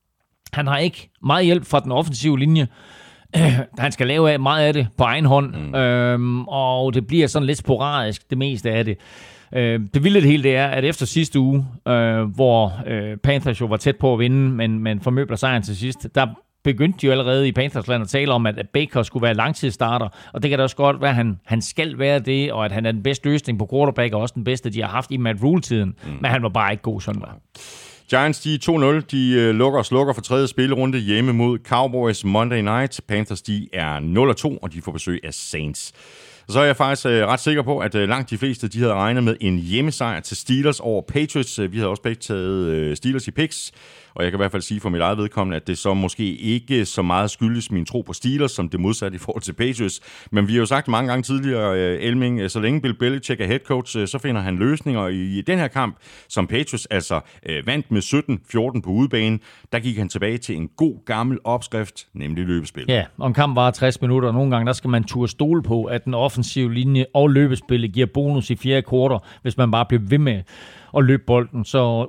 han har ikke meget hjælp fra den offensive linje. Øh, han skal lave meget af det på egen hånd, mm. øh, og det bliver sådan lidt sporadisk, det meste af det. Øh, det vilde det hele det er, at efter sidste uge, øh, hvor øh, Panthers jo var tæt på at vinde, men, men formøbler sejren til sidst, der begyndte de jo allerede i Panthersland at tale om, at Baker skulle være langtidsstarter, og det kan da også godt være, at han, han skal være det, og at han er den bedste løsning på quarterback, og også den bedste, de har haft i Matt Rule-tiden, mm. men han var bare ikke god søndag. Giants, de er to nul. De uh, lukker og slukker for tredje spillerunde hjemme mod Cowboys Monday Night. Panthers, de er nul og to, og de får besøg af Saints. Så er jeg faktisk uh, ret sikker på, at uh, langt de fleste, de havde regnet med en hjemmesejr til Steelers over Patriots. Vi havde også begge taget uh, Steelers i picks. Og jeg kan i hvert fald sige for mit eget vedkommende, at det så måske ikke så meget skyldes min tro på Steelers, som det modsatte i forhold til Patriots. Men vi har jo sagt mange gange tidligere, Elming, så længe Bill Belichick er head coach, så finder han løsninger. I den her kamp, som Patriots altså vandt med sytten fjorten på udebane, der gik han tilbage til en god gammel opskrift, nemlig løbespil. Ja, og en kamp var tres minutter, og nogle gange der skal man turde stole på, at den offensive linje og løbespillet giver bonus i fjerde kvartal, hvis man bare bliver ved med og løbe bolden. Så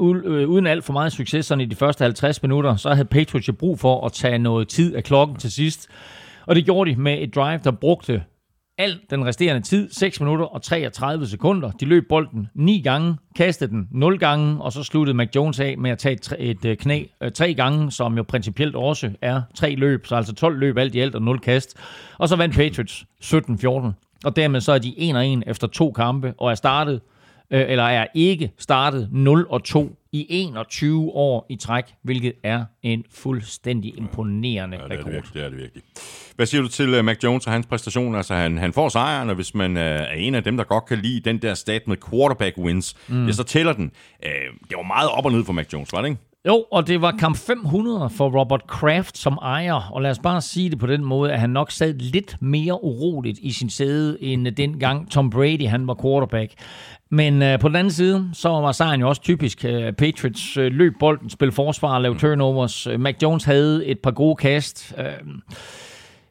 uden alt for meget succes sådan i de første halvtreds minutter, så havde Patriots jo brug for at tage noget tid af klokken til sidst. Og det gjorde de med et drive, der brugte al den resterende tid, seks minutter og treogtredive sekunder. De løb bolden ni gange, kastede den nul gange, og så sluttede Mac Jones af med at tage et, et knæ tre gange, som jo principielt også er tre løb, så altså tolv løb alt i alt og nul kast. Og så vandt Patriots sytten fjorten. Og dermed så er de en og en efter to kampe, og er startet eller er ikke startet nul og to i enogtyve år i træk, hvilket er en fuldstændig imponerende ja, det rekord. Det, det er det virkelig. Hvad siger du til uh, Mac Jones og hans præstation? Altså, han, han får sejren, og hvis man uh, er en af dem, der godt kan lide den der stat med quarterback wins, mm. ja, så tæller den. Uh, det var meget op og ned for Mac Jones, var det ikke? Jo, og det var kamp fem hundrede for Robert Kraft som ejer, og lad os bare sige det på den måde, at han nok sad lidt mere uroligt i sin sæde, end dengang Tom Brady han var quarterback. Men øh, på den anden side, så var sejren jo også typisk. Øh, Patriots øh, løb bolden, spil forsvar og lavede turnovers. Øh, Mac Jones havde et par gode kast. Øh,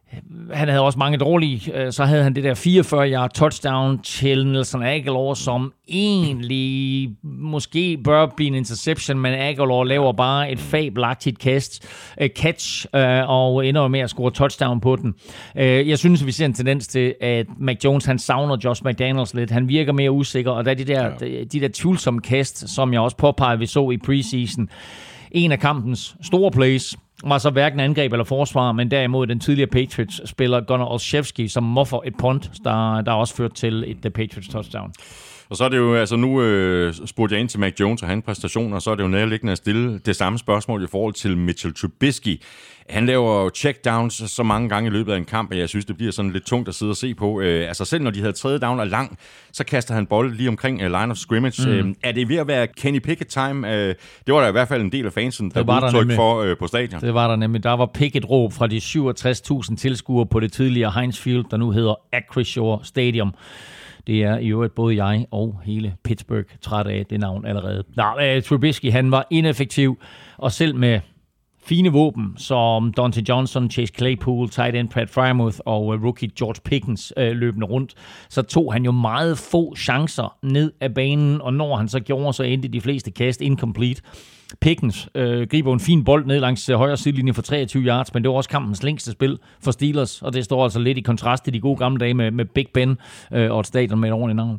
han havde også mange dårlige. Så havde han det der fireogfyrre yard touchdown til Nelson Agholor, som egentlig måske bør blive en interception, men Agholor laver bare et fabelagtigt kast, uh, catch uh, og ender med at score touchdown på den. Uh, jeg synes, vi ser en tendens til, at Mac Jones, han savner Josh McDaniels lidt. Han virker mere usikker, og der er de der, ja. de, de der tvivlsomme kast, som jeg også påpegede, vi så i preseason. En af kampens store plays var så hverken angreb eller forsvar, men derimod den tidligere Patriots-spiller Gunnar Olszewski, som moffer et punt, der, der også ført til et Patriots touchdown. Og så er det jo, altså nu øh, spurgte jeg ind til Mac Jones og hans præstationer, og så er det jo nærliggende at stille det samme spørgsmål i forhold til Mitchell Trubisky. Han laver jo checkdowns så mange gange i løbet af en kamp, at jeg synes, det bliver sådan lidt tungt at sidde og se på. Øh, altså selv når de havde tredje down og lang, så kaster han bold lige omkring uh, line of scrimmage. Mm. Øh, er det ved at være Kenny Pickett-time? Øh, det var der i hvert fald en del af fansen, der var udtryk for øh, på stadion. Det var der nemlig. Der var Pickett-råb fra de syvogtres tusind tilskuere på det tidligere Heinz Field, der nu hedder Acrisure Stadium. Det er i øvrigt både jeg og hele Pittsburgh træt af det navn allerede. Nej, uh, Trubisky, han var ineffektiv, og selv med fine våben som Dante Johnson, Chase Claypool, tight end Pat Freiermuth og uh, rookie George Pickens uh, løbende rundt, så tog han jo meget få chancer ned af banen, og når han så gjorde, så endte de fleste kast incomplete. Pickens øh, griber en fin bold ned langs øh, højre sidelinje for treogtyve yards, men det var også kampens længste spil for Steelers, og det står altså lidt i kontrast til de gode gamle dage med, med Big Ben øh, og et stadion med et ordentligt navn.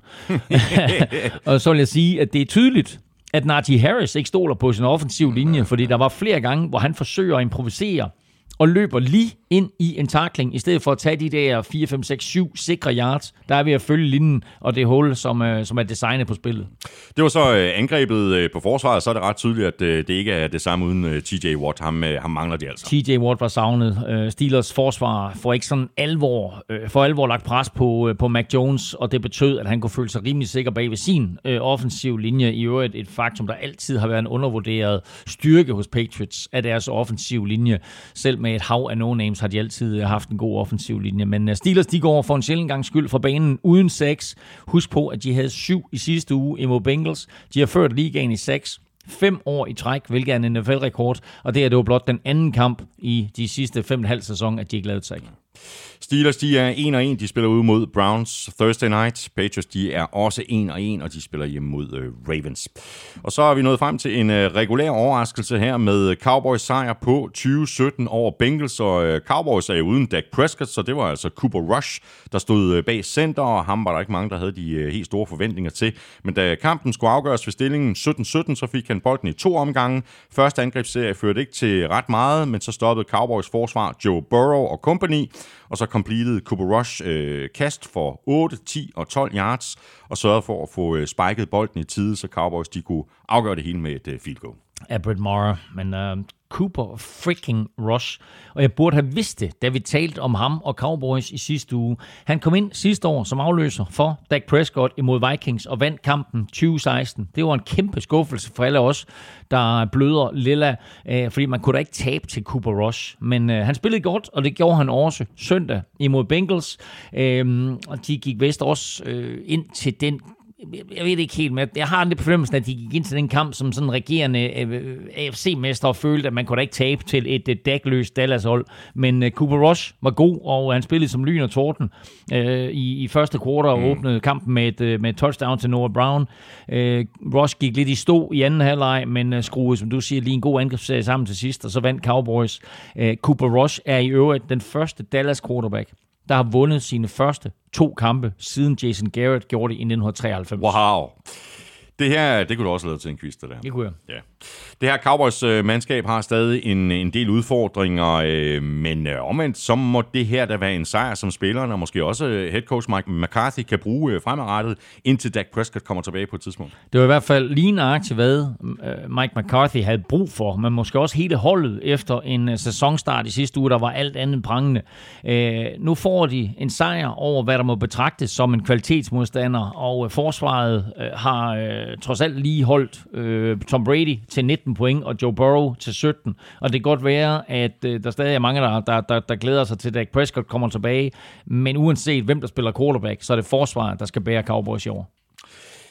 Og så vil jeg sige, at det er tydeligt, at Najee Harris ikke stoler på sin offensiv linje, fordi der var flere gange, hvor han forsøger at improvisere og løber lige ind i en tackling, i stedet for at tage de der fire, fem, seks, syv sikre yards, der er ved at følge linjen, og det hul, som, øh, som er designet på spillet. Det var så øh, angrebet øh, på forsvaret, så er det ret tydeligt, at øh, det ikke er det samme uden øh, T J Watt. Ham, øh, ham mangler de altså. T J Watt var savnet. Øh, Steelers forsvar får ikke sådan alvor, øh, for alvor lagt pres på, øh, på Mac Jones, og det betød, at han kunne føle sig rimelig sikker bag ved sin øh, offensiv linje. I øvrigt et faktum, der altid har været en undervurderet styrke hos Patriots af deres offensiv linje. Selv med et hav af no-names har de altid haft en god offensiv linje. Men Steelers, de går for en sjældent gang skyld fra banen uden seks. Husk på, at de havde syv i sidste uge imod Bengals. De har ført ligaen i seks. Fem år i træk, hvilket er en N F L-rekord. Og det er det jo blot den anden kamp i de sidste fem og en halv sæson, at de ikke lavede sig. Steelers, de er en og en. De spiller ud mod Browns Thursday night. Patriots, de er også en og en, og de spiller hjemme mod uh, Ravens. Og så er vi nået frem til en uh, regulær overraskelse her med Cowboys sejr på tyve sytten over Bengals, og uh, Cowboys er jo uden Dak Prescott, så det var altså Cooper Rush, der stod uh, bag center, og ham var der ikke mange, der havde de uh, helt store forventninger til. Men da kampen skulle afgøres ved stillingen sytten sytten, så fik han bolden i to omgange. Første angrebsserie førte ikke til ret meget, men så stoppede Cowboys forsvar Joe Burrow og company, og så completed Cooper Rush øh, kast for otte, ti og tolv yards, og sørgede for at få øh, spiket bolden i tide, så Cowboys de kunne afgøre det hele med et øh, field goal. Af Brett Maher, men uh, Cooper freaking Rush. Og jeg burde have vidst det, da vi talte om ham og Cowboys i sidste uge. Han kom ind sidste år som afløser for Dak Prescott imod Vikings og vandt kampen tyve seksten. Det var en kæmpe skuffelse for alle os, der bløder lilla, øh, fordi man kunne da ikke tabe til Cooper Rush. Men øh, han spillede godt, og det gjorde han også søndag imod Bengals. Øh, og de gik vist også øh, ind til den. Jeg ved ikke helt, men jeg har lidt på fornemmelsen, at de gik ind til den kamp som sådan regerende A F C-mester og følte, at man kunne da ikke tabe til et, et dækløst Dallas-hold. Men uh, Cooper Rush var god, og han spillede som lyn og torden uh, i, i første kvartal og mm. åbnede kampen med et, med et touchdown til Noah Brown. Uh, Rush gik lidt i stå i anden halvleg, men uh, skruede, som du siger, lige en god angrebsserie sammen til sidst, og så vandt Cowboys. Uh, Cooper Rush er i øvrigt den første Dallas-quarterback, der har vundet sine første to kampe, siden Jason Garrett gjorde det i nitten treoghalvfems. Wow. Det her, det kunne du også have lavet til en quiz, det der. Det kunne jeg. Ja. Det her Cowboys-mandskab har stadig en, en del udfordringer, øh, men øh, omvendt, så må det her da være en sejr, som spillerne, og måske også head coach Mike McCarthy kan bruge øh, fremadrettet, indtil Dak Prescott kommer tilbage på et tidspunkt. Det var i hvert fald lige nøjagtigt, hvad øh, Mike McCarthy havde brug for, men måske også hele holdet efter en øh, sæsonstart i sidste uge, der var alt andet prangende. Øh, nu får de en sejr over, hvad der må betragtes som en kvalitetsmodstander, og øh, forsvaret øh, har øh, trods alt lige holdt øh, Tom Brady til nitten point, og Joe Burrow til sytten. Og det kan godt være, at øh, der stadig er mange, der, der, der, der glæder sig til, at Dak Prescott kommer tilbage. Men uanset hvem der spiller quarterback, så er det forsvaret, der skal bære Cowboys i år.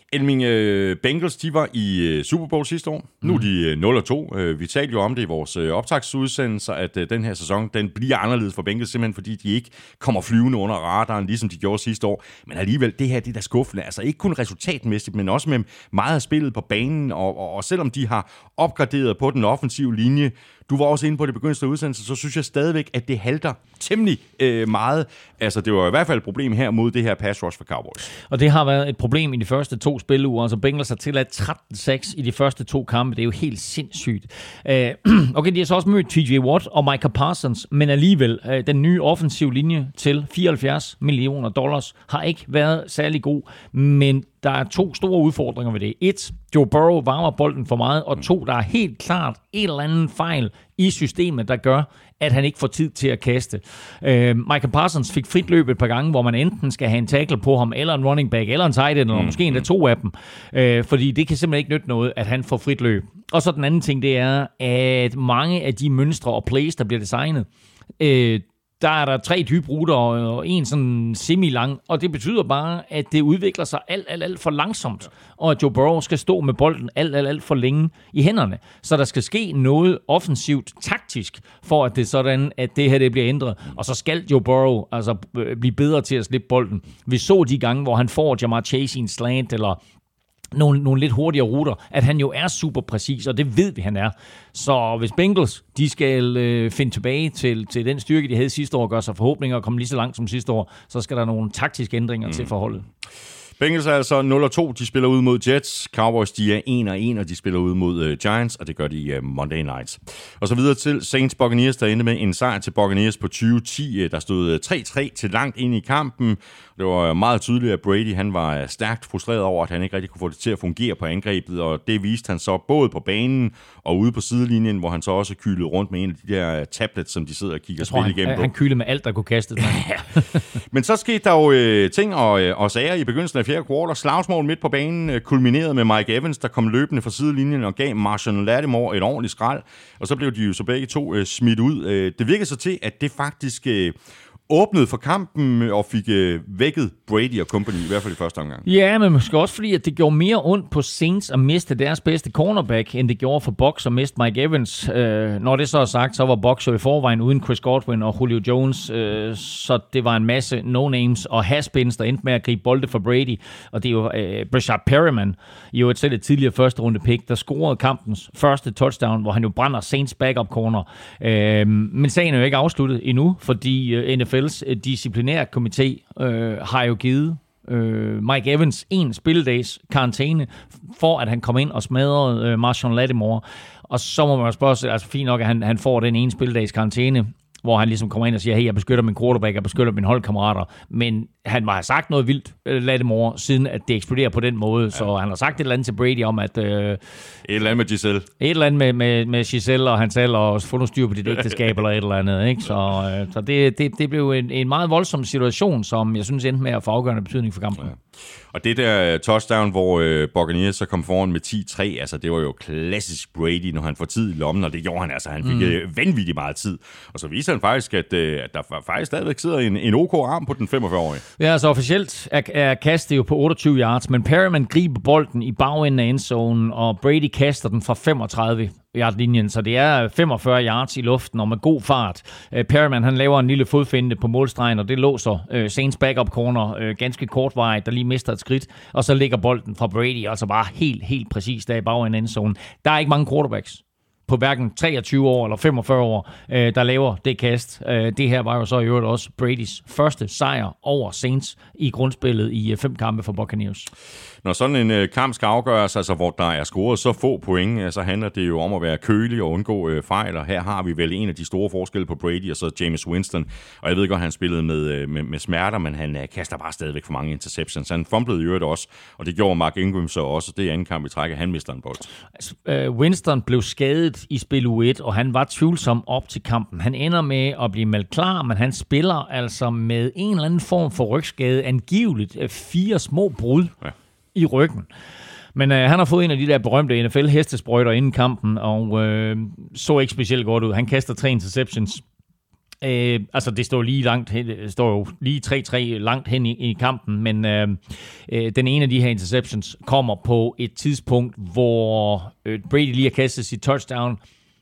Elming, øh, Bengals, de var i øh, Super Bowl sidste år. Mm. Nu er de øh, nul og to. Øh, vi talte jo om det i vores øh, optagsudsendelser, at øh, den her sæson, den bliver anderledes for Bengals, simpelthen fordi de ikke kommer flyvende under radaren, ligesom de gjorde sidste år. Men alligevel, det her, det er da skuffende. Altså ikke kun resultatmæssigt, men også med meget af spillet på banen, og, og, og selvom de har opgraderet på den offensive linje, du var også inde på det begyndelse af udsendelsen, så synes jeg stadigvæk, at det halter temmelig øh, meget. Altså, det var i hvert fald et problem her mod det her pass rush for Cowboys. Og det har været et problem i de første to spilleuger. Altså, Bengals har tilladt tretten seks i de første to kampe. Det er jo helt sindssygt. Øh, okay, de har så også mødt T J Watt og Micah Parsons, men alligevel, øh, den nye offensiv linje til fireoghalvfjerds millioner dollars har ikke været særlig god, men der er to store udfordringer ved det. Et, Joe Burrow varmer bolden for meget, og to, der er helt klart en eller anden fejl i systemet, der gør, at han ikke får tid til at kaste. Øh, Micah Parsons fik frit løb et par gange, hvor man enten skal have en tackle på ham, eller en running back, eller en tight end, eller måske endda to af dem. Øh, fordi det kan simpelthen ikke nytte noget, at han får frit løb. Og så den anden ting, det er, at mange af de mønstre og plays, der bliver designet, øh, der er der tre dybe ruter og en sådan semi-lang, og det betyder bare, at det udvikler sig alt, alt, alt for langsomt, og at Joe Burrow skal stå med bolden alt, alt, alt for længe i hænderne. Så der skal ske noget offensivt, taktisk, for at det er sådan, at det her det bliver ændret. Og så skal Joe Burrow altså blive bedre til at slippe bolden. Vi så de gange, hvor han får Jamar Chase i en slant, eller Nogle, nogle lidt hurtigere ruter, at han jo er super præcis, og det ved vi, han er. Så hvis Bengals, de skal øh, finde tilbage til, til den styrke, de havde sidste år, og gøre sig forhåbninger og komme lige så langt som sidste år, så skal der nogle taktiske ændringer mm. til forholdet. Bengals er altså nul og to, de spiller ud mod Jets. Cowboys, de er en og en, og de spiller ud mod uh, Giants, og det gør de i uh, Monday Nights. Og så videre til Saints Buccaneers, der endte med en sejr til Buccaneers på tyve ti. Der stod tre tre til langt ind i kampen. Det var meget tydeligt, at Brady han var stærkt frustreret over, at han ikke rigtig kunne få det til at fungere på angrebet, og det viste han så både på banen og ude på sidelinjen, hvor han så også kylede rundt med en af de der tablets, som de sidder og kigger spil igennem. Han, han kylede med alt, der kunne kastes. Men så skete der jo øh, ting og, øh, og sager i begyndelsen af fjerde kvartal. Slagsmål midt på banen øh, kulminerede med Mike Evans, der kom løbende fra sidelinjen og gav Marshall Lattimore et ordentligt skrald, og så blev de jo så begge to øh, smidt ud. Øh, det virkede så til, at det faktisk Øh, åbnede for kampen og fik øh, vækket Brady og company, i hvert fald i første omgang. Ja, men måske også fordi, at det gjorde mere ondt på Saints at miste deres bedste cornerback, end det gjorde for Bucs at miste Mike Evans. Øh, når det så er sagt, så var Bucs jo i forvejen uden Chris Godwin og Julio Jones, øh, så det var en masse no-names og has-beens, der endte med at gribe bolde for Brady. Og det er jo øh, Breshad Perriman, i jo et selv et tidligere første runde pick, der scorede kampens første touchdown, hvor han jo brænder Saints backup corner. Øh, men sagen er jo ikke afsluttet endnu, fordi øh, N F L's disciplinære komité øh, har jo givet øh, Mike Evans en spilledags karantæne, for at han kom ind og smadrede øh, Marshall Lattimore. Og så må man spørge sig, altså fint nok, at han, han får den ene spilledags karantæne, hvor han ligesom kommer ind og siger, hey, jeg beskytter min quarterback, jeg beskytter mine holdkammerater, men han må have sagt noget vildt, Lattimore, siden at det eksploderer på den måde, ja. Så han har sagt et eller andet til Brady om, at Øh, et eller andet med Giselle. Et eller andet med, med, med Giselle og han selv, og få noget styr på dit ægteskab, eller et eller andet, ikke? Så, øh, så det, det, det blev en, en meget voldsom situation, som jeg synes endte med at få afgørende betydning for kampen. Ja. Og det der touchdown, hvor øh, Buccaneers så kom foran med ti tre, altså det var jo klassisk Brady, når han får tid i lommen, og det gjorde han altså. Han fik mm. vanvittigt meget tid. Og så viser han faktisk, at, øh, at der faktisk stadigvæk sidder en, en OK arm på den femogfyrre-årige. Ja, altså officielt er, er kastet jo på otteogtyve yards, men Perriman griber bolden i bagenden af endzonen, og Brady kaster den fra femogtredive yard-linjen, så det er femogfyrre yards i luften og med god fart. Uh, Perriman, han laver en lille fodfinde på målstregen, og det låser uh, Saints backup corner uh, ganske kortvarigt, der lige mister et skridt, og så ligger bolden fra Brady, altså bare helt, helt præcis der i bagenden af endzonen. Der er ikke mange quarterbacks på hverken treogtyve år eller femogfyrre år, øh, der laver det kast. Øh, det her var jo så i øvrigt også Bradys første sejr over Saints i grundspillet i øh, fem kampe for Buccaneers. Når sådan en øh, kamp skal afgøres, altså hvor der er scoret så få point, øh, så handler det jo om at være kølig og undgå øh, fejl, og her har vi vel en af de store forskelle på Brady og så Jameis Winston, og jeg ved godt, han spillede med, øh, med, med smerter, men han øh, kaster bare stadigvæk for mange interceptions. Han fumblede i øvrigt også, og det gjorde Mark Ingram så også. Det er anden kamp i træk, han mister en bold. Altså, øh, Winston blev skadet i spil U et, og han var tvivlsom op til kampen. Han ender med at blive meldt klar, men han spiller altså med en eller anden form for rygskade, angiveligt fire små brud ja. i ryggen. Men øh, han har fået en af de der berømte N F L-hestesprøjter inden kampen, og øh, så ikke specielt godt ud. Han kaster tre interceptions Øh, altså det står lige langt hen, det står jo lige tre tre langt hen i, i kampen, men øh, øh, den ene af de her interceptions kommer på et tidspunkt, hvor øh, Brady lige har kastet sit touchdown.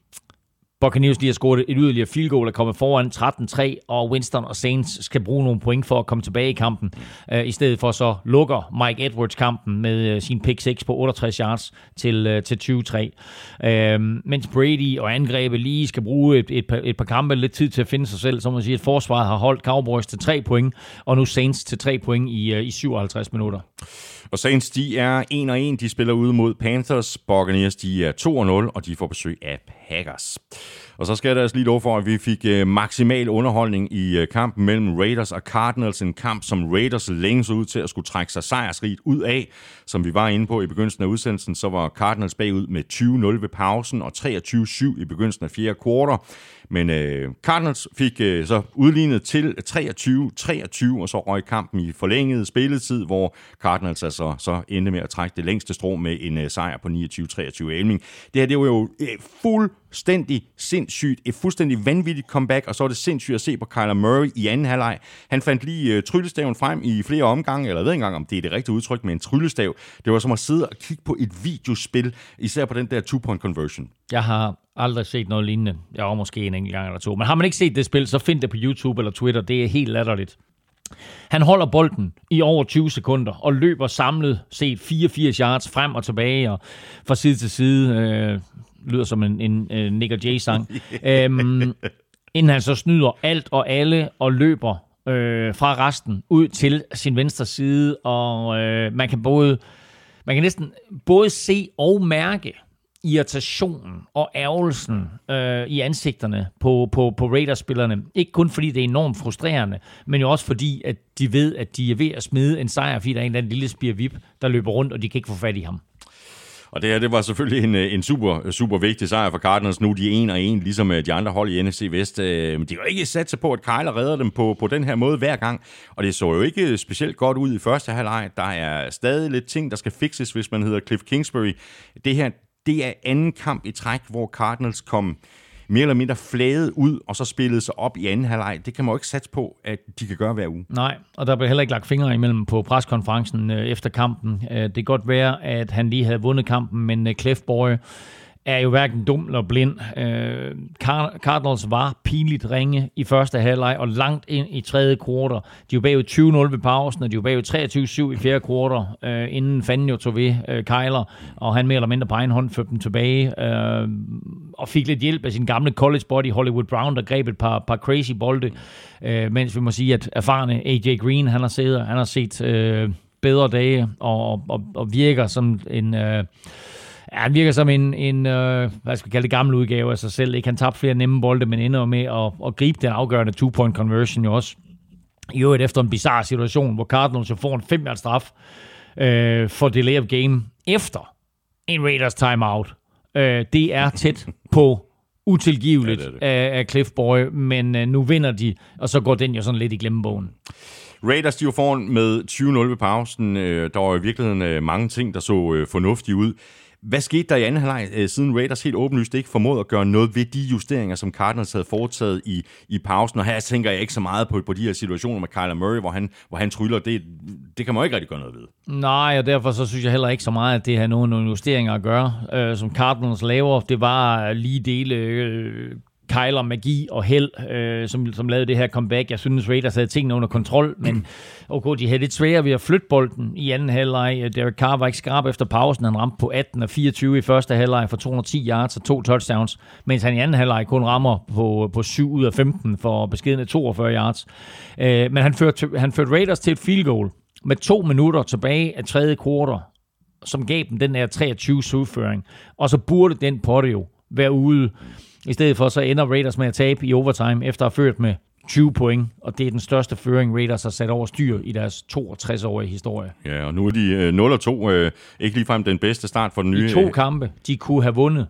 Buccaneers lige har scoret et yderligere field goal, der kommer foran tretten tre, og Winston og Saints skal bruge nogle point for at komme tilbage i kampen. Uh, I stedet for så lukker Mike Edwards kampen med uh, sin pick seks på otteogtres yards til, uh, til tyve tre. Uh, mens Brady og angrebet lige skal bruge et, et, par, et par kampe, lidt tid til at finde sig selv, så må man sige, at forsvaret har holdt Cowboys til tre point, og nu Saints til tre point i, uh, i syvoghalvtreds minutter. Og Saints, de er en og en. De spiller ude mod Panthers. Buccaneers, de er to og nul, og de får besøg af Packers. Og så skal jeg da også lige lov for, at vi fik uh, maksimal underholdning i uh, kampen mellem Raiders og Cardinals. En kamp, som Raiders længe så ud til at skulle trække sig sejrsrigt ud af. Som vi var inde på i begyndelsen af udsendelsen, så var Cardinals bagud med tyve nul ved pausen og treogtyve syv i begyndelsen af fjerde kvartal. Men uh, Cardinals fik uh, så udlignet til treogtyve treogtyve, og så røg kampen i forlænget spilletid, hvor Cardinals altså så endte med at trække det længste strå med en uh, sejr på niogtyve treogtyve. Det her, det var jo uh, fuldstændig sindssygt, et fuldstændig vanvittigt comeback, og så er det sindssygt at se på Kyler Murray i anden halvleg. Han fandt lige uh, tryllestaven frem i flere omgange, eller jeg ved ikke engang, om det er det rigtige udtryk med en tryllestav. Det var som at sidde og kigge på et videospil, især på den der two-point conversion. Jeg har aldrig set noget lignende. Jeg var måske en enkelt gang eller to. Men har man ikke set det spil, så find det på YouTube eller Twitter. Det er helt latterligt. Han holder bolden i over tyve sekunder og løber samlet set fireogfirs yards frem og tilbage og fra side til side. Øh, lyder som en, en, en Nick og Jay-sang. øhm, inden han så snyder alt og alle og løber øh, fra resten ud til sin venstre side. Og øh, man kan både man kan næsten både se og mærke irritationen og ærgelsen øh, i ansigterne på, på, på Raiders-spillerne. Ikke kun fordi det er enormt frustrerende, men jo også fordi, at de ved, at de er ved at smide en sejr, fordi der er en eller anden lille spirvip, der løber rundt, og de kan ikke få fat i ham. Og det her, det var selvfølgelig en, en super, super vigtig sejr for Cardinals. Nu de er en og en, ligesom de andre hold i N F C Vest. Men de var ikke sat sig på, at Kyler redder dem på, på den her måde hver gang. Og det så jo ikke specielt godt ud i første halvleg. Der er stadig lidt ting, der skal fikses, hvis man hedder Cliff Kingsbury. Det her, det er anden kamp i træk, hvor Cardinals kom mere eller mindre flaget ud, og så spillede sig op i anden halvleg. Det kan man jo ikke satse på, at de kan gøre hver uge. Nej, og der blev heller ikke lagt fingre imellem på preskonferencen øh, efter kampen. Øh, det kan godt være, at han lige havde vundet kampen, men øh, Cliff Boy er jo hverken dum eller blind. Øh, Cardinals var pinligt ringe i første halvleg og langt ind i tredje kvartal. De var bagud tyve nul ved pausen, og de var bagud treogtyve syv i fjerde kvartal, øh, inden fanden jo tog ved øh, Kyler, og han mere eller mindre på egen hånd førte dem tilbage, øh, og fik lidt hjælp af sin gamle college buddy Hollywood Brown, der greb et par, par crazy bolde, øh, mens vi må sige, at erfarne A J Green, han har set, han har set øh, bedre dage, og, og, og virker som en... Øh, Ja, han virker som en, en øh, hvad skal vi kalde det, gammel udgave af sig selv. Ikke? Han tabte flere nemme bolde, men ender med at, at gribe den afgørende two-point conversion jo også. I øvrigt efter en bizarre situation, hvor Cardinals jo får en fem-yard straf øh, for delay of game efter en Raiders timeout. Øh, det er tæt på utilgiveligt ja, det det. Af, af Cliff Boy, men øh, nu vinder de, og så går den jo sådan lidt i glemmebogen. Raiders, de var foran med tyve nul ved pausen. Der var i virkeligheden mange ting, der så fornuftige ud. Hvad skete der i anden halvleg, siden Raiders helt åbenlyst ikke formåede at gøre noget ved de justeringer, som Cardinals havde foretaget i, i pausen? Og her tænker jeg ikke så meget på, på de her situationer med Kyler Murray, hvor han, hvor han tryller. Det, det kan man jo ikke rigtig gøre noget ved. Nej, og derfor så synes jeg heller ikke så meget, at det har nogle, nogle justeringer at gøre. Øh, som Cardinals laver, det var lige dele... Øh, Kyler, magi og held, øh, som, som lavede det her comeback. Jeg synes, Raiders havde tingene under kontrol, men okay, de havde lidt svære ved at flytte bolden i anden halvleg. Derek Carr var ikke skarp efter pausen. Han ramte på atten og fireogtyve i første halvleg for to hundrede og ti yards og to touchdowns, mens han i anden halvleg kun rammer på, på syv ud af femten for beskedne toogfyrre yards. Øh, men han førte, han førte Raiders til et field goal med to minutter tilbage af tredje kvartal, som gav dem den her treogtyve udføring. Og så burde den potte jo være ude. I stedet for så ender Raiders med at tabe i overtime, efter at have ført med tyve point, og det er den største føring, Raiders har sat over styr i deres toogtres-årige historie. Ja, og nu er de nul og to. Øh, ikke ligefrem den bedste start for den nye... I to kampe, de kunne have vundet,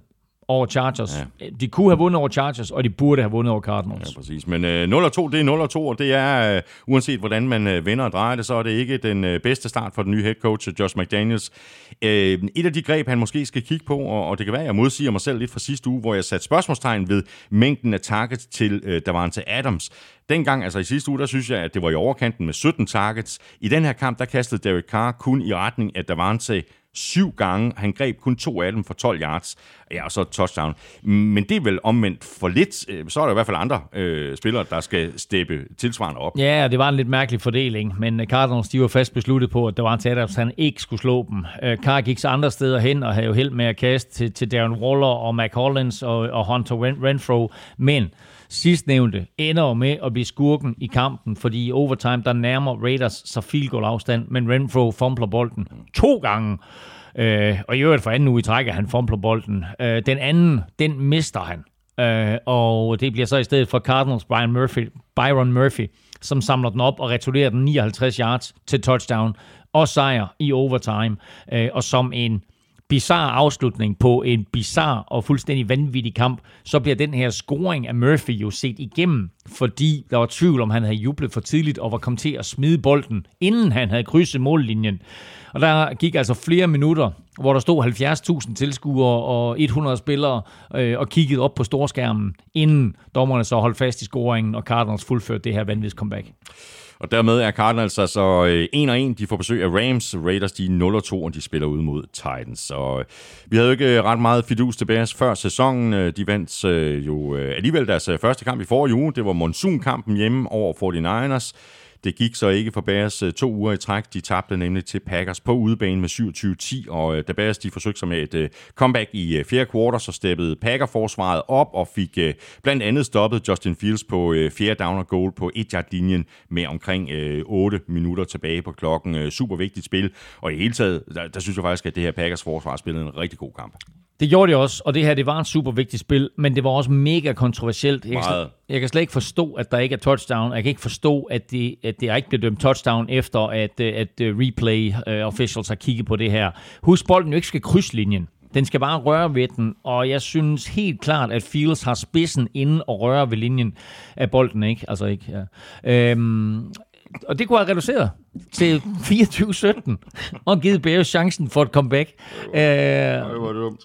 over Chargers. Ja. De kunne have vundet over Chargers, og de burde have vundet over Cardinals. Ja, præcis. Men øh, nul og to, det er nul og to, og det er, øh, uanset hvordan man øh, vender og drejer det, så er det ikke den øh, bedste start for den nye head coach, Josh McDaniels. Øh, et af de greb, han måske skal kigge på, og, og det kan være, at jeg modsiger mig selv lidt fra sidste uge, hvor jeg satte spørgsmålstegn ved mængden af targets til øh, Davante Adams. Dengang, altså i sidste uge, der synes jeg, at det var i overkanten med sytten targets. I den her kamp, der kastede Derek Carr kun i retning af Davante syv gange. Han greb kun to af dem for tolv yards. Ja, og så touchdown. Men det er vel omvendt for lidt. Så er der i hvert fald andre øh, spillere, der skal steppe tilsvarende op. Ja, det var en lidt mærkelig fordeling, men Cardinals, de var fast besluttet på, at Davante Adams, han ikke skulle slå dem. Carr gik så andre steder hen og havde jo held med at kaste til, til Darren Waller og Mac Hollins og, og Hunter Renfrow, men sidstnævnte ender med at blive skurken i kampen, fordi i overtime, der nærmer Raiders så field goal afstand, men Renfrow fumbler bolden to gange. Øh, og i øvrigt for anden uge i træk, at han fumbler bolden. Øh, den anden, den mister han. Øh, og det bliver så i stedet for Cardinals Byron Murphy, Byron Murphy, som samler den op og returnerer den nioghalvtreds yards til touchdown og sejr i overtime. Øh, og som en bizarre afslutning på en bizarre og fuldstændig vanvittig kamp, så bliver den her scoring af Murphy jo set igennem, fordi der var tvivl om, han havde jublet for tidligt og var kommet til at smide bolden, inden han havde krydset mållinjen. Og der gik altså flere minutter, hvor der stod halvfjerds tusind tilskuere og hundrede spillere øh, og kiggede op på storskærmen, inden dommerne så holdt fast i scoringen, og Cardinals fuldførte det her vanvittige comeback. Og dermed er Cardinals altså en og en. De får besøg af Rams. Raiders, de er nul og to, og de spiller ud mod Titans. Så øh, vi havde jo ikke ret meget fidus til Bears før sæsonen. De vandt øh, jo øh, alligevel deres første kamp i forrige uge. Det var monsunkampen hjemme over forty-niners. Det gik så ikke for Bears to uger i træk. De tabte nemlig til Packers på udebane med syvogtyve ti, og da Bears de forsøgte sig med et comeback i fjerde kvartal, så steppede Packer-forsvaret op og fik blandt andet stoppet Justin Fields på fjerde down og goal på et-yard-linjen med omkring otte minutter tilbage på klokken. Super vigtigt spil, og i hele taget, der, der synes jeg faktisk, at det her Packers-forsvar spillede en rigtig god kamp. Det gjorde det også, og det her, det var en super vigtigt spil, men det var også mega kontroversielt. Jeg kan, slet, jeg kan slet ikke forstå, at der ikke er touchdown. Jeg kan ikke forstå, at det, at det ikke bliver dømt touchdown, efter at, at replay officials har kigget på det her. Husk, bolden jo ikke skal krydse linjen. Den skal bare røre ved den, og jeg synes helt klart, at Fields har spidsen inden og røre ved linjen af bolden, ikke? Altså ikke, ja. Øhm, og det kunne have reduceret til fireogtyve sytten og givet Bears chancen for et comeback. Øh, det var dumt.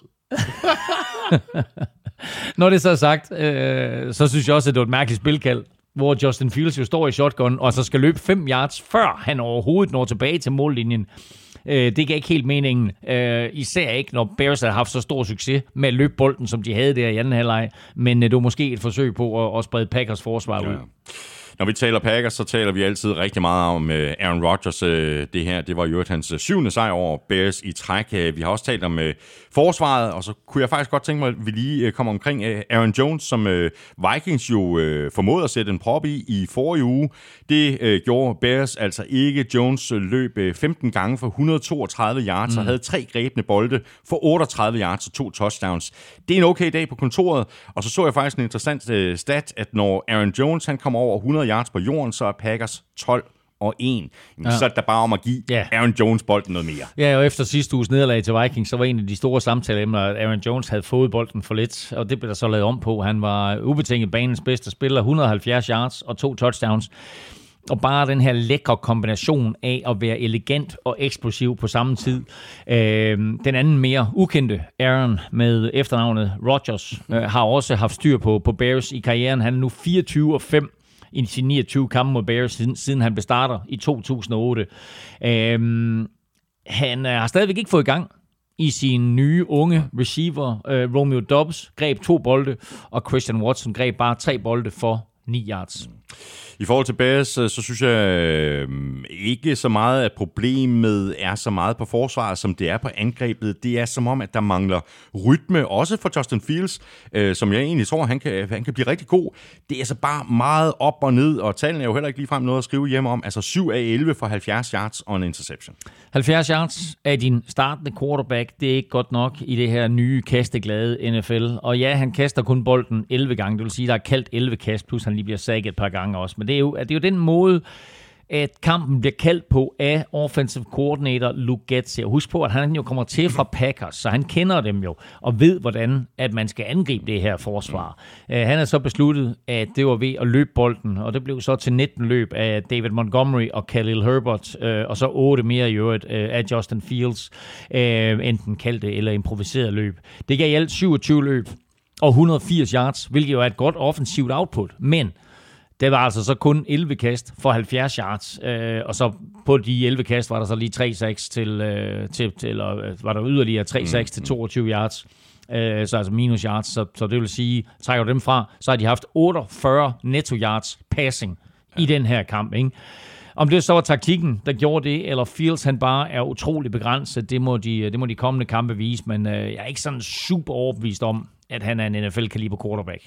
Når det så er sagt, øh, så synes jeg også, at det var et mærkeligt spilkald, hvor Justin Fields jo står i shotgun, og så skal løbe fem yards, før han overhovedet når tilbage til mållinjen. Øh, det gav ikke helt meningen. Øh, især ikke, når Bears har haft så stor succes med at løbe bolden, som de havde der i anden halvleg. Men øh, det var måske et forsøg på at, at sprede Packers forsvar ud. Ja. Når vi taler Packers, så taler vi altid rigtig meget om Aaron Rodgers. Det her, det var jo hans syvende sejr over Bears i træk. Vi har også talt om forsvaret, og så kunne jeg faktisk godt tænke mig, at vi lige kommer omkring Aaron Jones, som Vikings jo formåede at sætte en prop i i forrige uge. Det gjorde Bears altså ikke. Jones løb femten gange for et hundrede og toogtredive yards, mm. og havde tre grebne bolde for otteogtredive yards og to touchdowns. Det er en okay dag på kontoret, og så så jeg faktisk en interessant stat, at når Aaron Jones han kommer over hundrede yards på jorden, så er Packers tolv og en. Ja. Så er det bare om at give yeah. Aaron Jones bolden noget mere. Ja, og efter sidste uges nederlag til Vikings, så var en af de store samtaleemner, at Aaron Jones havde fået bolden for lidt, og det blev der så lavet om på. Han var ubetinget banens bedste spiller, et hundrede og halvfjerds yards og to touchdowns. Og bare den her lækre kombination af at være elegant og eksplosiv på samme tid. Øh, den anden mere ukendte Aaron med efternavnet Rodgers øh, har også haft styr på, på Bears i karrieren. Han er nu fireogtyve og fem i sine niogtyve kampe mod Bears, siden, siden han blev starter i to tusind og otte. Øhm, han har stadigvæk ikke fået i gang i sin nye unge receiver. Øh, Romeo Doubs greb to bolde, og Christian Watson greb bare tre bolde for ni yards. I forhold til Bears, så synes jeg øh, ikke så meget, at problemet er så meget på forsvaret, som det er på angrebet. Det er som om, at der mangler rytme, også for Justin Fields, øh, som jeg egentlig tror, han kan, han kan blive rigtig god. Det er altså bare meget op og ned, og tallene er jo heller ikke ligefrem noget at skrive hjemme om. Altså syv af elleve for halvfjerds yards og en interception. halvfjerds yards af din startende quarterback, det er ikke godt nok i det her nye kasteglade N F L. Og ja, han kaster kun bolden elleve gange. Det vil sige, der er kaldt elleve kast, plus han lige bliver sacket et par gange også. Men det er jo, det er jo den måde, at kampen bliver kaldt på af offensive coordinator Luke Getsy. Husk på, at han jo kommer til fra Packers, så han kender dem jo, og ved, hvordan at man skal angribe det her forsvar. Mm. Uh, han har så besluttet, at det var ved at løbe bolden, og det blev så til nitten løb af David Montgomery og Khalil Herbert, uh, og så otte mere i øvrigt uh, af Justin Fields, uh, enten kaldte eller improviseret løb. Det gav i alt syvogtyve løb og et hundrede og firs yards, hvilket jo er et godt offensivt output, men det var altså så kun elleve kast for halvfjerds yards, øh, og så på de elleve kast var der så lige tre seks til, øh, til, til eller var der yderligere tre seks til toogtyve yards, øh, så altså minus yards, så, så det vil sige, trækker dem fra, så har de haft otteogfyrre netto yards passing ja. i den her kamp, ikke? Om det så var taktikken, der gjorde det, eller Fields han bare er utrolig begrænset, det må de, det må de kommende kampe vise, men øh, jeg er ikke sådan super overbevist om, at han er en N F L-kaliber quarterback.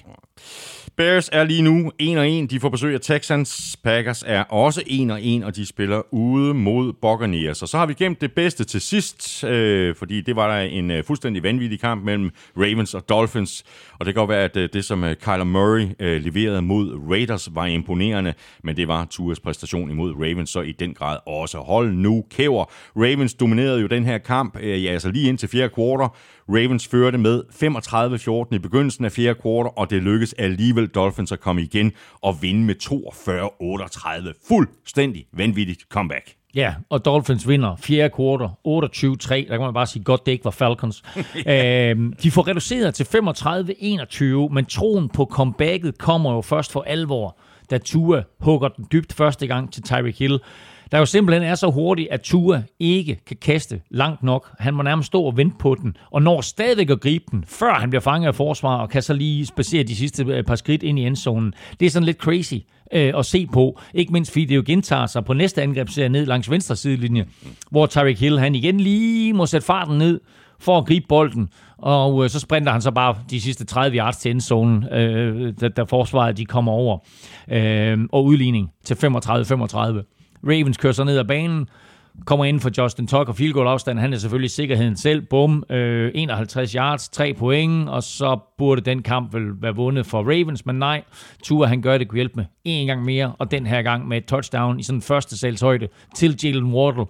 Bears er lige nu en og en. De får besøg af Texans. Packers er også en og en, og de spiller ude mod Buccaneers. Og så har vi gemt det bedste til sidst, øh, fordi det var der en øh, fuldstændig vanvittig kamp mellem Ravens og Dolphins. Og det kan godt være, at øh, det, som øh, Kyler Murray øh, leverede mod Raiders, var imponerende, men det var Tuas præstation imod Ravens, så i den grad også. Hold nu kæver. Ravens dominerede jo den her kamp, øh, ja, altså lige ind til fjerde kvartal. Ravens førte med femogtredive fjorten i begyndelsen af fjerde kvartal, og det lykkedes alligevel Dolphins at komme igen og vinde med toogfyrre otteogtredive. Fuldstændig vanvittigt comeback. Ja, og Dolphins vinder fjerde kvartal otteogtyve tre. Der kan man bare sige, godt det ikke var Falcons. øhm, de får reduceret til femogtredive enogtyve, men troen på comebacket kommer jo først for alvor, da Tua hugger den dybt første gang til Tyreek Hill. Der jo simpelthen er så hurtigt, at Tua ikke kan kaste langt nok. Han må nærmest stå og vente på den, og når stadigvæk at gribe den, før han bliver fanget af forsvar, og kan så lige spacere de sidste par skridt ind i endzonen. Det er sådan lidt crazy øh, at se på. Ikke mindst fordi det jo gentager sig på næste angrebsserie ned langs venstre sidelinje, hvor Tyreek Hill han igen lige må sætte farten ned for at gribe bolden, og øh, så sprinter han så bare de sidste tredive yards til endzonen, øh, da, da forsvaret de kommer over, øh, og udligning til femogtredive femogtredive. Ravens kører så ned ad banen, kommer ind for Justin Tucker, field goal afstand, han er selvfølgelig sikkerheden selv, bum, øh, enoghalvtreds yards, tre point, og så burde den kamp vel være vundet for Ravens, men nej, Tua han gør det, kunne hjælpe med en gang mere, og den her gang med et touchdown i sådan første salgshøjde til Jalen Waddle.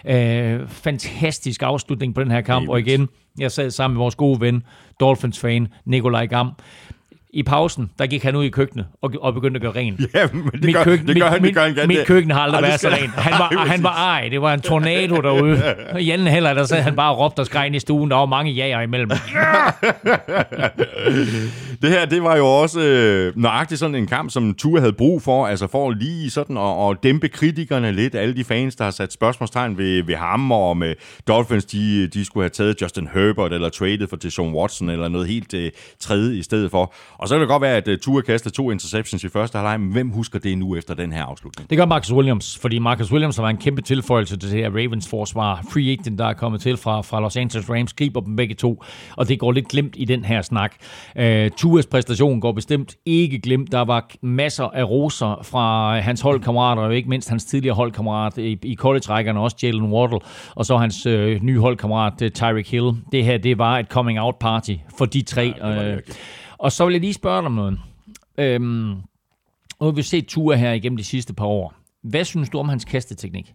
Øh, fantastisk afslutning på den her kamp, og igen, jeg sad sammen med vores gode ven, Dolphins-fan, Nikolaj Gam. I pausen, der gik han ud i køkkenet og, og begyndte at gøre rent. Ja, men det gør, køkken, det gør han, det gør han mit, mit køkken har aldrig været så rent. Han var, han var ej, det var en tornado derude. Og i anden halvleg, der sad han bare og råbte og skreg ind i stuen. Der var mange jager imellem. Det her, det var jo også øh, nøjagtigt sådan en kamp, som Tua havde brug for, altså for lige sådan at, at dæmpe kritikerne lidt. Alle de fans, der har sat spørgsmålstegn ved, ved ham, og med Dolphins, de, de skulle have taget Justin Herbert, eller traded for Deshaun Watson, eller noget helt øh, tredje i stedet for. Og så kan det godt være, at uh, Tua kastede to interceptions i første halvleg, men hvem husker det nu efter den her afslutning? Det gør Marcus Williams, fordi Marcus Williams har været en kæmpe tilføjelse til det her Ravens-forsvar. Free agent, der er kommet til fra, fra Los Angeles Rams, griber dem begge to, og det går lidt glemt i den her snak. Uh, Tuas præstation går bestemt ikke glemt. Der var masser af roser fra hans holdkammerater, og ikke mindst hans tidligere holdkammerat i, i college-rækkerne, også Jalen Waddle, og så hans uh, nye holdkammerat uh, Tyreek Hill. Det her, det var et coming-out-party for de tre. Ja, og så vil jeg lige spørge dig om noget. Øhm, nu har vi set Tua her igennem de sidste par år. Hvad synes du om hans kasteteknik?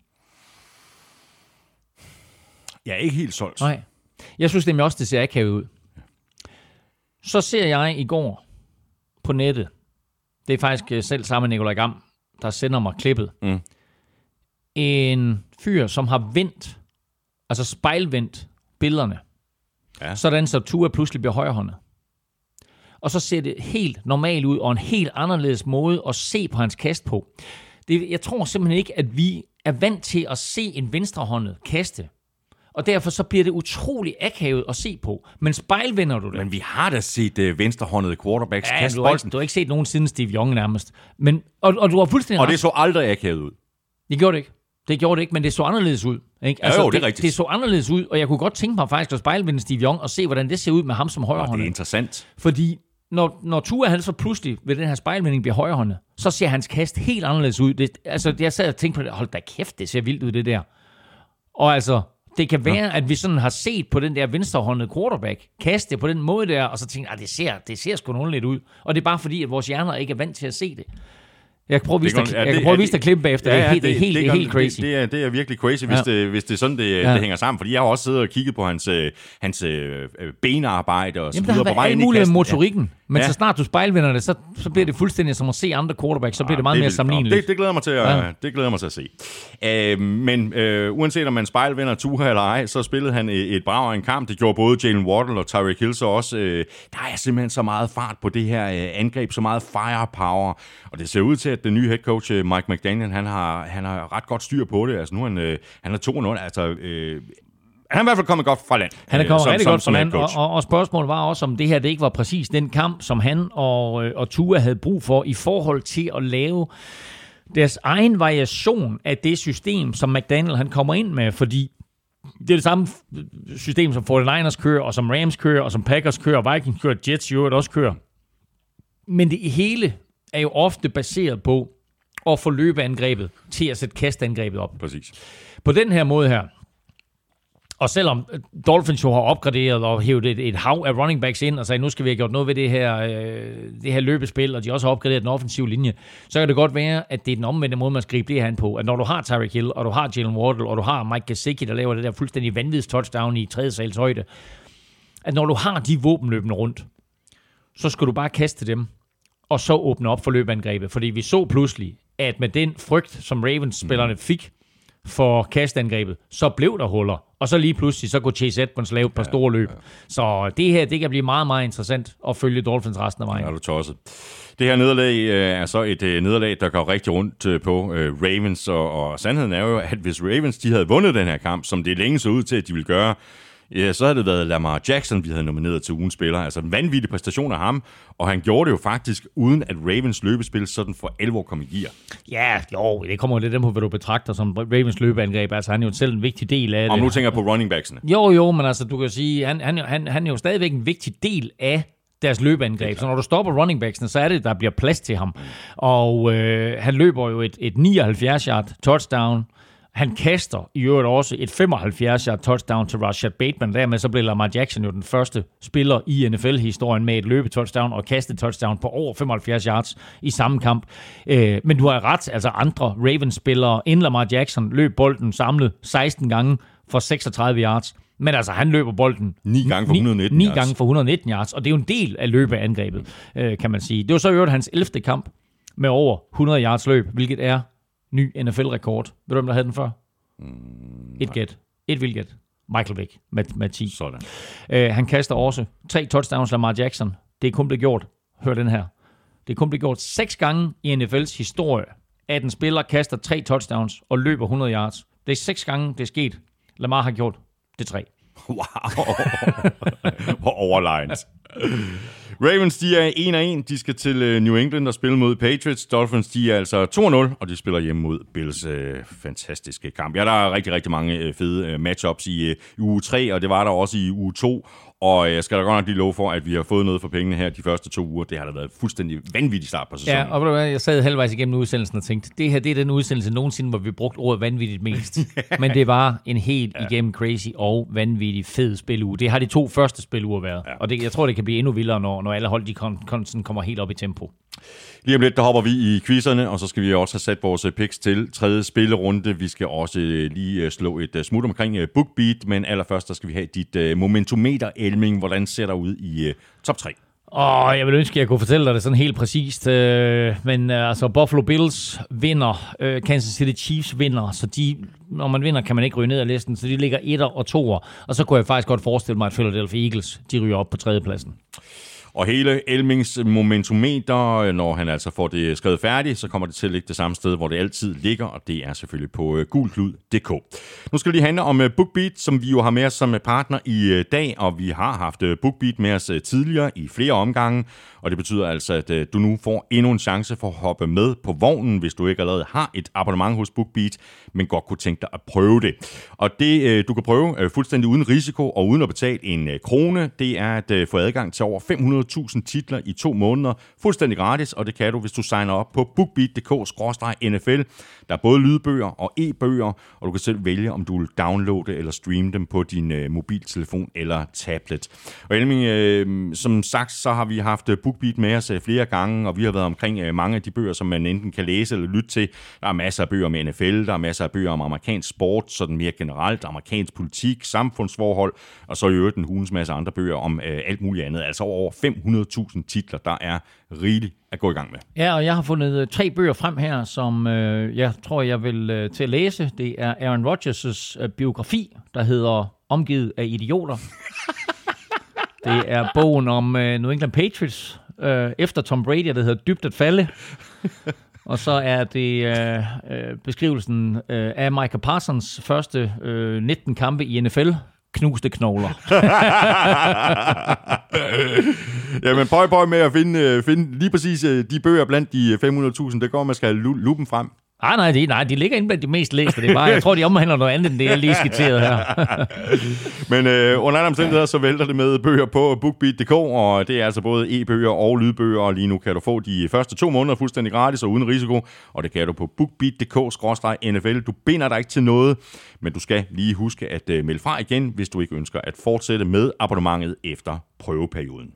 Jeg er ikke helt solgt. Nej. Jeg synes nemlig også, det ser akavet ud. Så ser jeg i går på nettet, det er faktisk selv sammen med Nikolaj Gam, der sender mig klippet, mm. en fyr, som har vendt, altså spejlvendt billederne, ja. Sådan så Tua pludselig bliver højrehåndet. Og så ser det helt normalt ud, og en helt anderledes måde at se på hans kast på. Det, jeg tror simpelthen ikke, at vi er vant til at se en venstrehåndet kaste. Og derfor så bliver det utrolig akavet at se på. Men spejlvender du det? Men vi har da set uh, venstrehåndede quarterbacks ja, kaste du bolden. Du har ikke set nogen siden Steve Young nærmest. Men, og, og du har fuldstændig Og det så aldrig akavet ud. Det gjorde det ikke. Det gjorde det ikke, men det så anderledes ud. Ikke? Altså, jo, det er det, rigtigt. Det så anderledes ud, og jeg kunne godt tænke mig faktisk at spejlvende Steve Young og se, hvordan det ser ud med ham som højrehåndet. Det er interessant. Fordi når, når Tua han så pludselig ved den her spejlvending bliver højrehåndet, så ser hans kast helt anderledes ud. Det, altså, jeg sad og tænkte på det. Hold da kæft, det ser vildt ud, det der. Og altså, det kan være, ja. At vi sådan har set på den der venstrehåndede quarterback kaste på den måde der, og så tænkte jeg, det ser, det ser sgu nogen lidt ud. Og det er bare fordi, at vores hjerner ikke er vant til at se det. Jeg kan prøve at vise dig, jeg kan prøve at vise dig klippen bagefter. Ja, ja, det er helt, det, det, helt, det, er helt crazy. Det, det, er, det er virkelig crazy, hvis, ja. det, hvis det er sådan, det, ja. det hænger sammen. Fordi jeg har også siddet og kigget på hans, hans øh, benarbejde og så Jamen, videre på vej ind i kassen. kassen. Motorikken. Ja. Men ja. så snart du spejlvinder det, så, så bliver det fuldstændig som at se andre quarterbacks. Så bliver ja, det meget det mere sammenligneligt. Det, det, glæder mig til at, ja. det glæder mig til at se. Uh, men uh, uanset om man spejlvinder Tua eller ej, så spillede han et brag af en kamp. Det gjorde både Jalen Waddle og Tyreek Hill så også. Uh, der er simpelthen så meget fart på det her uh, angreb, så meget firepower. Og det ser ud til, at den nye head coach Mike McDaniel, han har, han har ret godt styr på det. Altså nu er han, uh, han er to nul. Altså... Uh, Han er i hvert fald kommet godt fra land. Han er kommet som, rigtig som, godt fra land, og, og, og spørgsmålet var også, om det her det ikke var præcis den kamp, som han og, og Tua havde brug for i forhold til at lave deres egen variation af det system, som McDaniel han kommer ind med, fordi det er det samme system, som forty-niners kører, og som Rams kører, og som Packers kører, og Vikings kører, Jets jo også kører. Men det hele er jo ofte baseret på at få løbeangrebet til at sætte kastangrebet op. Præcis. På den her måde her, og selvom Dolphins jo har opgraderet og hævet et, et hav af running backs ind og sagde, nu skal vi have gjort noget ved det her, øh, det her løbespil, og de også har opgraderet den offensive linje, så kan det godt være, at det er den omvendte måde, man skal gribe det her an på. At når du har Tyreek Hill, og du har Jalen Waddle, og du har Mike Gesicki, der laver det der fuldstændig vanvittige touchdown i tredje sals højde, at når du har de våbenløbende rundt, så skal du bare kaste dem, og så åbne op for løbeangrebet. Fordi vi så pludselig, at med den frygt, som Ravens-spillerne fik for kastangrebet, så blev der huller. Og så lige pludselig, så kunne Chase Edmonds lave et par store løb. Så det her, det kan blive meget, meget interessant at følge Dolphins resten af vejen. Ja, du tosset. Det her nederlag øh, er så et øh, nederlag, der går rigtig rundt øh, på øh, Ravens, og, og sandheden er jo, at hvis Ravens de havde vundet den her kamp, som det længe så ud til, at de ville gøre, ja, så havde det været Lamar Jackson, vi havde nomineret til ugens spiller. Altså en vanvittig præstation af ham, og han gjorde det jo faktisk, uden at Ravens løbespil sådan for alvor kom i gear. Ja, jo, det kommer jo lidt dem på, hvad du betragter som Ravens løbeangreb. Altså han er jo selv en vigtig del af det. Og nu tænker jeg på running backsene. Jo, jo, men altså du kan sige, han, han, han, han er jo stadigvæk en vigtig del af deres løbeangreb. Så når du stopper running backsene, så er det, der bliver plads til ham. Og øh, han løber jo et, et nioghalvfjerds yard touchdown. Han kaster i øvrigt også et femoghalvfjerds yard touchdown til Rashad Bateman. Dermed så blev Lamar Jackson jo den første spiller i N F L-historien med et løbetouchdown og kastetouchdown på over femoghalvfjerds yards i samme kamp. Øh, men du har ret, altså andre Ravens-spillere inden Lamar Jackson løb bolden samlet seksten gange for seksogtredive yards. Men altså, han løber bolden ni gange for et hundrede og nitten ni, yards. Ni gange for et hundrede og nitten yards, og det er jo en del af løbeangrebet, øh, kan man sige. Det var så i øvrigt hans ellevte kamp med over hundrede yards løb, hvilket er ny N F L-rekord. Ved du, hvem der havde den før? Mm, et gæt. Et vildt gæt. Michael Vick med, med ti. Sådan. Uh, han kaster også tre touchdowns Lamar Jackson. Det er kun blevet gjort. Hør den her. Det er kun blevet gjort seks gange i N F L's historie, at en spiller kaster tre touchdowns og løber hundrede yards. Det er seks gange, det er sket. Lamar har gjort det tre. Wow. Hvor overlegnet. Ravens, de er en og en. De skal til New England og spille mod Patriots. Dolphins, de er altså to nul, og de spiller hjemme mod Bills. Øh, fantastiske kamp. Ja, der er rigtig, rigtig mange fede matchups i, øh, i uge tre, og det var der også i uge to. Og jeg skal da godt nok lige love for, at vi har fået noget for pengene her de første to uger. Det har da været fuldstændig vanvittig start på sæsonen. Ja, og jeg sad halvvejs igennem udsendelsen og tænkte, det her det er den udsendelse nogensinde, hvor vi brugte ordet vanvittigt mest. Men det var en helt ja. igennem crazy og vanvittig fed spiluge. Det har de to første spiluger været. Ja. Og det, jeg tror, det kan blive endnu vildere, når, når alle hold de kon, kon, kommer helt op i tempo. Lige om lidt, der hopper vi i quizzerne, og så skal vi også have sat vores picks til tredje spillerunde. Vi skal også lige slå et smut omkring BookBeat, men allerførst, der skal vi have dit momentometer, Elming. Hvordan ser der ud i top tre? Åh, jeg vil ønske, at jeg kunne fortælle dig det sådan helt præcist. Men altså, Buffalo Bills vinder, Kansas City Chiefs vinder, så de, når man vinder, kan man ikke ryge ned ad listen, så de ligger etter og toer. Og så kunne jeg faktisk godt forestille mig, at Philadelphia Eagles, de ryger op på tredjepladsen. Og hele Elmings momentometer, når han altså får det skrevet færdigt, så kommer det til at ligge det samme sted, hvor det altid ligger, og det er selvfølgelig på gulklud punktum d k. Nu skal det lige handle om BookBeat, som vi jo har med os som partner i dag, og vi har haft BookBeat med os tidligere i flere omgange, og det betyder altså, at du nu får endnu en chance for at hoppe med på vognen, hvis du ikke allerede har et abonnement hos BookBeat, men godt kunne tænke dig at prøve det. Og det, du kan prøve fuldstændig uden risiko og uden at betale en krone, det er at få adgang til over fem hundrede tusind titler i to måneder, fuldstændig gratis, og det kan du, hvis du signer op på bookbeat punktum d k skråstreg N F L. Der er både lydbøger og e-bøger, og du kan selv vælge, om du vil downloade eller streame dem på din øh, mobiltelefon eller tablet. Og Elming, øh, som sagt, så har vi haft BookBeat med os øh, flere gange, og vi har været omkring øh, mange af de bøger, som man enten kan læse eller lytte til. Der er masser af bøger om N F L, der er masser af bøger om amerikansk sport, sådan mere generelt, amerikansk politik, samfundsforhold, og så i øvrigt en hulens masse andre bøger om øh, alt muligt andet. Altså over fem hundrede tusind titler, der er rigeligt at gå i gang med. Ja, og jeg har fundet øh, tre bøger frem her, som øh, jeg tror, jeg vil øh, til at læse. Det er Aaron Rodgers' øh, biografi, der hedder Omgivet af idioter. Det er bogen om øh, New England Patriots øh, efter Tom Brady, der hedder Dybt at falde. Og så er det øh, øh, beskrivelsen øh, af Micah Parsons første øh, nitten kampe i N F L. Knuste knogler. Jamen, pøj, pøj med at finde, finde lige præcis de bøger blandt de fem hundrede tusind. Det går, man skal have lupen frem. Ah, nej, de, nej, de ligger inde blandt de mest læste. Det er bare, jeg tror, de omhandler noget andet, end det, jeg lige skitserede her. Men øh, under andre omstændigheder, så vælter det med bøger på bookbeat punktum d k, og det er altså både e-bøger og lydbøger, og lige nu kan du få de første to måneder fuldstændig gratis og uden risiko, og det kan du på bookbeat punktum d k skråstreg N F L. Du binder dig ikke til noget, men du skal lige huske at øh, melde fra igen, hvis du ikke ønsker at fortsætte med abonnementet efter prøveperioden.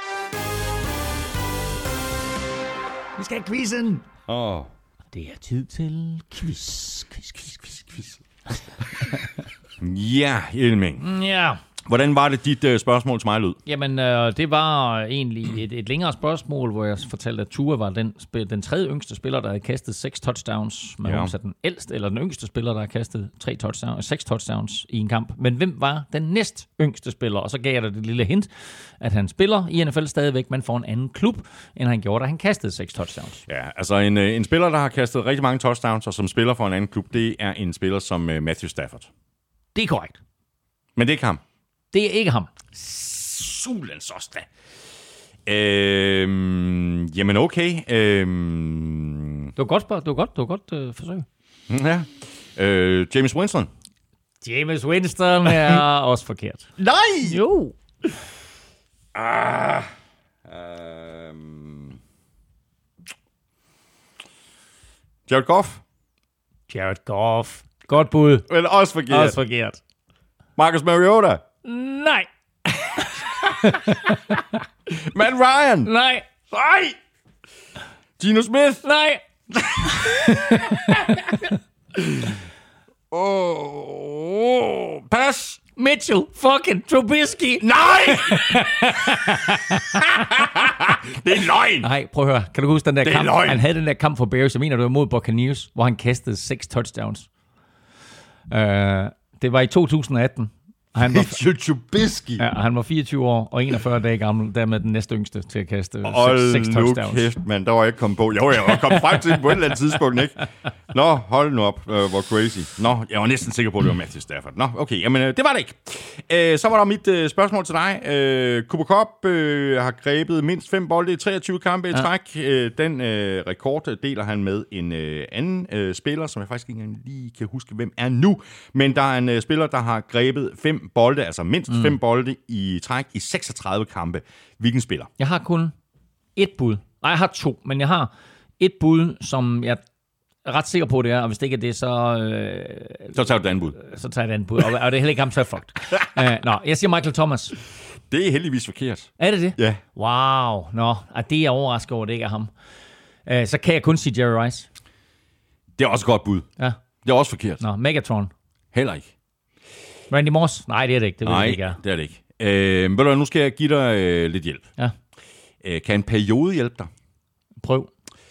Vi skal have quizzen! Åh... Oh. Det er tid til quiz, quiz, quiz, quiz, quiz. Ja, Elming. Ja. Hvordan var det, dit uh, spørgsmål til mig lød? Jamen, øh, det var egentlig et, et længere spørgsmål, hvor jeg fortalte, at Tua var den, den tredje yngste spiller, der havde kastet seks touchdowns. Man ja. Var den ældste, eller den yngste spiller, der har kastet tre touchdowns, seks touchdowns i en kamp. Men hvem var den næst yngste spiller? Og så gav jeg dig det lille hint, at han spiller i N F L stadigvæk, men for en anden klub, end han gjorde, da han kastede seks touchdowns. Ja, altså en, en spiller, der har kastet rigtig mange touchdowns, og som spiller for en anden klub, det er en spiller som uh, Matthew Stafford. Det er korrekt. Men det er ikke ham. Det er ikke ham. Sulens også da. Øhm, jamen okay. Øhm, det var godt spørg. Det var godt, det var godt øh, forsøg. Ja. Øh, James Winston. James Winston er også forkert. Nej! Jo. Ah. Øhm. Jared Goff. Jared Goff. Godt bud. Eller også forkert. Også forkert. Marcus Mariota. Nej. Matt Ryan. Nej. Nej. Geno Smith. Nej. oh, pas. Mitchell fucking Trubisky. Nej. Det er løgn. Nej, prøv at høre. Kan du huske den der det kamp? Løgn. Han havde den der kamp for Bears, jeg mener, det var mod Buccaneers, hvor han kastede seks touchdowns. Uh, det var i to tusind og atten. Han var, Trubisky. Ja, han var fireogtyve år og enogfyrre dage gammel, dermed den næste yngste til at kaste seks touchdowns. Hold nu kæft, mand. Der var jeg ikke kommet på. Jo, jeg var kommet frem til på et eller andet tidspunkt, ikke? Nå, hold nu op. Uh, hvor crazy. Nå, jeg var næsten sikker på, at det var Matthew Stafford. Nå, okay. Jamen, uh, det var det ikke. Uh, så var der mit uh, spørgsmål til dig. Uh, Cooper Kupp uh, har grebet mindst fem bolde i treogtyve kampe i ja. træk. Uh, den uh, rekord deler han med en uh, anden uh, spiller, som jeg faktisk ikke engang lige kan huske, hvem er nu. Men der er en uh, spiller, der har grebet fem bolde, altså mindst mm. fem bolde i træk i seksogtredive kampe. Hvilken spiller? Jeg har kun et bud. Nej, jeg har to, men jeg har et bud, som jeg er ret sikker på, det er, og hvis det ikke er det, så... Øh, så tager du det andet bud. Så tager jeg det andet bud, og, og det er heller ikke ham, så er fucked. uh, nå, jeg siger Michael Thomas. Det er heldigvis forkert. Er det det? Ja. Wow, nå, det er jeg overrasket over, det ikke er ham. Uh, så kan jeg kun sige Jerry Rice. Det er også et godt bud. Ja. Det er også forkert. Nå, Megatron. Heller ikke. Randy Moss? Nej, det er det ikke. Det Nej, det ikke er. det er det ikke. Øh, ved du, nu skal jeg give dig øh, lidt hjælp. Ja. Øh, kan en periode hjælpe dig? Prøv.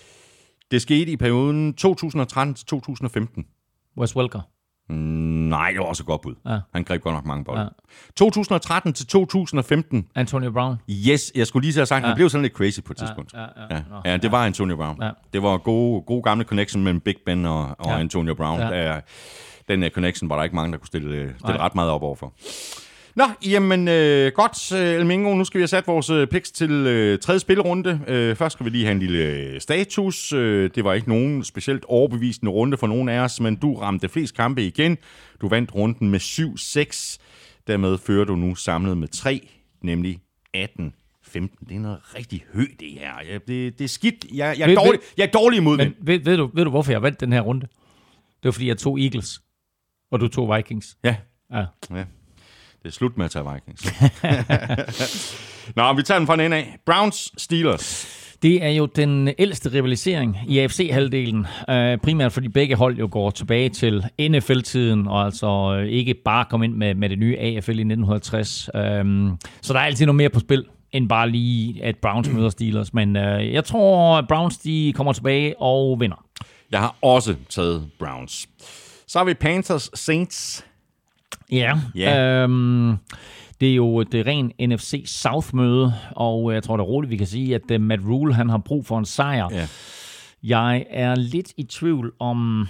Det skete i perioden to tusind og tretten til to tusind og femten. Wes Welker? Mm, nej, det var også et godt bud. Ja. Han greb godt nok mange bolde. Ja. to tusind og tretten til to tusind og femten. Antonio Brown? Yes, jeg skulle lige have sagt, ja. Han blev sådan lidt crazy på et tidspunkt. Ja, ja, ja. ja. ja, ja det var Antonio Brown. Ja. Det var gode, gode gamle connection mellem Big Ben og, og ja. Antonio Brown. Ja. Der, den uh, connection var der ikke mange, der kunne stille, stille ret meget op overfor. Nå, jamen øh, godt, Elmingo. Nu skal vi have sat vores øh, picks til øh, tredje spillerunde. Øh, først skal vi lige have en lille øh, status. Øh, det var ikke nogen specielt overbevisende runde for nogen af os, men du ramte flest kampe igen. Du vandt runden med syv seks. Dermed fører du nu samlet med tre, nemlig atten femten, det er noget rigtig højt, det her. Jeg, det, det er skidt. Jeg, jeg, er, dårlig, jeg er dårlig imod det. Men ved, ved, du, ved du, hvorfor jeg vandt den her runde? Det var, fordi jeg tog Eagles, og du tog Vikings. Ja. Ja. Ja. Det er slut med at tage Vikings. Nå, vi tager den fra en ende af. Browns Steelers. Det er jo den ældste rivalisering i A F C-halvdelen, øh, primært fordi begge hold jo går tilbage til N F L-tiden, og altså øh, ikke bare kom ind med, med det nye A F L i nitten halvtreds. Um, så der er altid noget mere på spil, end bare lige, at Browns møder Steelers. Men øh, jeg tror, at Browns de kommer tilbage og vinder. Jeg har også taget Browns. Så har vi Panthers Saints. Ja, yeah. øhm, det er jo et ren N F C South-møde, og jeg tror, det er roligt, vi kan sige, at Matt Rule han har brug for en sejr. Yeah. Jeg er lidt i tvivl om...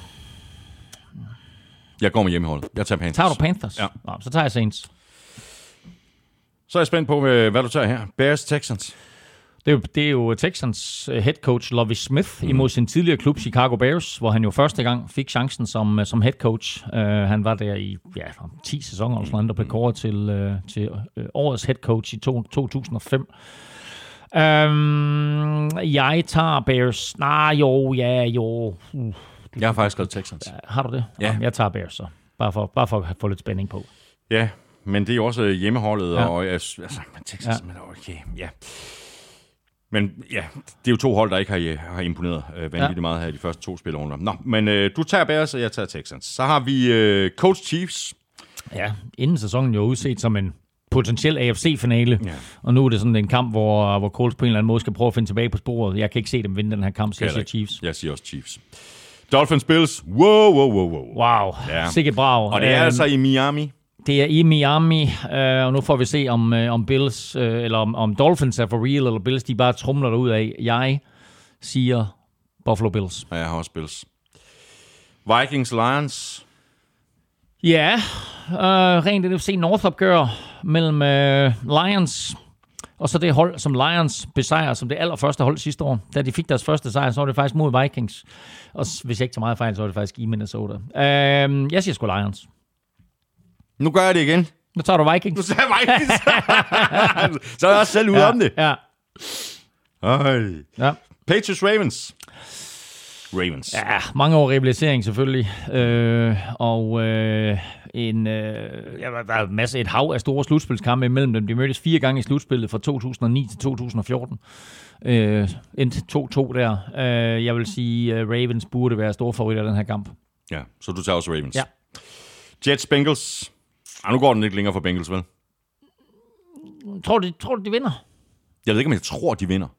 Jeg går med hjemmeholdet. Jeg tager Panthers. Tager du Panthers? Ja. Nå, så tager jeg Saints. Så er jeg spændt på, hvad du tager her. Bears Texans. Det er, jo, det er jo Texans head coach Lovie Smith mm. imod sin tidligere klub Chicago Bears, hvor han jo første gang fik chancen som, som head coach. Uh, han var der i ja, ti sæsoner, og sådan noget, der blev kåret til, uh, til uh, årets head coach i to, to tusind og fem. Um, jeg tager Bears. Nej, jo, ja, jo. Uh, jeg har faktisk skrevet Texans. Ja, har du det? Ja. Jamen, jeg tager Bears så. Bare for, bare for at få lidt spænding på. Ja, men det er jo også hjemmeholdet, ja. og altså, Texans, ja. Men okay, ja. Men ja, det er jo to hold, der ikke har, har imponeret øh, vanvittigt ja. meget her i de første to spillerunder. Nå, men øh, du tager Bears, og jeg tager Texans. Så har vi øh, Colts Chiefs. Ja, inden sæsonen jo udset som en potentiel A F C-finale. Ja. Og nu er det sådan en kamp, hvor, hvor Colts på en eller anden måde skal prøve at finde tilbage på sporet. Jeg kan ikke se dem vinde den her kamp, så jeg siger Chiefs. Jeg siger også Chiefs. Dolphins Bills. Wow, wow, wow, wow. Wow, ja. Sikke brav. Og det er um, altså i Miami. Det er i Miami, øh, og nu får vi se, om, øh, om Bills, øh, eller om, om Dolphins er for real, eller Bills, de bare trumler derud af. Jeg siger Buffalo Bills. Og jeg har også Bills. Vikings Lions. Ja, øh, rent N F C North-opgør mellem øh, Lions, og så det hold, som Lions besejrer som det allerførste hold sidste år. Da de fik deres første sejr, så var det faktisk mod Vikings. Og hvis jeg ikke tager meget fejl, så var det faktisk i Minnesota. Øh, jeg siger sgu Lions. Nu gør jeg det igen. Nu tager du Vikings. Nu tager jeg Vikings. Så er jeg også selv ude ja, om det. Ja. Øj. Ja. Patriots Ravens. Ravens. Ja, mange år rivalisering selvfølgelig. Øh, og øh, en, øh, ja, der er en masse, et hav af store slutspilskampe imellem dem. De mødtes fire gange i slutspillet fra to tusind og ni til to tusind og fjorten. Øh, endte to to der. Øh, jeg vil sige, uh, Ravens burde være store favoritter i den her kamp. Ja, så du tager også Ravens. Ja. Jets Bengals. Ah, nu går den ikke længere for Bengals, vel? Tror du, tror du, de vinder? Jeg ved ikke, om jeg tror, de vinder.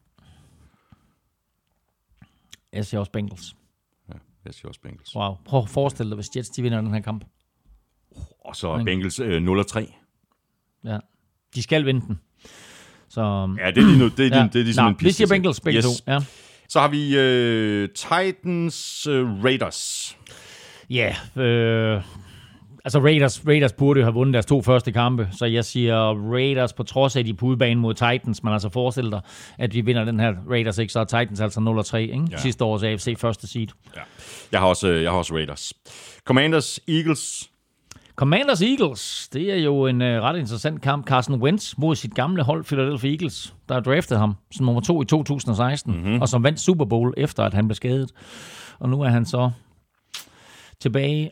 Jeg siger også Bengals. Ja, jeg siger også Bengals. Wow. Prøv at forestille dig, hvis Jets de vinder den her kamp. Og så er Bengals øh, nul og tre. Ja, de skal vinde den. Så, ja, det er lige nu. Det er, ja. det er ligesom Nå, en piste. Vi siger Bengals begge yes. to. Ja. Så har vi øh, Titans øh, Raiders. Ja, yeah, øh, altså Raiders, Raiders burde jo have vundet deres to første kampe, så jeg siger Raiders på trods af de på udebane mod Titans, men altså forestil dig, at vi vinder den her Raiders, ikke? Så er Titans altså nul og tre, ikke? Ja. Sidste års A F C første seed. Ja. Jeg har også, jeg har også Raiders. Commanders Eagles. Commanders Eagles, det er jo en uh, ret interessant kamp. Carson Wentz mod sit gamle hold Philadelphia Eagles, der har draftet ham som nummer to i to tusind og seksten, mm-hmm. og som vandt Super Bowl efter, at han blev skadet. Og nu er han så tilbage.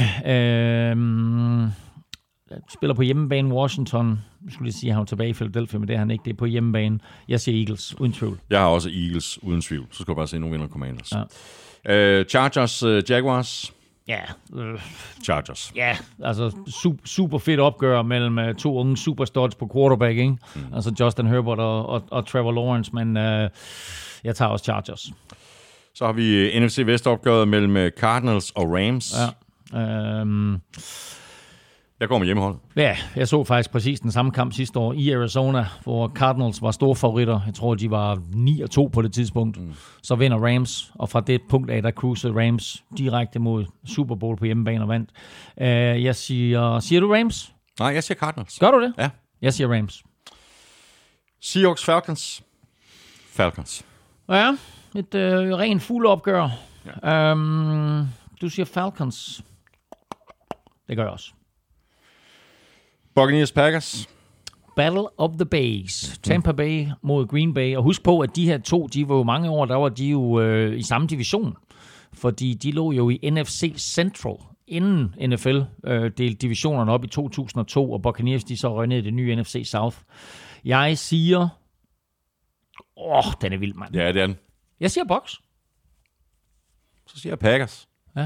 øhm, spiller på hjemmebane Washington. Jeg skulle lige sige, at han er tilbage i Philadelphia, men det er han ikke. Det er på hjemmebane. Jeg siger Eagles, uden tvivl. Jeg har også Eagles, uden tvivl. Så skal du bare se, at nu vinder Commanders. Ja. Uh, Chargers, uh, Jaguars. Ja. Øh, Chargers. Ja, altså super, super fedt opgør mellem uh, to unge superstuds på quarterback, ikke? Mm. Altså Justin Herbert og, og, og Trevor Lawrence, men uh, jeg tager også Chargers. Så har vi N F C Vest-opgøret mellem Cardinals og Rams. Ja. Um, jeg går med hjemmeholdet. Ja, jeg så faktisk præcis den samme kamp sidste år i Arizona, hvor Cardinals var store favoritter. Jeg tror, de var ni og to på det tidspunkt. Mm. Så vinder Rams, og fra det punkt af, der cruisede Rams direkte mod Super Bowl på hjemmebane og vandt. Uh, jeg siger... Siger du Rams? Nej, jeg siger Cardinals. Gør du det? Ja. Jeg siger Rams. Seahawks Falcons. Falcons. Ja, et øh, rent fugleopgør. Ja. Um, du siger Falcons. Det gør jeg også. Buccaneers Packers. Battle of the Bays. Tampa Bay mod Green Bay. Og husk på, at de her to, de var jo mange år, der var de jo øh, i samme division. Fordi de lå jo i N F C Central, inden N F L øh, delte divisionerne op i to tusind og to, og Buccaneers, de så røg ned i det nye N F C South. Jeg siger... Åh, oh, den er vild, mand. Ja, det er den. Jeg siger Bucs. Så siger jeg Packers. Ja.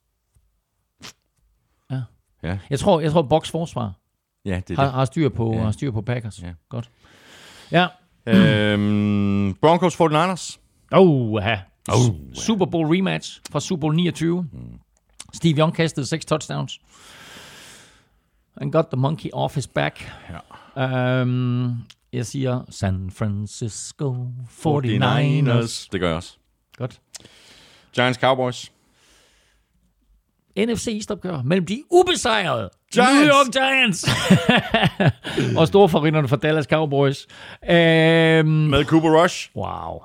Ja. Ja. Jeg tror, jeg tror Bucs forsvar Ja, det er har, det. har, styr på, Ja. har styr på Packers. Ja. Godt. Ja. Øhm, Broncos forty-niners. Oh, ja. Oh, Super Bowl rematch fra Super Bowl niogtyve. Mm. Steve Young kastede seks touchdowns. And got the monkey off his back. Ja. Um, jeg siger San Francisco forty-niners. Det gør jeg også. Godt. Giants Cowboys. N F C East-opgør mellem de ubesejrede Giants. New York Giants og storfavoritterne fra Dallas Cowboys. Um, Med Cooper Rush. wow.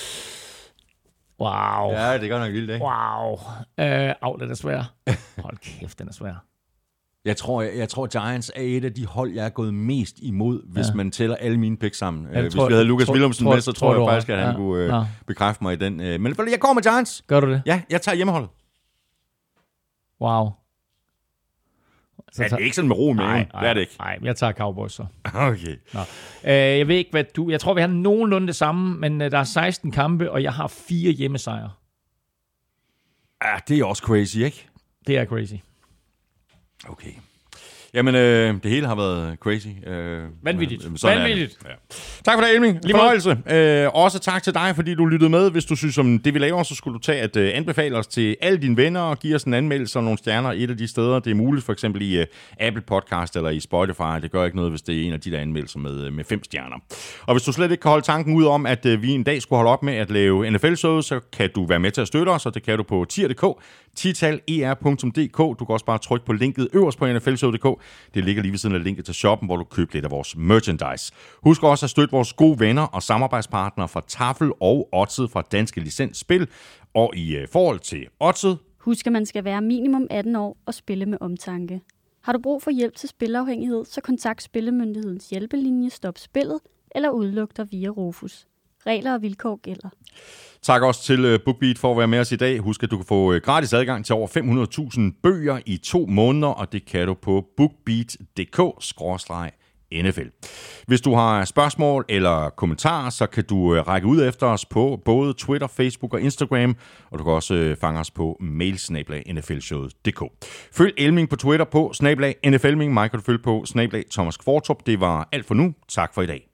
Wow. Ja, det gør nok vildt, ikke? Wow. Uh, au, den er svær. Hold kæft, den er svær. Jeg tror, jeg, jeg tror, Giants er et af de hold, jeg er gået mest imod, hvis ja. man tæller alle mine picks sammen. Ja, hvis tror, vi havde Lucas tror, Williamson tror, med, så tror, tror jeg jeg faktisk, at han ja. kunne øh, ja. bekræfte mig i den. Øh, men jeg går med Giants. Gør du det? Ja, jeg tager hjemmeholdet. Wow. Så ja, det er ikke sådan med ro i maven. Det er det ikke. Nej, jeg tager Cowboys så. Okay. Nå. Uh, jeg ved ikke, hvad du... Jeg tror, vi har nogenlunde det samme, men uh, der er seksten kampe, og jeg har fire hjemmesejre. Ja, det er også crazy, ikke? Det er crazy. Okay. Jamen, øh, det hele har været crazy. Øh, Vanvittigt. Øh, Vanvittigt. Ja. Tak for det, Elming. Lige fornøjelse. Øh, også tak til dig, fordi du lyttede med. Hvis du synes om det, vi laver, så skulle du tage at øh, anbefale os til alle dine venner og give os en anmeldelse og nogle stjerner et af de steder. Det er muligt, for eksempel i øh, Apple Podcast eller i Spotify. Det gør ikke noget, hvis det er en af de der anmeldelser med, øh, med fem stjerner. Og hvis du slet ikke kan holde tanken ud om, at øh, vi en dag skulle holde op med at lave N F L-showet, så kan du være med til at støtte os, og det kan du på tier punktum d k, tital e r punktum d k. Du kan også bare trykke på linket øverst på N F L showet punktum d k. Det ligger lige ved siden af linket til shoppen, hvor du køber lidt af vores merchandise. Husk også at støtte vores gode venner og samarbejdspartnere fra Tafel og Oddset fra Danske Licens Spil. Og i øh, forhold til Oddset... Husk, at man skal være minimum atten år og spille med omtanke. Har du brug for hjælp til spilafhængighed, så kontakt Spillemyndighedens hjælpelinje Stop Spillet eller udluk dig via Rufus. Regler og vilkår gælder. Tak også til uh, BookBeat for at være med os i dag. Husk, at du kan få uh, gratis adgang til over fem hundrede tusind bøger i to måneder, og det kan du på bookbeat punktum d k skråstreg N F L. Hvis du har spørgsmål eller kommentarer, så kan du uh, række ud efter os på både Twitter, Facebook og Instagram, og du kan også uh, fange os på mail snabel-a n f l showet punktum d k. Følg Elming på Twitter på snabel-a N F L Ming. Mig kan du følge på snabel-a Thomas Kvartrup. Det var alt for nu. Tak for i dag.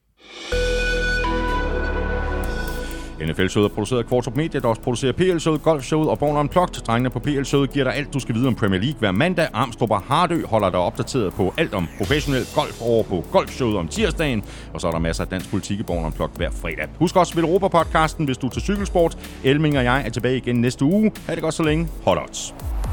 N F L-showet er produceret af Kvartrup Media, der også producerer P L-showet, Golf-showet og Born Unplugged. Drengene på P L-showet giver dig alt, du skal vide om Premier League hver mandag. Armstrong og Hardø holder dig opdateret på alt om professionel golf over på Golf-showet om tirsdagen. Og så er der masser af dansk politik i Born Unplugged hver fredag. Husk også Velropa-podcasten, hvis du er til cykelsport. Elming og jeg er tilbage igen næste uge. Ha' det godt så længe. Hot odds.